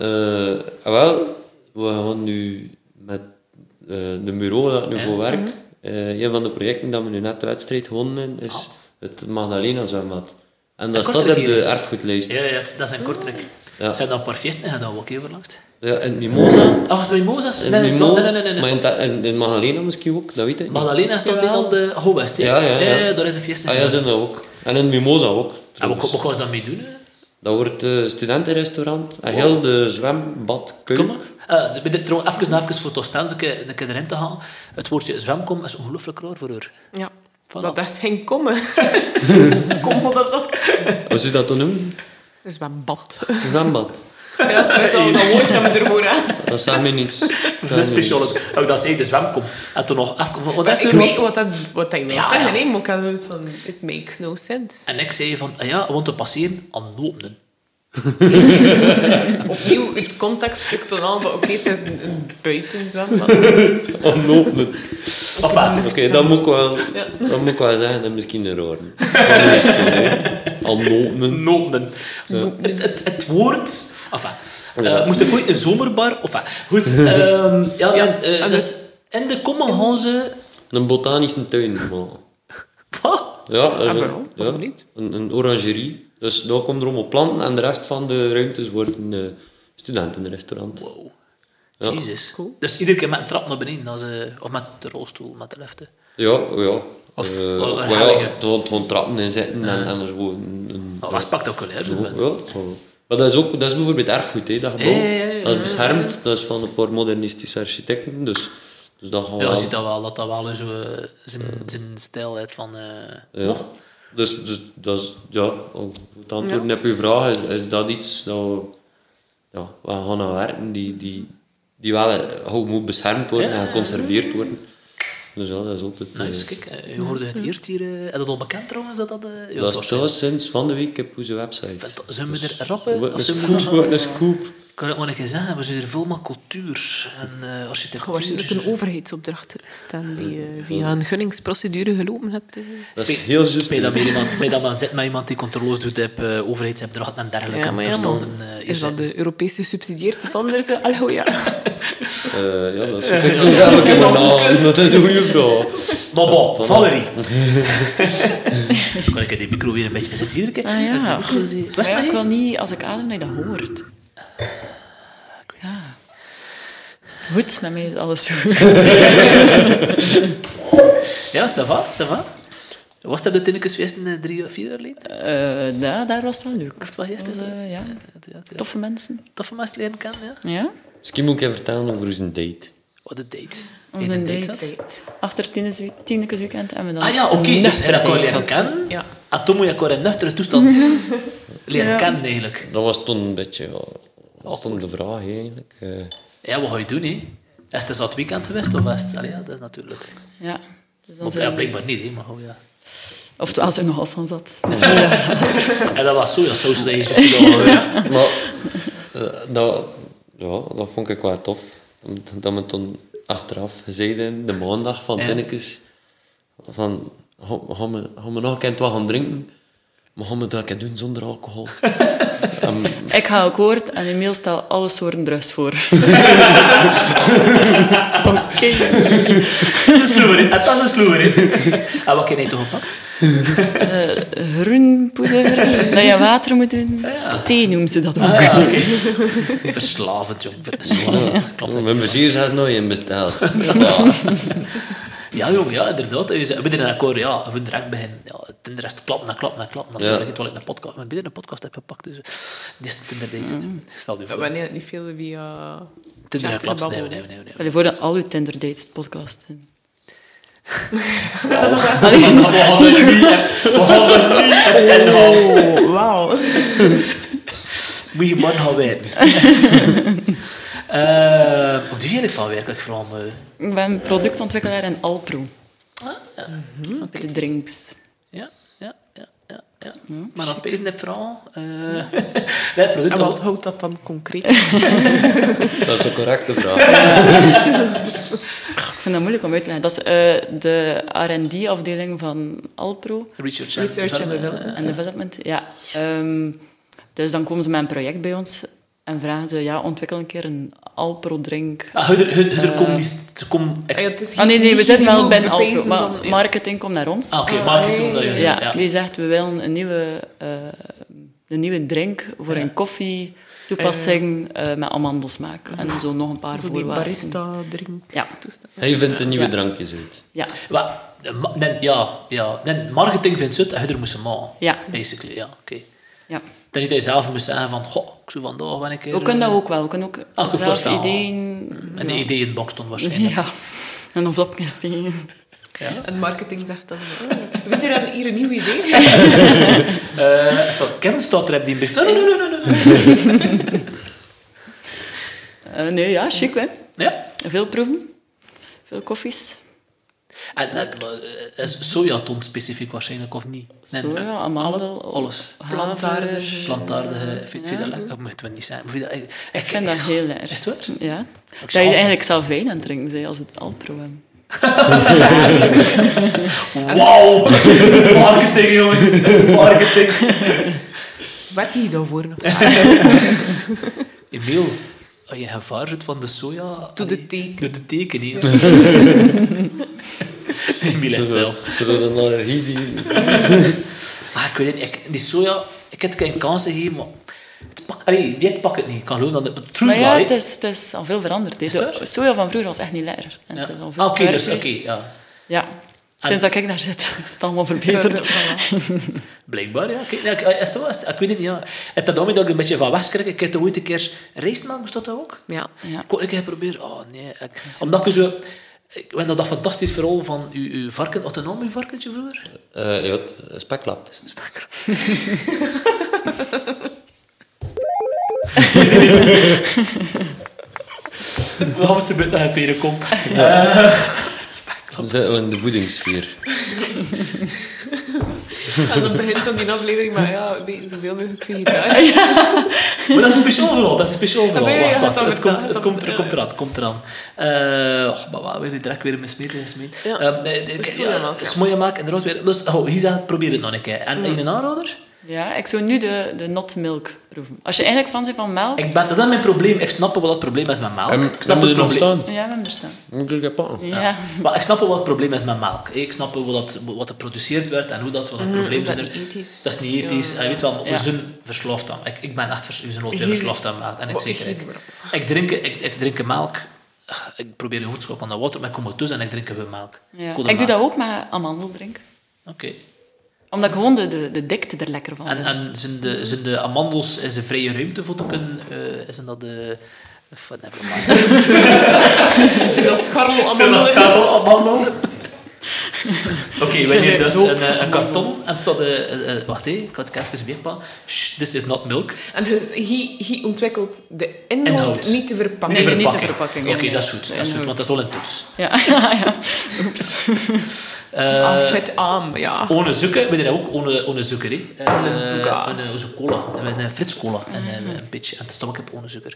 Wel, we gaan nu met de bureau dat ik nu voor werk, een van de projecten dat we nu net de wedstrijd gewonnen is het Magdalena zwembad. En dat staat op Kortrijk de hier, hè? erfgoedlijst. Ja, dat is een Kortrijk. Ja. Zijn er een paar feesten gedaan ook overlangst? Ja, in het Mimosa. Ah, was het bij Mimosa's? In Nee, Mimosa, nee. maar in Magdalena misschien ook, dat weet ik niet. Magdalena is toch niet aan de Houwest, hè? Ja. Daar is een feest. Ah ja, zijn dat ook. En in Mimosa ook. En wat trouwens. gaan ze dan mee doen? Hè? Dat wordt een studentenrestaurant en heel de zwembadkuip. Kom maar. Even voor het Oostens een keer erin te gaan. Het woordje zwemkom is ongelooflijk raar voor haar. Ja. Voilà. Dat is geen komen. Kom maar dat zo. Hoe zou je dat dan noemen? Een zwembad. Zwembad. Ja, dat is wel dat woord dat we ervoor aan. Dat zegt mij niets. Dat is speciaal. Ook dat zei de zwemkom. En toen nog even... Wat Ik weet wat dat wil Ja, zeggen, ja. hè, maar ik had zoiets van... It makes no sense. En ik zei van, want we passeren aan Nopenen. Opnieuw het contextstuk toon aan van... Oké, het is een buitenzwembad. Onnopen. Enfin, Oké, dat moet ik wel zeggen, dat is misschien een raar. Onnopen. Nopenen. Het woord... Enfin, moest ik ooit een zomerbar... Enfin, goed. Dus in de komma gaan ze... Een botanische tuin. Maar... Wat? Ja, er is waarom? ja, Waarom niet? een orangerie. Dus daar komt er allemaal planten en de rest van de ruimtes worden studentenrestaurant. Wow. Ja. Jezus. Cool. Dus iedere keer met een trap naar beneden. Of met de rolstoel, met de liften. Ja. Of maar hellingen. er gewoon trappen in zitten en zo een Oh, wat spectaculair. zo, Zo. ja, zo. Maar dat is bijvoorbeeld erfgoed, hè, dat gebouw. Ja. Dat is beschermd, dat is van een paar modernistische architecten, dus dat gaan we Ja, je wel... ziet dat wel, dat wel zo zijn stijl uit van... Ja. Dus dat is, ja, om het antwoorden op uw vraag, is dat iets dat we gaan aan werken, die wel gewoon moet beschermd worden en geconserveerd worden. Dus ja, dat is altijd... Nice, kijk, je hoorde het eerst hier... Is dat al bekend trouwens? Dat ja, dat het is was- trouwens sinds van de week op onze website. Zullen we er rappen? Wat Of een zullen we scoop, nog- wat een scoop. Ik kan het maar eens zeggen, we zijn er vol met cultuur en architectuur. Waarschijnlijk een overheidsopdracht staan die via een gunningsprocedure gelopen hebt. Dat is heel juist. Bij dat men zit met iemand die controles doet op overheidsopdrachten en dergelijke Ja, maar toestanden. is dat de Europese subsidieert het anders? Allee, ja. Ja, dat is ook dat is een goede vraag. Maar bon, Valerie. Kan ik die micro weer een beetje... Zit iedere keer? Ah ja. Die micro zie- Wat is Ja, dat ik hier? wil niet, als ik adem, dat je dat hoort. Ja. Goed, met mij is alles goed. Ja, ça va, ça va. Was dat de Tinnekesfeesten 3 of 4 jaar geleden? Ja, daar was het wel leuk. Was het wel gisteren? Ja. Ja. Toffe mensen. Toffe mensen leren kennen, ja. Ja? Misschien moet ik even vertellen over zijn date. Wat een date. Onze Een date. had? Achter Tienekesweekend hebben we dan Ah ja, oké. een Dus nuchtere dat kon je date leren gehad. kennen. Ja. En toen moet je elkaar in nuchtere toestand leren kennen, eigenlijk. Dat was toen een beetje... Ja, dat was toen de vraag, eigenlijk. Ja, wat ga je doen, hè? Is het al het weekend geweest, of is het... Allee, ja, dat is natuurlijk... Ja. Dus dan Of, ja, zijn we... blijkbaar niet, hè, maar oh, ja. Oftewel, als er nog als van zat. Ja, dat was sojasaus dat je juist gedaan had, ja. Maar dat vond ik wel tof. Dat we toen achteraf zeiden, de maandag van Ja. Tinnekes, van gaan we nog een keer wat gaan drinken, Mohammed, dat kan doen zonder alcohol. Ik ga akkoord en Emiel stelt alle soorten drugs voor. Oké. Dat is een sloever, dat is een sloever. En wat heb jij toch gepakt? Groenpoeder, dat je water moet doen. Thee noemen ze dat ook. Ja, oké. Verslavend, jong. Verslavend. Klopt. Mijn versiers has nooit in besteld. Ja, jong, ja, inderdaad. We zijn akkoord, ja, we direct beginnen. Ja, de rest klap na klap na klap. Natuurlijk, terwijl ik een podcast, binnen een podcast heb gepakt. Dus die is Tinder-dates. Stel je voor. Wanneer het niet veel via... Tinder chat klaps, babbel. nee. Stel je voor dat al uw Tinder dates podcast zijn. Oh, wauw. Moet je man gaan werken. Wat doe je eigenlijk van werk? Ik vraag me... Ik ben productontwikkelaar in Alpro. Bij de drinks. Ja. Maar dat pees net vooral. Nee, product En wat houdt dat dan concreet? Dat is een correcte vraag. Ik vind dat moeilijk om uit te leggen. Dat is de R&D-afdeling van Alpro. Research and development. En development, ja. Dus dan komen ze met een project bij ons en vragen ze, ja, ontwikkel een keer een Alpro-drink. Er komt die... Nee, we zitten wel bij Alpro, maar marketing komt naar ons. Oké, marketing dat je... Ja, die zegt, we willen een nieuwe drink voor een koffie toepassing met amandelsmaak. En zo nog een paar Zo die voorwaarden. barista-drink. Ja. Hij vindt een nieuwe drankjes uit. Ja. Marketing vindt het en je er moest ze maken. Ja. Basically, ja, oké. Ja. Dan niet dat je zelf moet zeggen van, goh, ik zou vandaag wel een keer... We kunnen dat ook wel. We kunnen ook zelf voorstellen. ideeën... En de ideeënbox stond waarschijnlijk. Ja. En een vlopjes tegen. Ja. En marketing zegt dan... weet je dan hier een nieuw idee? Kevin staat er op die brief. Nee. Nee, ja, chic, hè. Ja. Veel proeven. Veel koffies. En is sojaton specifiek waarschijnlijk, of niet? Nee, Soja, amandel, alles. Plantaardig. Plantaardige, vind je dat lekker? Dat moeten we niet zijn. Ik vind dat heel lekker. Is het waar? Ja. Dat zal je ze- eigenlijk zelf wijn aan het drinken bent als we het Alpro hebben. Wauw! Marketing, jongen. Marketing. Werk je daarvoor nog? Emiel, als je in gevaar zit van de soja... Doe de teken. Doe de teken, hier. Emiel is stil. Zo een allergie die... Ik weet het niet. Die soja... Ik heb het geen kans gegeven, maar... Ik pak het niet. Ik kan geloven dat het... Maar ja, het is al veel veranderd. Is Hè. het waar? Soja van vroeger was echt niet lekker. En Ja. het is al veel Oké, erger dus geweest. oké, ja. Ja. Sinds dat ik daar zit, is het allemaal verbeterd. Blijkbaar, ja. Kijk, ik weet het niet, ja. Het dat daarmee dat ik een beetje van wegschrik. Ik heb toch ooit een keer rijst maken, moest dat ook? Ja. Ja. Ik wou een keer proberen. Oh, nee. Omdat ik zo... Ik vind dat fantastisch verhaal van uw varken. Had je naam uw varkentje vroeger? Ja, het speklap. We gaan ze met naar een perenkom. We zitten in de voedingssfeer. En dan begint dan die aflevering, maar ja, we weten zoveel mogelijk vegetarisch. Maar dat is een speciaal verhaal. Dat is een speciaal verhaal. Ja, ja, Wacht. dat Het vertelt, komt eraan. Maar wat wil je direct weer gesmeten? Ja. Sojamelk, ja. Sojamelk, inderdaad weer. Dus, Gisa, probeer het nog een keer. En een aanrader? Ja, ik zou nu de not milk proeven. Als je eigenlijk fan bent van melk... Dat is mijn probleem. Ik snap wel wat het probleem is met melk. Ik snap Hebben het we er nog probleem. staan? Ja, we hebben er staan. Moet ik pakken? Ja. Maar ik snap wel wat het probleem is met melk. Ik snap wel wat er geproduceerd werd en hoe dat wat het probleem dat is. niet ethisch. Dat is niet ethisch. Ja. En je weet wel, we Ja. zijn verslaafd aan. Ik ben echt we zijn altijd Heel- verslaafd aan melk. En ik Wat zeker. heel Ik drink melk. Ik probeer over te schoppen aan dat water, maar ik kom er tussen en ik drink gewoon melk. Ja. Kool Ik doe melk. dat ook met amandeldrink. Oké. Omdat ik gewoon de dikte er lekker van vind. En zijn de amandels is een vrije ruimte voor te kunnen... is dat de... Never mind. Zijn dat scharrel Zijn dat amandelen? scharrel-amandel? Oké, wanneer dus een karton en het staat... wacht, ik had het even weerpakken. This is not milk. En dus hij ontwikkelt de inhoud, Inhoud. niet de verpakking. Nee, niet de verpakking, Oké, nee. dat is goed. Dat is goed, want dat is wel een toets. Ja, ja. Oeps. Vet arm, ja. Ohne suiker, we doen ook ohne suiker. Ohne suiker. Een cola. Een Frits cola en een pitje. En het stomach heb ohne suiker.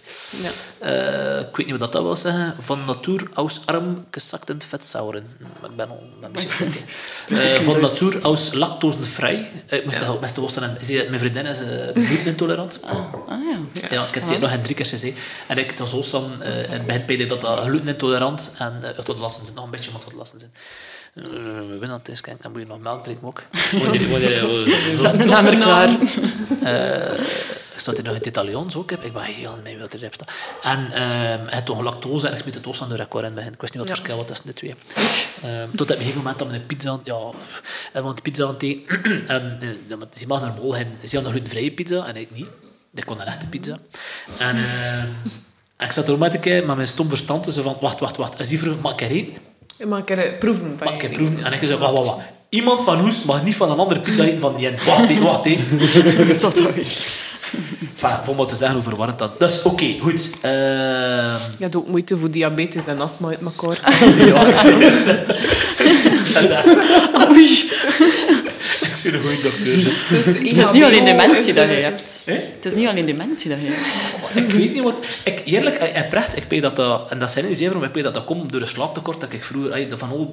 Ik weet niet wat dat wil zeggen. Van natuur aus arm gesakten vetzauren. Ik ben al een beetje Van natuur als lactosevrij. Ik moest dat best worstelen. Mijn vriendin is glutenintolerant. Ja, ik heb het nog 3 keer gezegd. En ik was ook dan, in het begin bij dat glutenintolerant. En tot lasten nog een beetje, maar tot lasten zijn. We winnen aan het eens kijken. Dan moet je nog melk drinken ook. Zet de naam er klaar. Staat hier nog in het Italiaans ook. Ik ben heel mee wat erin staat. En hij had toch lactose en ik smeet het ook aan de record in het begin. Ik wist niet wat het verschil was tussen de twee. Tot op een gegeven moment dat we een pizza... want de pizza aan tegen... Ze mag normaal hebben. Ze had een glutenvrije pizza en ik niet. Ik kon een echte pizza. En ik zat er ook met een keer met mijn stom verstand tussen van... Wacht. En die vroeg, mag ik er eten? Mag ik er proeven? Mag ik er proeven? En ik zei, wacht. Iemand van ons mag niet van een andere pizza eten van die en wacht. Dat zat toch weer. Enfin, voor wat te zeggen over warmte. Dus oké, goed. Je hebt ook moeite voor diabetes en astma uit elkaar. Ja, ik zie het. Dat is echt... Oei. Ik zie een goede dokter zijn. Dus Het is niet alleen dementie dat je je hebt. Het is niet alleen dementie dat je hebt. Ik weet niet wat... Eerlijk, ik weet dat... En dat zijn niet zeker, maar ik weet dat komt door een slaaptekort dat ik vroeger...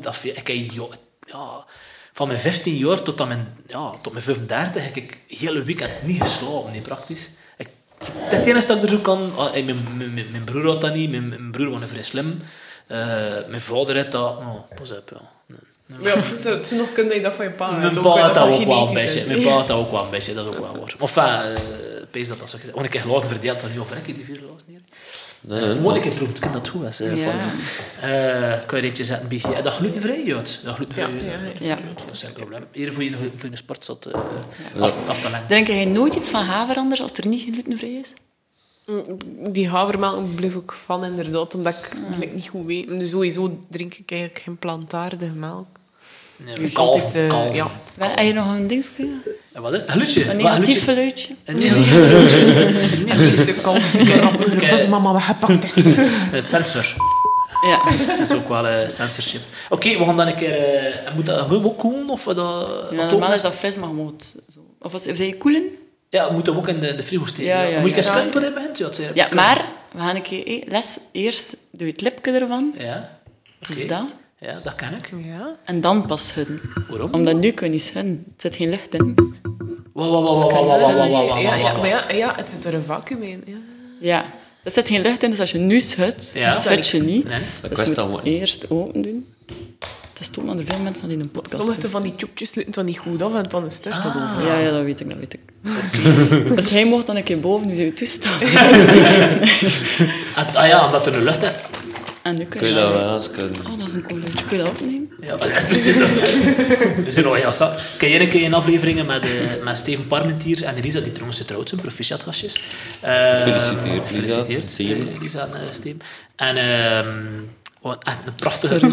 Van mijn 15 jaar tot mijn 35 heb ik hele weekends niet geslapen, niet praktisch. Het enige dat ik er zo kan... Mijn broer had dat niet, mijn broer was vrij slim. Mijn vader had dat... Pas op, ja. Ja, toen nog kun je dat van je pa. Mijn pa had dat ook wel een beetje. Mijn pa had dat ook wel een beetje, dat is ook wel waar. Enfin, pees dat zo gezegd. Want ik heb glazen verdeeld van nu of ik die 4 glazen hier. Moet ik in proeven, ik ken dat goed. Kan je eentje zetten, BG. Dat glutenvrij, Jood. Dat glutenvrij. Ja. Dat is geen probleem. Hier voor je een sport zat af te lengen. Drink jij nooit iets van haver anders als er niet glutenvrij is? Die havermelk bleef ik van, inderdaad, omdat ik niet goed weet. Dus sowieso drink ik eigenlijk geen plantaardige melk. Nee, kalf. Ja. Heb je nog een dingetje? Wat, een geluidje? Een negatief geluidje? Een negatief Niet de kalf die grappig was, mama wat gepakt is. Sensor. Ja. Dat is ook wel censorship. Oké, we gaan dan een keer... moet dat gewoon ook koelen? Of Normaal is dat fris, maar je moet... Of zei je koelen? Ja, we moeten ook in de frigo steken. Ja. Moet ik eens kunnen voor hem? Ja, maar we gaan een keer les. Eerst doe je het lipje ervan. Ja. Dus dat. Ja, dat kan ik. Ja. En dan pas schudden. Waarom? Omdat nu kun je niet schudden. Er zit geen lucht in. Ja, het zit er een vacuüm in. Ja. Ja. Er zit geen lucht in, dus als je nu schudt, schud je niet. Net. Dus je moet eerst open doen. Het is toch maar er veel mensen die in een podcast Sommige van die tjoepjes sluiten dan niet goed af en dan is het dat over. Ja, dat weet ik. Dus hij mocht dan een keer boven nu toestaan. Ja, omdat er een lucht is. En nu Kun je dat wel eens kunnen? Oh, dat is een cool luchtje. Kun je dat opnemen? Ja, we zijn nog heel stad. Ken je een keer in afleveringen met Steven Parmentier en Elisa, die trouwens getrouwd zijn, proficiat gastjes. Gefeliciteerd, Elisa en Steven. En echt een prachtige...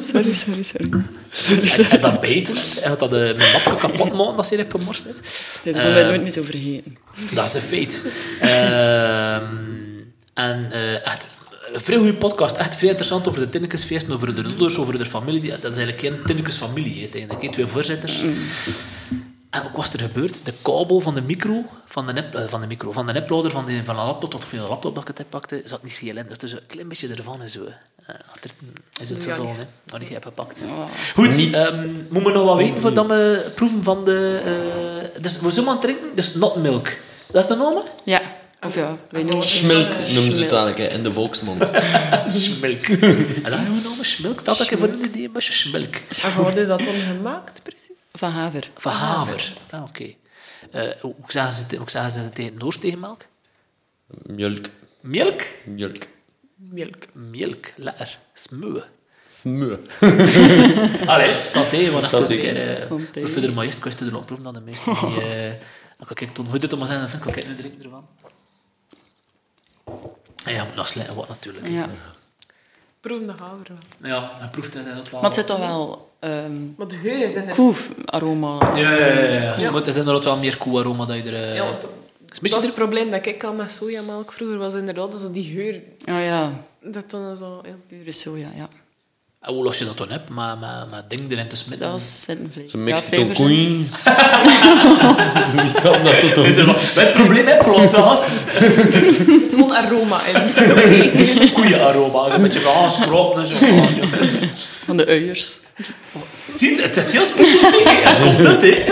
Sorry. En dat bijt, hij had dat mijn lapje kapot maken dat ze heeft gemorst. Dit zullen wij nooit meer zo vergeten. Dat is een feit. Echt... Een vrij goede podcast, echt vrij interessant over de Tinnekesfeesten, over de Ruders, over de familie. Dat is eigenlijk geen Tinnekesfamilie, uiteindelijk. 2 voorzitters. En wat was er gebeurd? De kabel van de micro, van de neplauder van de laptop, tot de laptop dat ik het heb pakte, zat niet heel in. Dus een klein beetje ervan en zo. Is het geval, hè? Nog niet gepakt. Goed, moeten we nog wat weten voordat we proeven van de... Dus we zullen aan het drinken, dus not milk. Dat is de naam? Ja. Of ja, wij noemen het... Schmilk noemen ze het eigenlijk in de volksmond. Schmilk. En dat hebben we noemen, schmilk. Dat ik voor een idee, een beetje schmilk. En van wat is dat dan gemaakt, precies? Van haver. Van haver. Ah, oké. Hoe zeggen ze het tegen Noors tegen melk? Mjölk. Milk? Milk. Lekker. Smeu. Smeu. Allee, santé. Want Santé. we verder maar eerst kwestie erop proeven dan de meesten die... Kijk, hoe dit maar zijn, dan vind ik nu drinken ervan. En ja, moet nog slijten wat natuurlijk. Ja. Proef de haver wel. Ja, hij proeft het wel. Maar het zit toch wel... Maar de geur is in het... koefaroma. Ja. Het is inderdaad wel meer koearoma dat je er... Ja, dat is het probleem dat ik had met sojamelk vroeger, was inderdaad zo die geur. Oh ja, Dat dan zo... Ja. pure soja, ja. En hoe los je dat dan hebt, maar dingen erin te smitten? Dat is zettenvlees. Ze mixt ja, het koeien. Ik kan dat tot Het probleem heb gelost, wel gast. Er zit gewoon aroma in. Koeienaroma. Een beetje van scroppen en zo. Van de uiers. Ziet, het is heel specifiek. Hè. Het komt uit, hè.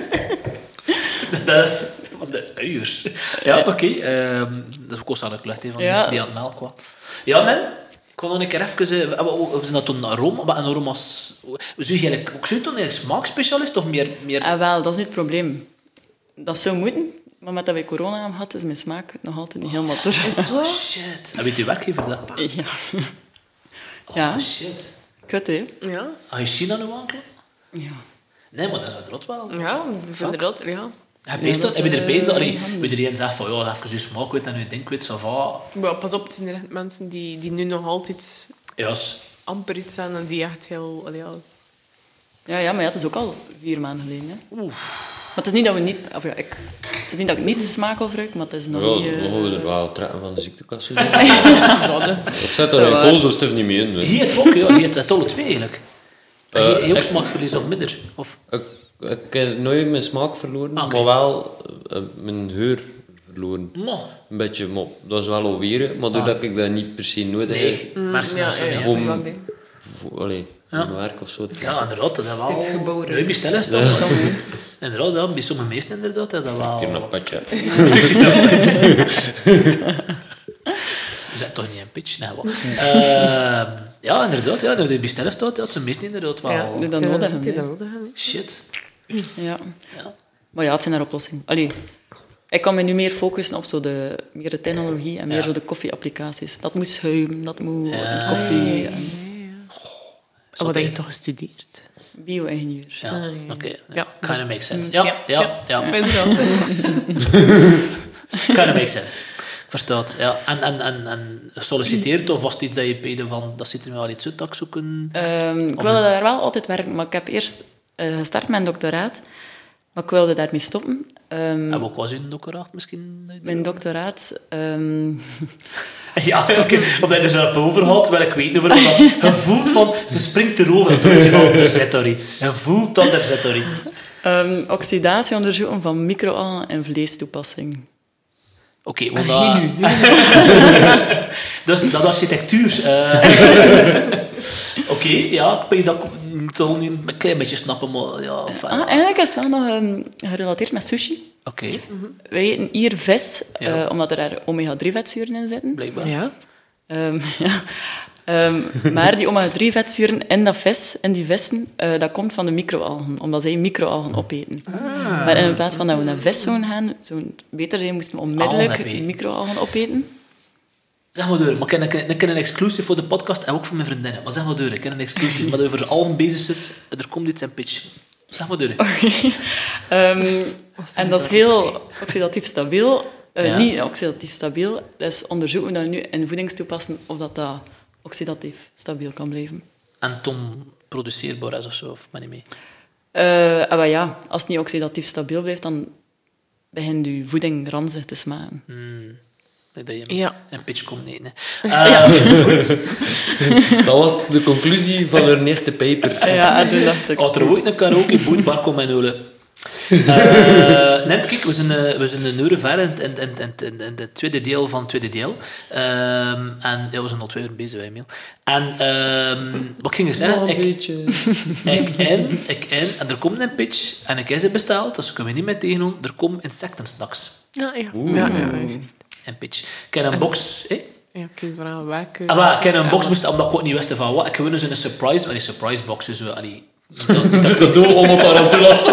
Dat is van de uiers. Ja, oké. Dat kost aan de klucht, hè, van Ja. die aan het melk kwam. Ja, men. Ik kon nog een keer even... We zijn dat toen aroma... Maar aroma's... Zou je eigenlijk ook zo doen, een smaakspecialist? Of meer... Ah, wel, dat is niet het probleem. Dat zou moeten, maar met dat wij corona hebben gehad, is mijn smaak nog altijd niet helemaal door. Is het waar? Shit. En weet je werkgever dat? Ja. Oh, Ja. shit. Kut, hè? Ja. Ga je China nu aankloppen? Ja. Nee, maar dat is wat rot wel. Ja, inderdaad. Ja. Heb Ja, dat is, je er bezig dat niet handig. iedereen zegt van ja, even je smaak weet en je denkt weet, ça va. Maar pas op, het zijn er echt mensen die nu nog altijd Yes. amper iets zijn en die echt heel... allee, ja. Ja, maar ja, het is ook al 4 maanden geleden. Hè. Maar het is niet dat we niet... Of ja, het is niet dat ik niet smaak of ruik, maar het is nog Ja, niet... dan gaan we er wel trekken van de ziektekassen. Dat, Dat zit er in koolstofstof niet mee in. Dus. Hier het ook, ja. Hier het alle twee eigenlijk. Heb je ook smaakverlies of minder? Of? Ik heb nooit mijn smaak verloren, Oké. maar wel mijn geur verloren. No. Een beetje, maar dat is wel alweer, maar doordat ik dat niet per se nodig heb. Nee, maar ja, zo, ja, ja. ja, Om- is dat ding. Allee, mijn werk of zo. Ja, inderdaad, dat is wel... Dit gebouw Ja, bij stellen is toch... Inderdaad, ja, bij sommige meesten inderdaad, dat is wel... Een keer een patje. We zijn toch niet een pitch? Nee, wat. Ja, inderdaad, ja, dat bij stellen staat, dat zijn meesten inderdaad wel... Ja, die dat nodig hebben, die hè. dat nodig hebben. Shit. Ja. Ja. Maar ja, het zijn daar oplossingen. Allee, ik kan me nu meer focussen op zo meer de technologie en meer Ja. zo de koffieapplicaties. Dat moet schuim, dat moet met koffie. En Oh, wat heb je toch gestudeerd? bio-ingenieur. Ja, oké. Ja. Kind of makes sense. Ja. Inderdaad. Kind of makes sense. Ik versta het. Ja. En solliciteert of was het iets dat je peide van, dat zit er wel iets uit, dat ik zoeken? Ik wilde daar wel altijd werken, maar ik heb eerst gestart met mijn doctoraat. Maar ik wilde daarmee stoppen. Hebben we ook wel zo'n doctoraat misschien? Mijn doctoraat... Ja, oké. Omdat je er zo op overhoudt, wil ik weten over wat. Je voelt van, ze springt erover. Het doet je van, er zit er iets. Je voelt dat er zit er iets. oxidatie onderzoeken van microalgen en vleestoepassing. Oké, want dat... Dus dat architectuur... Oké, ja, ik weet dat ik toch niet een klein beetje snappen, maar ja... enfin, ja. Eigenlijk is het wel nog gerelateerd met sushi. Oké, Wij eten hier vis, Ja. omdat er daar omega-3-vetzuren in zitten. blijkbaar. Ja. Ja. Maar die omega-3-vetzuren in dat vis, in die vissen, dat komt van de microalgen, omdat zij microalgen opeten. Maar in plaats van dat we naar vis zouden gaan, zou het beter zijn, moesten we onmiddellijk Algen eten. microalgen opeten. Zeg maar door, maar ik ken een exclusive voor de podcast en ook voor mijn vriendinnen. Maar zeg maar door, ik ken een exclusive. Maar over algen bezig zit, er komt iets in pitch. Zeg maar door. En dat is heel oxidatief stabiel. Ja. Niet oxidatief stabiel. Dus onderzoeken we dat nu in voedingstoepassen of dat oxidatief stabiel kan blijven. En Tom produceerbaar is of zo, of maar niet mee. Maar ja, als het niet oxidatief stabiel blijft, dan begint je voeding ranzig te smaken. Nee, dat je Ja. een pitch komt eten. Dat was de conclusie van hun eerste paper. Ja, en toen dacht ik... Als er ooit een karaoke bootbar komt en holen. Nee, kijk, we zijn een uur ver in het tweede deel van het tweede deel. En ja, we zijn al 2 uur bezig, Emiel. En wat ging ik zeggen? Nog een beetje. Ik en er komt een pitch en ik is het besteld, dus kunnen we niet meer tegenhouden. Er komen insectensnacks. Ja, ja. Ja, juist. Een pitch. Ik heb een box... Ja, ik kan vragen welke... Ik heb een box besteld, omdat ik ook niet wist van wat. Ik heb gewoon een surprise box. Dus, Doe dat door om het tarantulas.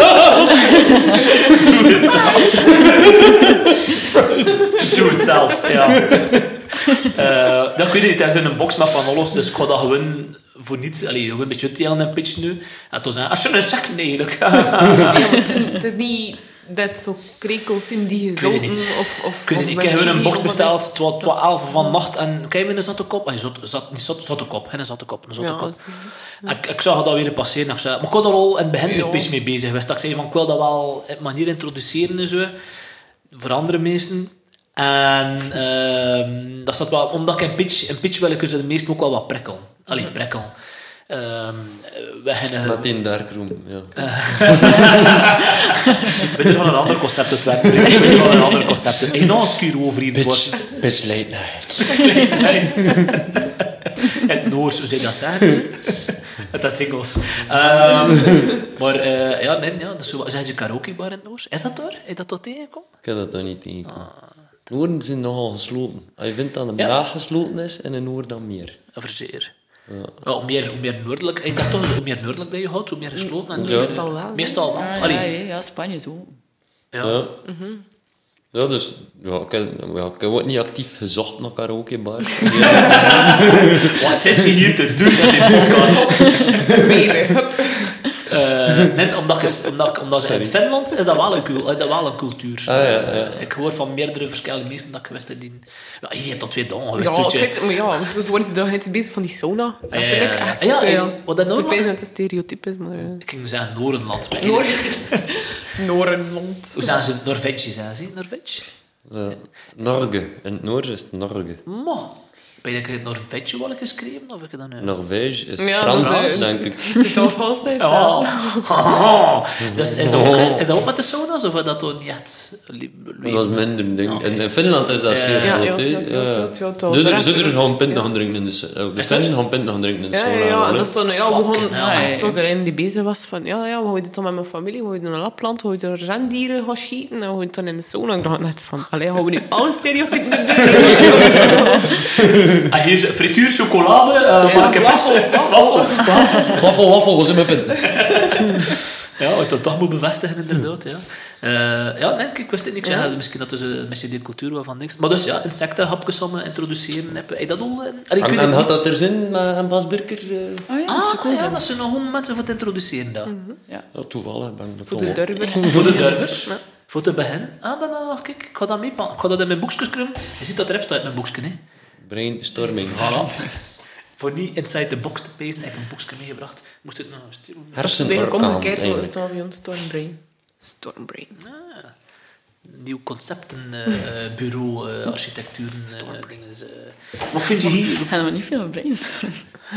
Doe het zelf, ja. Dat ik weet niet, dat is een box met van alles, dus ik ga dat gewoon voor niets, gewoon een beetje uitdelen en pitch nu. En toen zei als je een zak eigenlijk. Ja, maar het is niet dat zo krekels in die Ik weet het gezouten niet. of Ik weet het niet, ik heb gewoon een box besteld, het was 11 van nacht en kijk je een zatte kop? Zotte kop, geen zatte kop, een zotte Ja, kop. dat Ik zag dat weer passeren. Ik zei, maar ik was er al in het begin Ja. een beetje mee bezig geweest. Ik zei van, ik wil dat wel op een manier introduceren en zo, voor andere mensen. En dat zat wel, omdat ik een pitch wil ik dus de meesten ook wel wat prikkelen. Allee, prikkelen. We gaan Met in darkroom, ja. we gaan een ander concept uitwerken. We gaan een ander concept uit. Nog een skuur over hier. Pitch late night. Het Noors, hoe zou je dat zeggen? Het is singles. Maar ja, nee, ja, dus zo, zijn ze karaokebar in het Noors? Is dat door? Heb je dat tot tegengekomen? Ik heb dat dan niet tegengekomen. Noorden zijn nogal gesloten. Als je vindt dat een Braag gesloten is, en een Noord dan meer. Verzeer. Ja, hoe meer noordelijk, ik dacht toch, hoe meer noordelijk dat je houdt, hoe meer gesloten. En Meestal wel. Meestal wel. Ah, ja, Spanje zo. Ja. Ja, dus ik heb ook niet actief gezocht naar karaokebars. Wat zit je hier te doen in die podcast? Nee, omdat in Finland is dat wel een cultuur. Ik hoor van meerdere verschillende mensen dat ik geweest heb die... Ja, hier tot 2 dagen geweest. Ja, kijk, maar ja, dus wordt je dan bezig van die sauna. Natuurlijk, echt. Wat dat Zo Noorland? bezig met de stereotypes, maar... Ik ging zeggen Norenland. Norenland. Hoe zijn ze? Norvegisch, zijn ze? Norveg? Norge. In het Noorden is het Norge. Ben ik het Norvegje wel geschreven? Of heb ik dat nu... Norvège is Ja, Frans, Frans. denk ik. Is het al Frans? Dus is dat ook met de sauna's? Of is dat toch niet echt... Dat is minder ding. In Finland is dat zeer groot. Zullen gaan pinten gaan drinken in de Finnen gaan pinten gaan drinken in de sauna. Ja, dat is dan... Ja, we Fucking gaan... hell. Het was er een die bezig was van... Ja, we gaan dit dan met mijn familie, we gaan naar Lapland, we gaan rendieren gaan schieten en we gaan dan in de sauna. Ik dacht net van... Allee, gaan we nu alle stereotypen er Ah, hier is frituur, chocolade, Waffel, we zijn met pinten. Ja, ik dat toch moet bevestigen, inderdaad. Ja, ja nee, ik wist het niet. Ik zeg, misschien dat dus misschien die cultuur wel van niks. Maar dus ja, insectenhapjes om introduceren. Heb je dat al? En had dat er zin met Bas Birker? Oh ja, dat is cool. Ja, dat zijn nog gewoon mensen voor te introduceren. Dat. Ja, toevallig ben ik Voor de durvers. Voor de durvers. Voor te beginnen. Kijk, ik ga dat meepakken. Ik ga dat in mijn boekjes kruimen. Je ziet dat erop staat in mijn boekje, hè. Brainstorming. Voilà. Voor niet inside the box te pezen, heb ik een boekje meegebracht. Moest het nou sturen? Eigenlijk Hersenorkaan. omgekeerd, maar eigenlijk. Stavion Stormbrain. Stormbrain. Nieuw conceptenbureau, architecturen. Dingen. Wat vind je hier? Gaan we niet veel brainstormen.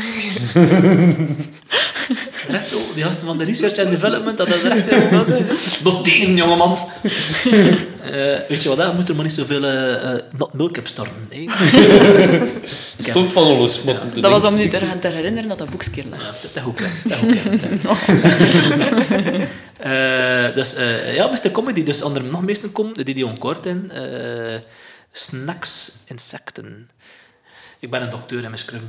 Direct, die gasten van de research and development, dat is direct noteren, jongeman. Weet je wat, je moet er maar niet zoveel not milk op storten. Het stond van alles. Dat was om nu te herinneren dat dat boekje lag. Ja, dat is goed. Dus ja, beste comedy. Dus onder nog meesten komt, die onkort in. Snacks, insecten. Ik ben een dokter in mijn scrum.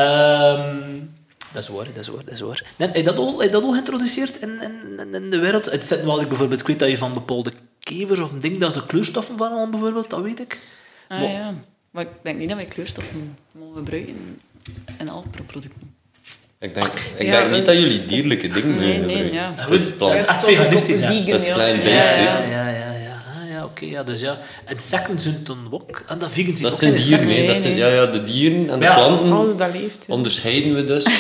Dat is waar. Nee, heb je dat al geïntroduceerd in de wereld? Het zit wel, bijvoorbeeld, ik weet dat je van bepaalde kevers of een ding, dat is de kleurstoffen van al bijvoorbeeld, dat weet ik. Ja. Maar ik denk niet dat wij kleurstoffen mogen gebruiken in alle producten. Ik denk niet dat jullie dierlijke dingen gebruiken. ja. Het is plant. Echt veganistisch, hè? Dat is plant-based, hè. Ja, oké. Dus ja, insecten zijn dan ook... En dat vegan zijn Dat ook zijn geen dieren, insecten. nee. Dat zijn, de dieren en de Ja, planten Alles dat leeft. Ja. onderscheiden we dus.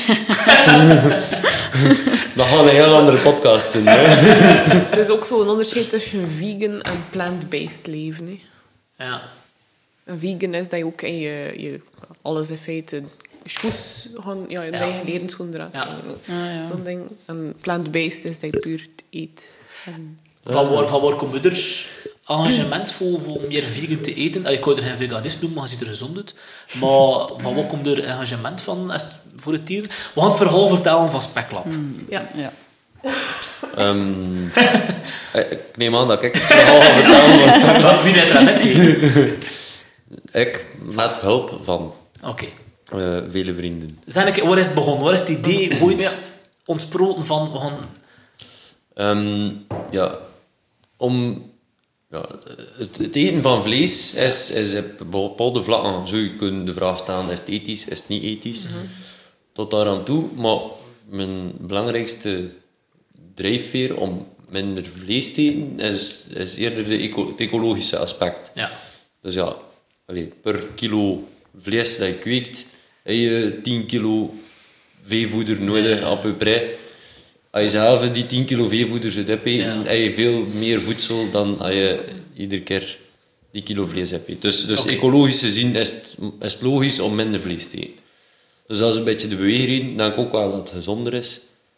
Dat gaat een heel andere podcast zijn. Hè. Het is ook zo'n onderscheid tussen vegan en plant-based leven. Hè. Ja. En vegan is dat je ook in je alles in feite schoes gaan, ja, in eigen levensschoen draagt. Ja. Zo'n ding. En plant-based is dat je puur eet. En Van waar komt er engagement voor meer vegan te eten? Ik wou er geen veganist noemen, maar je ziet er gezond uit. Maar van wat komt er engagement van voor het dier? We gaan het verhaal vertellen van Speklab. ja. Ik neem aan dat ik het verhaal ga vertellen van Speklab. Wie net er net Ik, met hulp van Oké. vele vrienden. Waar is het begonnen? Waar is het idee ooit ontsproten van... We gaan... Het eten van vlees is op bepaalde vlakken, zou je kunnen de vraag stellen, is het ethisch, is het niet ethisch? Tot daar aan toe, maar mijn belangrijkste drijfveer om minder vlees te eten, is eerder het ecologische aspect. Ja. Dus ja, per kilo vlees dat je kweekt, heb je 10 kilo veevoeder nodig op je prei. Als je zelf die 10 kilo veevoeder zou opeten, heb je veel meer voedsel dan als je iedere keer die kilo vlees hebt. Dus ecologisch gezien is het logisch om minder vlees te eten. Dus dat is een beetje de beweegreden. Dan denk ik ook wel dat het gezonder is.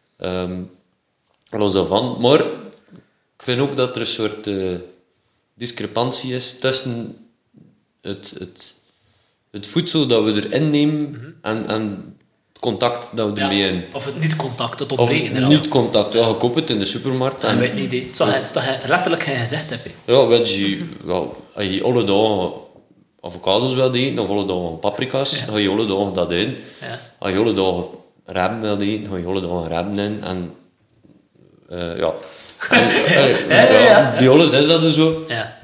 Los daarvan. Maar ik vind ook dat er een soort discrepantie is tussen het voedsel dat we erin nemen en het contact dat we ermee in. Of het niet-contact, het Of ontbreken. niet contact. Ja, je koopt het in de supermarkt. Dat weet niet. Het is toch letterlijk geen gezegd heb je. Ja, weet je, als je alle dagen avocados wil eten, of alle dagen paprika's, ga je alle dagen dat in. Ja. Als je alle dagen reben wil eten, ga je alle dagen reben in. En ja. Bij alles is dat dus zo. Ja.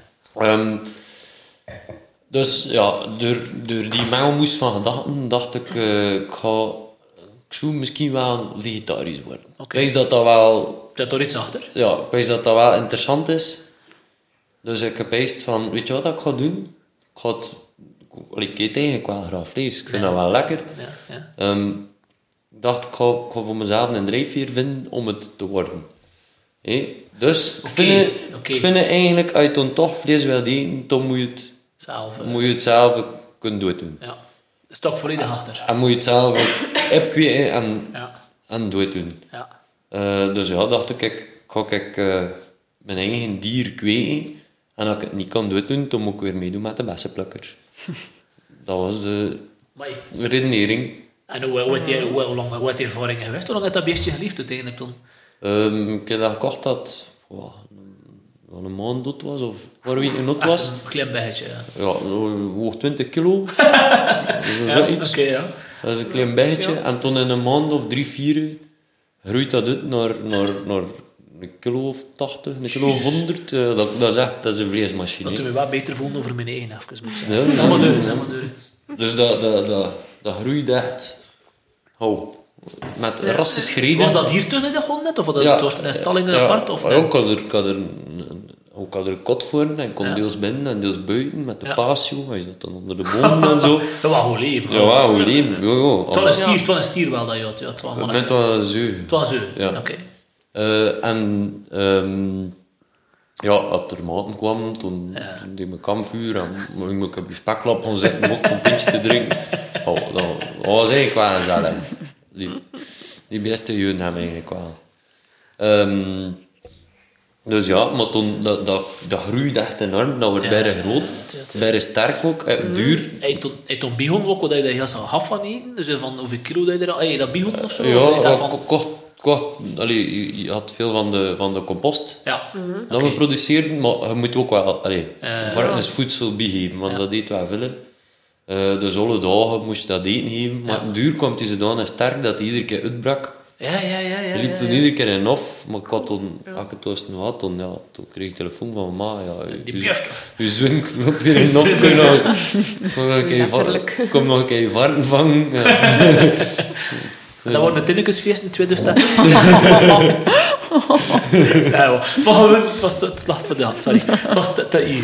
Dus ja, door die mengelmoes van gedachten dacht ik, ik zou misschien wel vegetarisch worden. Oké. Ik weet dat dat wel... Zet er iets achter. Ja, ik weet dat dat wel interessant is. Dus ik heb eerst van, weet je wat ik ga doen? Ik eet eigenlijk wel graag vlees. Ik vind dat wel lekker. Ja. Ik dacht, ik ga voor mezelf een drijfveer vinden om het te worden. Dus ik vind het eigenlijk, als je dan toch vlees wil eten, dan moet je het zelf kunnen doen. Ja. Stok volledig achter. En moet je het zelf opkweken en doen. Ja. Dus ja, dacht ik ga mijn eigen dier kweken. En als ik het niet kan doen, dan moet ik weer meedoen met de bessenplukkers. Dat was de redenering. En hoe heb je ervaring geweest? Hoe lang heb dat beestje geliefd uiteindelijk toen? Ik heb dat gekocht dat wel een maand dood was, of waar wie een dood was. Een klein beetje, ja. Ja, hoog 20 kilo. Zoiets. Oké, ja. Dat is een klein beetje. En toen in een maand of 3-4 groeit dat uit naar een kilo of 80, een kilo of 100. Dat is een vleesmachine. Dat doe je wel beter voelen over mijn eigen even, moet ik zeggen. Ja, Dat is helemaal duur. Dus dat groeit echt. Met rassen schreden. Was dat hier tussen de grond net? Of was het een stallingen apart? Of ik had er een kot voor en ik kon deels binnen en deels buiten met de patio. Hij zat dan onder de bomen en zo. Dat was goed leven. Ja, goed leven. Het was een stier wel dat je had. Ja, het was een zeu. Het was een zeu, oké. Als er maten kwam, toen deed mijn kampvuur en ik op je speklap gaan zitten om een pintje te drinken. Dat was eigenlijk wel gezellig. Die beste jeugd hebben eigenlijk wel. Dus ja, maar toen, dat groeide echt enorm, dat wordt bijna groot, bijna sterk ook, duur. Hij toen biegon ook, wat je daar heel snel gaf van eten, dus van hoeveel kilo dat je er had je dat biegon of zo? Je had veel van de compost dat we produceren, maar je moet ook wel varkensvoedsel bijgeven, want dat deed wel veel. Dus alle dagen moest je dat eten geven, maar duur kwam hij zodanig sterk dat hij iedere keer uitbrak. Je liep toen iedere keer in of, maar ik had toen, als ik het was nog had, toen kreeg ik telefoon van mama, je zwink loopt weer in of, kom nog een keer je varken vangen. Dat wordt een Tinnikusfeest in 2010. Het was het slag voor de hand, sorry. Het was te easy.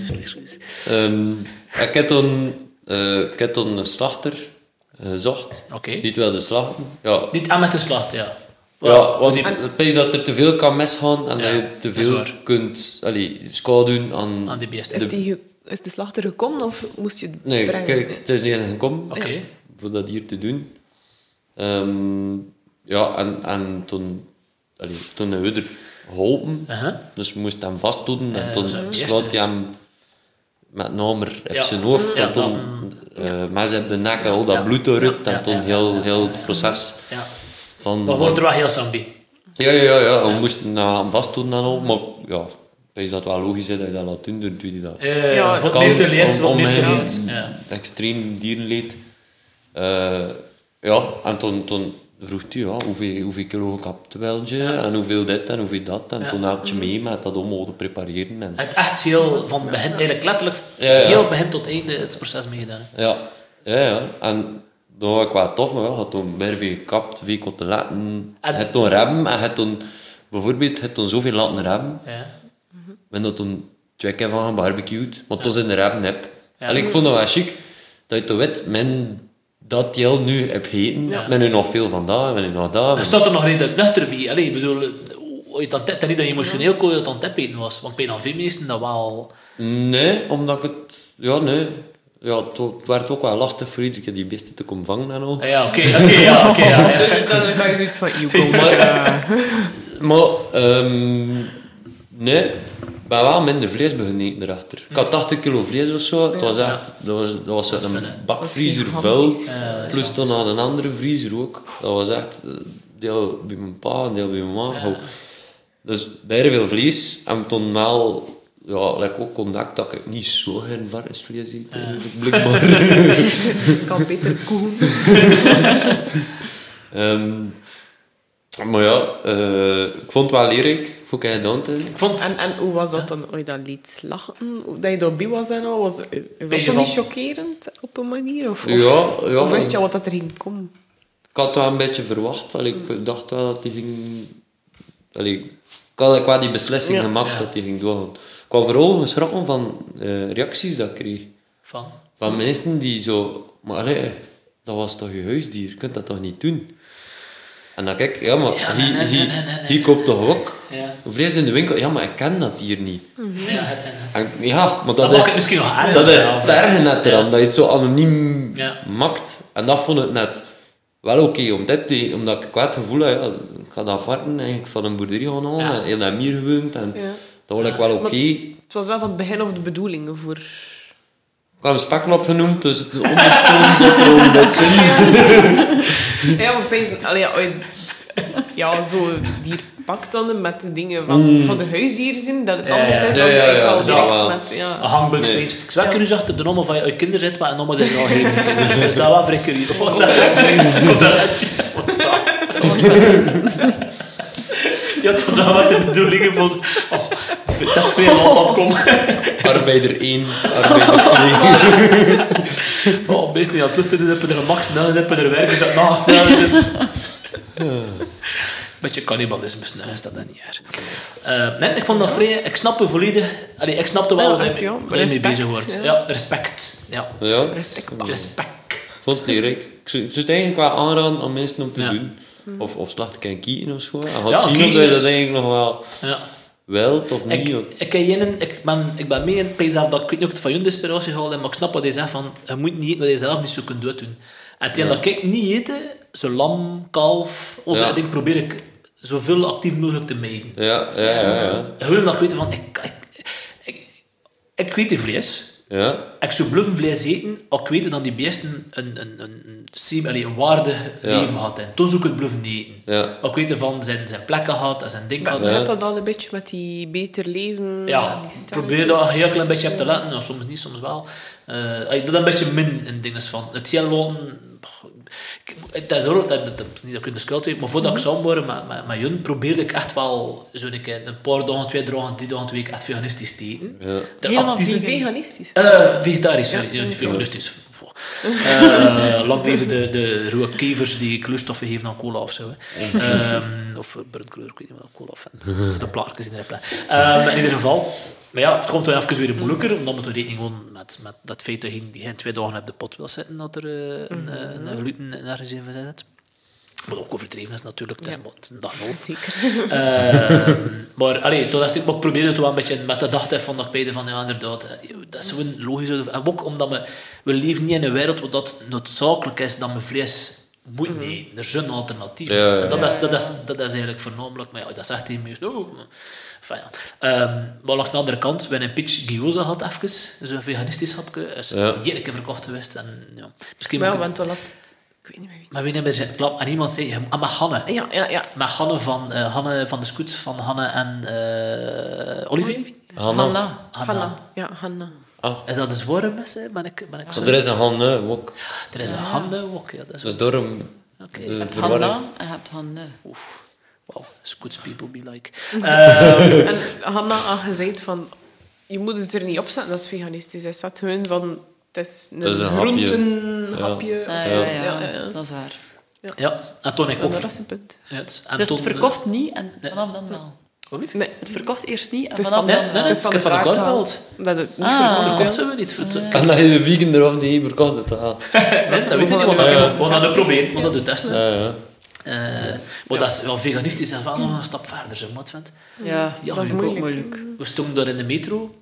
Ik heb toen een slachter gezocht. Oké. Die wilde slachten. Ja. Niet aan met de slacht, ja. Ja, want ik denk dat er te veel kan misgaan en dat je te veel kunt schade doen aan die beesten. Is de slachter gekomen of moest je het Nee, brengen? kijk, het is niet gekomen voor dat hier te doen. En toen hebben we er geholpen. Dus we moesten hem vastdoen en toen sloot hij hem met een hamer op zijn hoofd. En toen mes op de nek en al dat bloed eruit. En toen heel het proces van... Maar wordt er wel heel sambi. Ja, we moesten hem vastdoen en al. Maar ja, is dat wel logisch dat je dat laat doen, dan doe je dat. Voor het meeste leed. Extreem dierenleed. En toen vroeg hij, hoeveel kilo gekapt wil je, en hoeveel dit en hoeveel dat. En toen help je mee met dat om te prepareren. En... Het echt heel van begin, eigenlijk letterlijk heel begin tot einde het proces meegedaan. Ja. En dat was ik wel tof, je had toen bijna veel gekapt, veel koteletten. Je had toen remmen en je had toen bijvoorbeeld zoveel laten remmen. We hebben toen 2 keer van gebarbecued, want toen zijn de remmen heb. En ik vond dat wel chic, dat je toen weet, dat je al nu hebt gegeten, men nu nog veel van dat, men nu nog dat. Er staat er nog redelijk nuchter bij. Allee, ik bedoel, het niet dat je emotioneel kon je het aan het eten was, want bij dan veel meesten dat wel... Nee, omdat ik het... Ja, nee. Ja, het werd ook wel lastig voor iedere keer die beesten te komen vangen en al. Oké. Dus dan kan je zoiets van, Maar, nee, ben wel minder vlees beginnen eten erachter. Ik had 80 kilo vlees of zo. Het was echt, dat was is een fun, hè. bakvriezer Dat is vuil. gigantisch. Plus dan had een andere vriezer ook. Dat was echt deel bij mijn pa en deel bij mijn ma. Dus bijna veel vlees. En toen wel, ja, like ook ontdekt dat ik niet zo geen varkensvlees eet. eigenlijk, blijkbaar. Ik kan beter koen. Maar ja, ik vond het wel leerrijk. Vond ik gedaan te. Ik vond... En hoe was dat dan? Hoe je dat liet lachen? Dat je daarbij was en al? Is dat Beetje zo niet van- chockerend op een manier? Of Ja, of wist je wat dat er ging komen? ik had wel een beetje verwacht. Allee, ik dacht wel dat die ging... Allee, ik had wel die beslissing Ja. gemaakt dat die ging doorgaan. Ik was vooral geschrokken van reacties dat ik kreeg. Van mensen die zo... Maar allee, dat was toch je huisdier? Je kunt dat toch niet doen? En dan kijk, ja, maar Ja, hier nee. koopt toch ook Ja. vlees in de winkel? Ja, maar ik ken dat hier niet. Ja, het zijn... En, ja, maar Dat dat maakt het is... misschien nog erger. Dat is zelf, het hè. erge net eraan, Ja. dat je het zo anoniem Ja. maakt. En dat vond ik net wel oké, omdat ik wel het gevoel had, ja, ik ga dat varken eigenlijk van een boerderij gaan halen, Ja. en heel dat mier gewoond, en Ja. dat vond ik wel oké. Het was wel van het begin of de bedoeling voor... Ik had hem spekklap genoemd, dus de ondertoon zat er een beetje in. Ja, maar opeens... Allee, ja, zo dier pakt dan met de dingen van de huisdieren zijn, dat het Ja, anders ja. is dan Ja, dat je het ja, al ja. direct Ja, wel. met... Ja. Een hangbugs, Nee. weet je. Ik zwekker u zegt de nommel van je kinder zit, maar een nommel is al geen kinders. Dus dat wel vrij curieus. Wat zeg Ja, het was wel met de bedoelingen van... Oh, dat is veel wat dat komt. Arbeider 1, arbeider 2. Oh, meestal niet aan het toesturen, heb je er een max snel, heb je er werken, zet naast snel. Het is... Beetje cannibalisme snel is dat dan niet erg. Nee, ik vond dat vrij... Ik snap het volledig... Allee, ik snapte wel Ja, waar ja, je mee respect, bezig wordt. ja. Ja, respect. Ja. Ja, Respect. ik vond het leerrijk. Ik zou het eigenlijk wel aanraden aan mensen om te Ja. doen. Of slacht ik een kieten of zo. En Ja, gaat zien of kieten je dat is- eigenlijk nog wel Ja. wilt of niet. Ik ben mee in het zelf dat ik weet niet of ik het van jullie inspiratie gehaald heb, maar ik snap wat hij zegt van je moet niet eten wat je zelf niet zo kunt doen. En hetgeen dat ik niet eten, zo lam, kalf, Ja. ding probeer ik zoveel actief mogelijk te mijden. Ja. Gewoon omdat ik weet van ik weet die vlees. Ja, Ik zou bluffen vlees eten, als ik weet dat die beesten een waardig leven had. En toen zou ik het bluffen eten. ja. Als ik weet van zijn plekken had en zijn ding had. Maar gaat dat al een beetje met die beter leven? Ja, en die ik probeer dat een heel klein beetje op te letten. Nou, soms niet, soms wel. Dat een beetje min in dingen van. Het heel laten... Het is ook, niet dat ik in de schuld heb, maar voordat ik samenwoorde met Jun, probeerde ik echt wel zo'n keer een paar dagen, 2 dagen, 3 dagen, 2 weken echt veganistisch te eten. Ja. De Helemaal actieve- veganistisch. Vegetarisch, sorry. Ja, niet veganistisch. Lang leven de rode kevers die kleurstoffen geven aan cola of zo. Hè. Of bruinkleur, ik weet niet wat cola of of de plaatjes in de repla. In ieder geval. Maar ja, het komt dan even weer moeilijker, omdat we toch rekening gewoon met dat feit dat je geen 2 dagen op de pot wil zitten, dat er een gluten ergens in zit. Wat ook overdreven is natuurlijk, het is maar een dag nog. Zeker. Maar allee, toen dacht ik, maar ik probeerde het wel een beetje met de dacht van dat ik beide van, ja, inderdaad, dat is gewoon logisch. En ook omdat we leven niet in een wereld waar dat noodzakelijk is dat we vlees moeten eten. Er zijn alternatieven. Ja, ja, En dat is eigenlijk voornamelijk, maar ja, dat zegt hij meest. Oh, enfin, ja. Maar langs de andere kant, we hebben een pitch gyoza gehad, even, zo'n veganistisch hapje. Is Ja. een keer verkocht geweest. En, ja, misschien Maar ja, moet- want toen had... Ik weet niet meer wie. maar we hebben er zitten klap en iemand zei, met Hanne. Ja. Met Hanne van de Scoots, van Hanne en Olivier. Hanna. Hanna. Ja, Hanna. Is dat een zware mes? Ben ik zo? Er is een Hanne ook. Er is een Hanne ook, ja. Dat is Dus door hem Oké. de Je hebt verwarring. Hanna en je hebt Hanne. Wow, Scoots people be like. En Hanna had gezegd van... Je moet het er niet op zetten dat het veganistisch is. Dat gewoon van... Het is een, is een hapje. groentenhapje. Ah, of ja, zo. ja, dat is waar. Ja, en toen ik En ook... dat is een punt. En Dus toen- het verkocht niet en vanaf dan wel. Olivier? Nee, Het verkocht eerst niet en het is vanaf van, Nee, dan nee, wel. nee. het is van Ik de heb van de kaart kaart gehaald. gehaald. Dat het niet Ah. verkocht Verkocht is. zijn we niet. En dat je de vegan er of niet verkocht het. Nee, dat weet ik niet, want we gaan dat proberen. We gaan dat testen. Ja. Maar dat is wel veganistisch en wel nog een stap verder, zeg maar. Vindt. Ja, Ja, dat is vind ik ook ook moeilijk. We stonden daar in de metro,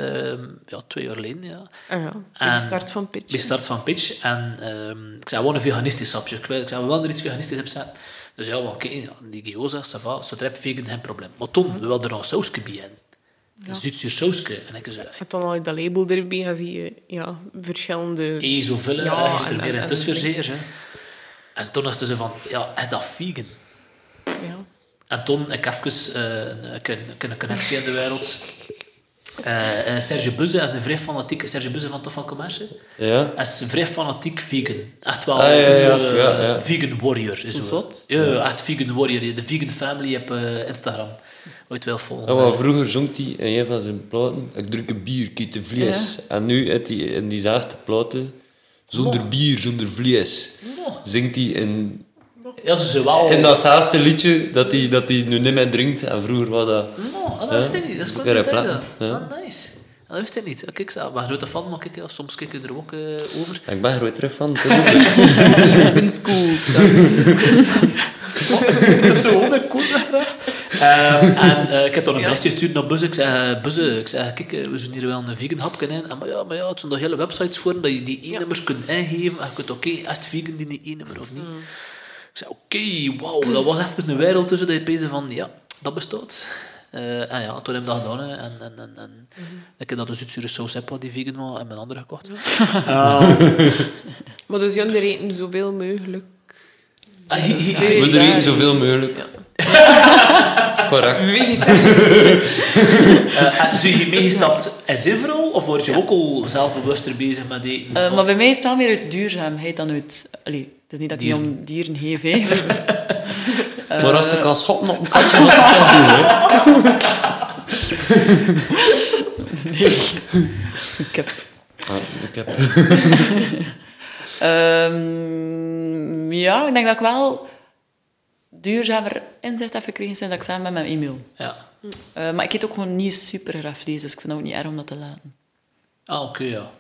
2 jaar geleden, ja. Ah ja, bij de En- start van pitch. Bij start van pitch. En ik zei, gewoon een veganistisch sapje. Ik zei, we willen er iets veganistisch op zetten. Dus ja, oké, die gyoza, ça va, zo trap vegan, geen probleem. Maar toen, we wilden er nog een sausje bij in. Een zoetzuur sausje. En ik zo... En dan al dat label erbij en zie je verschillende... Zoveel, Ja, je zit er en- meer in en- tussen verzekerd, hè. En toen was het zo van, ja, is dat vegan? Ja. En toen ik even een connectie in de wereld. Serge Buze is een vrij fanatiek... Serge Buze van Tof van Commerce. Ja. Hij is een vrij fanatiek vegan. Echt wel Ja. vegan warrior. Is Zo zot? Ja, echt vegan warrior. De vegan family op Instagram. Ooit wel volgen. Ja, maar vroeger zong hij in een van zijn platen: ik drink een bier, kiet de vlees. En nu heeft hij in die zaaste platen: zonder bier, zonder vlees. Zingt hij in Ja, ze zijn wel... in dat zaaste liedje dat hij nu niet meer drinkt. En vroeger was dat... Dat wist ik niet. Dat is Dat gewoon is niet weer uit. een Ah, nice. Dat wist ik niet. Kijk, ik ben een grote fan, maar kijk, soms kijk ik er ook over. Ik ben groter fan. Dat is ook leuk. Ik ben school. Dat is zo cool. En ik heb dan een berichtje gestuurd naar Buzze. Ik zeg, kijk, we zijn hier wel een vegan hapje in. En, maar ja, het zijn nog hele websites voor dat je die e-nummers kunt ingeven. En je kunt, oké, is het vegan die e-nummer of niet? Ik zei, oké, wauw, dat was even een wereld tussen dat je pezen van, ja, dat bestaat. En ja, toen heb ik dat gedaan. Hè. En ik heb dat dus Zuudzure saus heb, wat die vegan was, en mijn andere gekocht. Maar dus jullie eten zoveel mogelijk. We drinken zoveel mogelijk. Correct. Zijn je meegestapt in Zeverol, of word je ook al zelfbewuster bezig met eten? Maar bij mij is het wel meer uit duurzaamheid dan uit... Allee, het is niet dat ik niet om dieren geef, hè. Maar als ze kan schoppen op een katje, dan ze kan doen, hè. Nee. Ik heb... Ik heb... Ja, ik denk dat ik wel duurzamer inzicht heb gekregen sinds dat ik samen met mijn e-mail. Ja. Maar ik eet ook gewoon niet super graag vlees, dus ik vind het ook niet erg om dat te laten. Ah, oké, ja.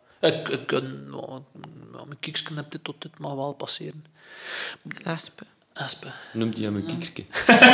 Mijn kiksken heb dit tot dit mag wel passeren. Aspen. Aspen. Noemt hij hem een kiekske.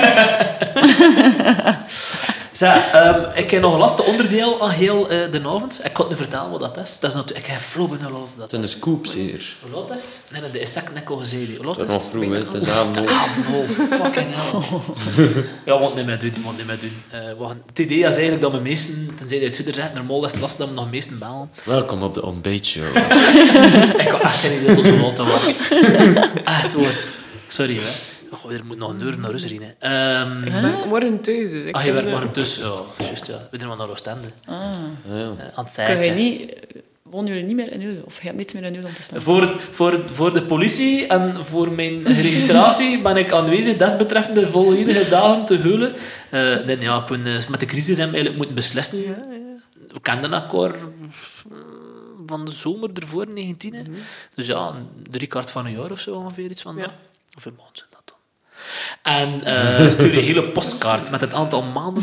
Ik heb nog een laatste onderdeel aan heel de avond. Ik kan het nu vertellen wat dat is. Dat is natuurlijk... Ik heb flauw bij wat dat Het is een is. scoop, zeer. Hoe laat is het? Nee, de insect net al gezegd. Hoe laat Het is is nog het? vroeg, hè. Het is avond. Fucking hell. Ja, wat niet meer doen. Het idee is eigenlijk dat we meesten, tenzij je het goed zegt, normaal is het lastig dat we nog meesten bellen. Welkom op de ontbijtshow. Ik had echt geen idee dat het zo laat te worden. Echt hoor. Sorry, hè. Goh, er moet nog een uur naar rust erin. Ik ben morgen thuis, dus ik Je kan, werkt maar tussen. Ja, juist, ja. We doen maar naar Oostende. Ja. Aan het Kun je zijtje. niet... Wonen jullie niet meer in Ulen? Of je hebt niets meer in Ulen om te staan? Voor de politie en voor mijn registratie ben ik aanwezig, desbetreffende volledige dagen te huilen. Nee, ja, met de crisis hebben we eigenlijk moeten beslissen. We kenden elkaar van de zomer ervoor, 19. Hè. Dus ja, de Ricard van een jaar of zo ongeveer, iets van dat. Of een maand zijn dat dan. En stuurde een hele postkaart met het aantal maanden...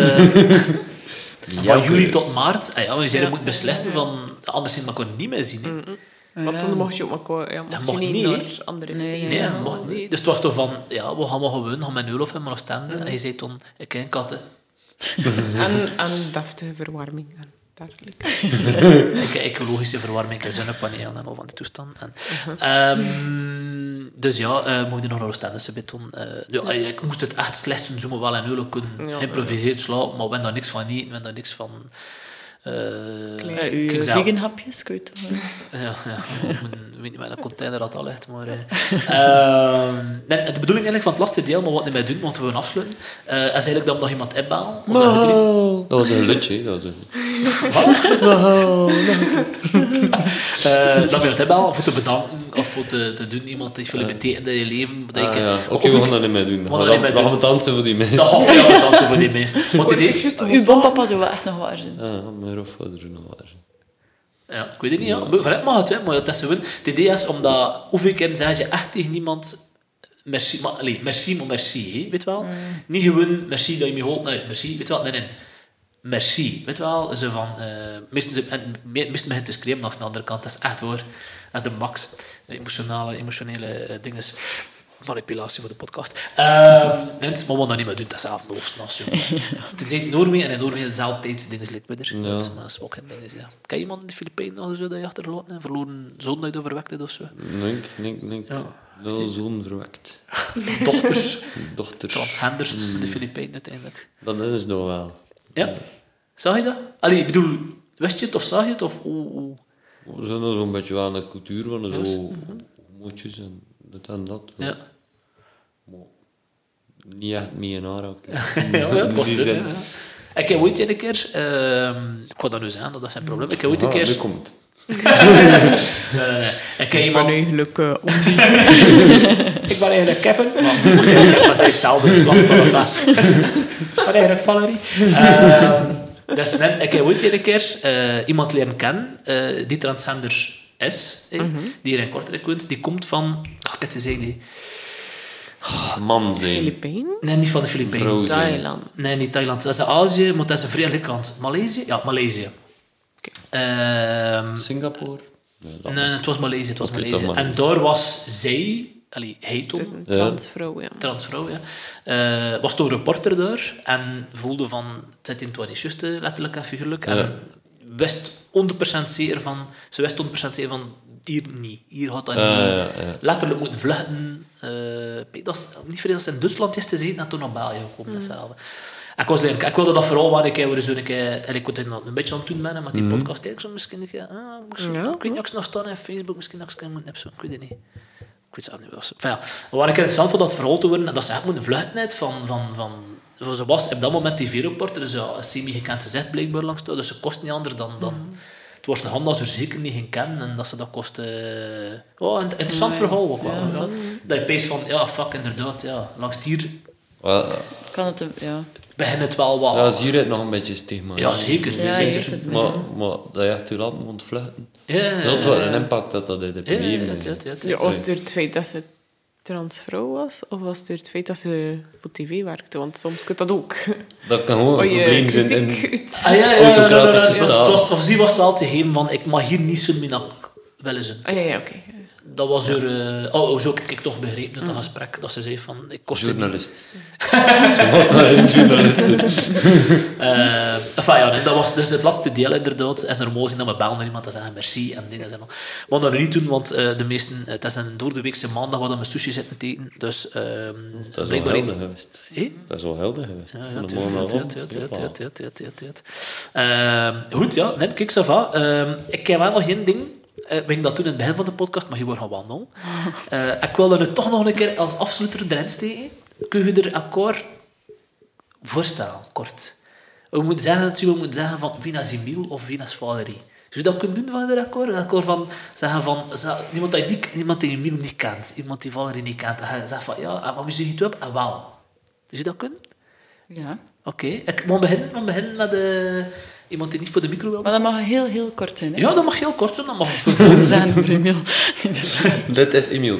van juli tot maart. We zijn moeten beslissen van... Anders zijn we elkaar niet meer zien. Hè. Want dan mocht je ook elkaar... Ja, Dat mocht je mag niet niet, naar andere Nee, steden. Nee, gaan. dat mag niet. Dus het was toch van... Ja, we gaan maar gewoon. Gaan met nul of in Oostende. En je zei toen... Ik ken katten. En deftige verwarming en dergelijke. Ik heb ecologische verwarming. Ik heb zonnepanelen en al van die toestand. Dus ja, we moeten nog naar Oostende beton. Ik moest het echt slecht doen. Zo maar wel in euro kunnen improviseerd slapen. Maar we hebben daar niks van eten. We hebben daar niks van... Uw vegan hapjes, kun je toch... Ja. Ik weet niet met een container dat al ligt, maar... nee, de bedoeling eigenlijk van het laatste deel, maar wat niet meer doen, want we gaan afsluiten, is eigenlijk dat we nog iemand inbellen. Dat was een gelutje, hè. Dat was een... Dat we het inbellen voor te bedanken, of voor te doen, iemand die veel betekent in je leven. Oké, we gaan dat niet meer doen. We gaan dansen voor die mensen. Dat gaat veel dansen voor die mensen. Wat idee? Uw bompapa zou wel echt nog waar zijn. Ja, mijn roofvader zou nog waar zijn. Ja, ik weet het niet, ja. Vanuit mag het, hè, maar het is gewoon... Het idee is omdat... Hoeveel keer zeg je echt tegen niemand... Merci, maar merci, hè, weet wel? Niet gewoon merci dat je me geholpen hebt, merci, weet wel? Nee. Merci, weet wel? Zo van... Meestal begint te schreeuwen langs de andere kant, dat is echt hoor. Dat is de max. Emotionele dingen. Manipulatie voor de podcast. Mensen, maar wat dat niet meer doen, dat is zelf hoofdnacht. Tenzij het Noorwegen, en in Noorwegen dezelfde tijd dingen lijkt me er. Ja. Dat is ook geen ding. Ja. Ken je iemand in de Filipijnen nog zo dat je achtergelaten hebt? Verloren zoon dat je overwekt hebt of zo? Nee. Wel zo'n verwekt. Dochters, Dochters. transgenders in de Filipijnen uiteindelijk. Dat is nog wel. Ja? Zag je dat? Allee, ik bedoel, wist je het of zag je het? Of, We zijn er zo'n beetje aan de cultuur van Juist. zo moedjes en dit en dat. Ja. Maar niet echt mee in aanraking. Ja, dat In kost die het. zin. Ja. Ik heb ooit een keer... ik wou dat nu zeggen, dat is geen probleem. Ik heb ooit een Ah, keer... nu komt. Nee. Ik heb Ik iemand... ben eigenlijk... Ik ben eigenlijk Kevin. Maar ik was hetzelfde slag. Ik ben eigenlijk Valerie. Dus net, ik heb ooit een keer iemand leren kennen die transgender is. Die hier in Kortrijk woont. Die komt van... ik heb het gezegd. Man zijn. Filipijn? Nee, niet van de Filipijnen. Vrouw zijn. Thailand. Nee, niet Thailand. Dat is Azië, maar dat is een Verenigd land. Maleisië? Ja, Maleisië. Singapore? Nee, dat Nee, het was Maleisië. Het was Oké, Maleisië. dat En mag. daar was zij... Allee, hij Het toen... is een transvrouw, ja. transvrouw, ja. Was toch reporter daar en voelde van, het zit in het niet juist, letterlijk en figuurlijk. Ja. En wist 100% zeker van, ze wist 100% zeker van, hier niet. Hier gaat dat niet. ja. Letterlijk moeten vluchten. Dat is niet veel als in Duitsland is te zien en toen naar België gekomen. Hetzelfde. Ik wilde dat vooral waar ik zo'n keer... En ik wil het een beetje aan het doen ben, met die podcast. Ik zo misschien een keer... Ja, ik weet niet of ik nog staan in Facebook. Misschien dat ik het moet hebben. Ik weet het niet. Ik weet het zelf niet wel. Enfin, ja. Maar waar ik interessant vond dat verhaal te worden, dat ze echt moeten vluchten uit van ze was op dat moment tv-reporter, dus ja, een semi-gekend gezicht blijkbaar langs toe, dus ze kost niet anders dan het was een hand dat ze zeker niet ging kennen en dat ze dat kost... een interessant verhaal ook wel. Ja. Dat je peest van, ja, fuck, inderdaad, ja, langs hier Wel, Kan het... Ja. begint het wel wat... ja, zie je het nog een beetje stigma. Ja, zeker. Ja, zeker. je weet het. Maar dat je echt je land moet vluchten. Ja, Dat had wel een impact dat in de première... Ja, was het door het feit dat ze transvrouw was? Of was het door het feit dat ze voor tv werkte? Want soms kan dat ook. Dat kan gewoon een Oh, je probleem zijn in... kritiek uit. ja, Autocratische het staat. was voor sie was het wel te geven van, ik mag hier niet zo minak willen zijn. Ah ja, oké. Dat was er... zo heb ik toch begrepen uit dat gesprek, dat ze zei van... Ik kost het niet. Journalist. Ze had dat een journalist. Enfin ja, nee, dat was dus het laatste deel inderdaad. Het is normaal zien dat we bellen naar iemand te zeggen merci en dingen en al. Maar dat niet doen, want de meesten... Het is een doordeweekse maandag waar we sushi zitten te eten. Dus Dat is wel blijkbaar... helder geweest. Dat is wel helder geweest. Van de maandagavond. Goed, ja. Net, kijk, ça va. Ik heb wel nog één ding. We gingen dat doen in het begin van de podcast, maar je wordt gaan wandelen. Ik wilde het toch nog een keer als afsluiter erin steken. Kun je er akkoord voorstellen, kort? We moeten zeggen van wie is Emile of wie is Valerie. Zou je dat kunnen doen van de akkoord? Een akkoord van zeggen van iemand die Emile niet kent, iemand die Valerie niet kent. En je zegt van ja, maar wie zeg je het op? En wel. Zou je dat kunnen? Ja. Oké. Ik moet beginnen met iemand die niet voor de micro wil. Maar dat mag heel, heel kort zijn. Hè? Ja, dat mag heel kort zijn. Dat mag Voor zijn voor Emile. Dit is Emiel.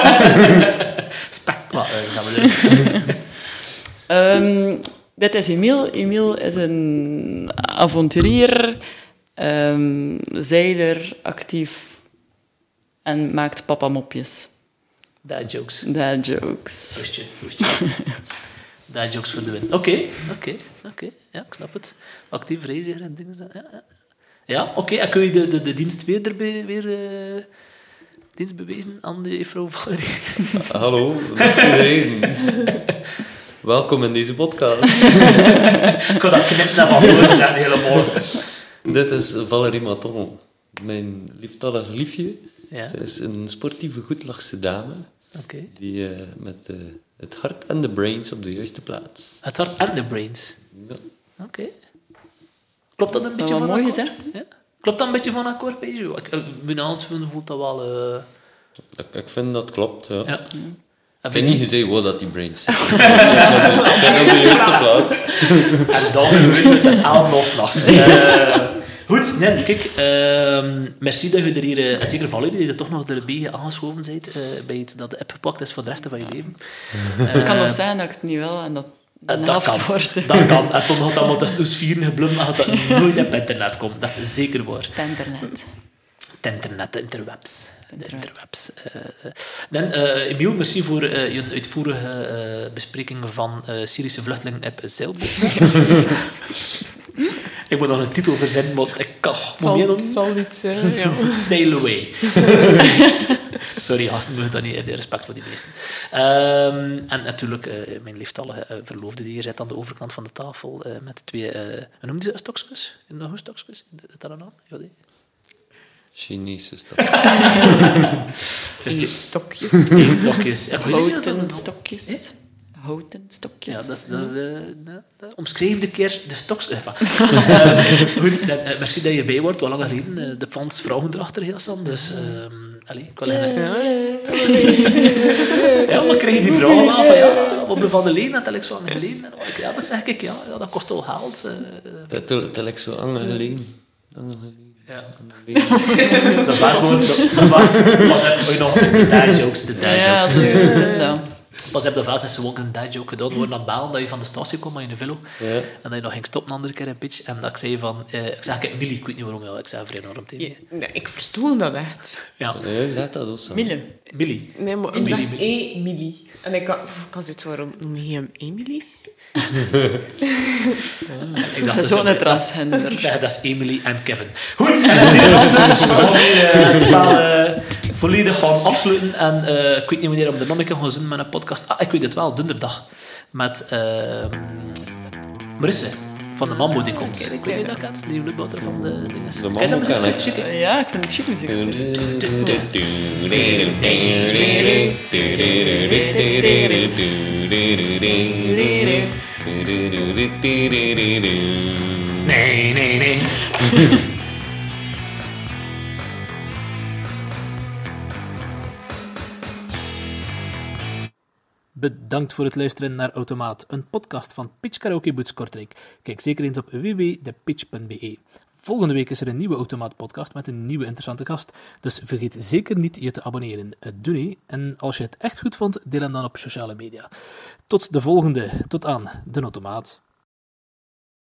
spek. Maar, gaan we doen. Dit is Emile. Emile is een avonturier, zeiler, actief en maakt papamopjes. Dad jokes. Dad jokes. Hoestje. Dad jokes voor de win. Oké. Ja, ik snap het. Actief reiziger en dingen. Ja, oké. En kun je de dienst weer dienst bewijzen aan de juffrouw Valerie? Hallo, dag iedereen. Welkom in deze podcast. Ik kan dat knippen naar van voren zeggen, helemaal. Dit is Valerie Maton, mijn lieftallig liefje. Ja. Zij is een sportieve, goedlachse dame Oké. die met het hart en de brains op de juiste plaats. Het hart en de brains. Ja. Oké. Klopt dat een beetje wel van mooi akkoord? gezegd. Ja? Klopt dat een beetje van akkoord bij jou? Mijn hand voelt dat wel... Ik vind dat klopt, ja. ja. Ik heb niet gezegd waar dat die brains zijn. Zijn op de juiste plaats. En dan weet je, dat is 11 nachts. Goed, nee, kijk. Merci dat je er hier... en zeker Valerie, dat je er toch nog erbij aangeschoven bent bij het dat de app gepakt is voor de rest van je leven. Het kan nog zijn dat ik het niet wil en dat de helft wordt. Dat kan. En toch nog dat maar tussen ons vieren gebloemd, dat dat nooit op internet komt. Dat is zeker waar. Het internet. Het internet, de interwebs. Emiel, merci voor je uitvoerige bespreking van Syrische vluchtelingen-app Zeilboot. Ik moet nog een titel verzinnen, maar ik kan... Het zal niet zijn, ja. Sail away. Sorry, gasten, we moeten dat niet in respect voor die beesten. En natuurlijk, mijn lieftallige verloofde die hier zit aan de overkant van de tafel met 2, hoe noemde ze stokjes? Nog een stokjes? Is dat een naam? Ja, die. Chinese stad. Stokjes. Stokjes. Ja, Houten stokjes. Houten stokjes. Ja, dat is omschreef de keer de stoks. Goed, merci dat je bij wordt. Wat lang geleden. De fans vragen erachter heel Sam. Dus, ik wil ja, maar kreeg je die vragen wel van, ja, wat bleef van de leen, dat zo lang geleden. Ja, dan zeg ik, ja, dat kost al geld. Dat lijkt zo lang geleden. Ja. Dat was nog de dad jokes. Ja, zo is het dan. Pas op de vaas is ze ook een dad joke gedaan. We worden aan het balen dat je van de station komt met je velo. Ja. En dat je nog ging stoppen een andere keer in pitch. En dat ik zei van... ik zeg, Millie, ik weet niet waarom. Ja, ik zei vrij enorm tegen je. Nee, ik verstoel dat echt. Ja. Nee, zeg dat ook zo. Millie. Nee, maar ik zeg Emily. En ik had zoiets, waarom noem je hem Emily? Ik dacht, dat is zo'n transgender. Ik zeg, dat is Emily en Kevin. Goed, en dit afsluiten. We gaan hier het spel volledig gaan afsluiten. En ik weet niet wanneer we de Nonneke gaan zien met een podcast. Ik weet het wel, donderdag. Met Marisse van de Mambo die komt. Ik weet niet dat kent, die luchtbouter van de dingen. De Mambo ken ik. Ja, ik vind het chic muziek. Nee. Bedankt voor het luisteren naar Automaat, een podcast van Pitch Karaoke Boots Kortrijk. Kijk zeker eens op www.depitch.be. Volgende week is er een nieuwe Automaat-podcast met een nieuwe interessante gast, dus vergeet zeker niet je te abonneren. Doe niet. En als je het echt goed vond, deel hem dan op sociale media. Tot de volgende. Tot aan de Automaat.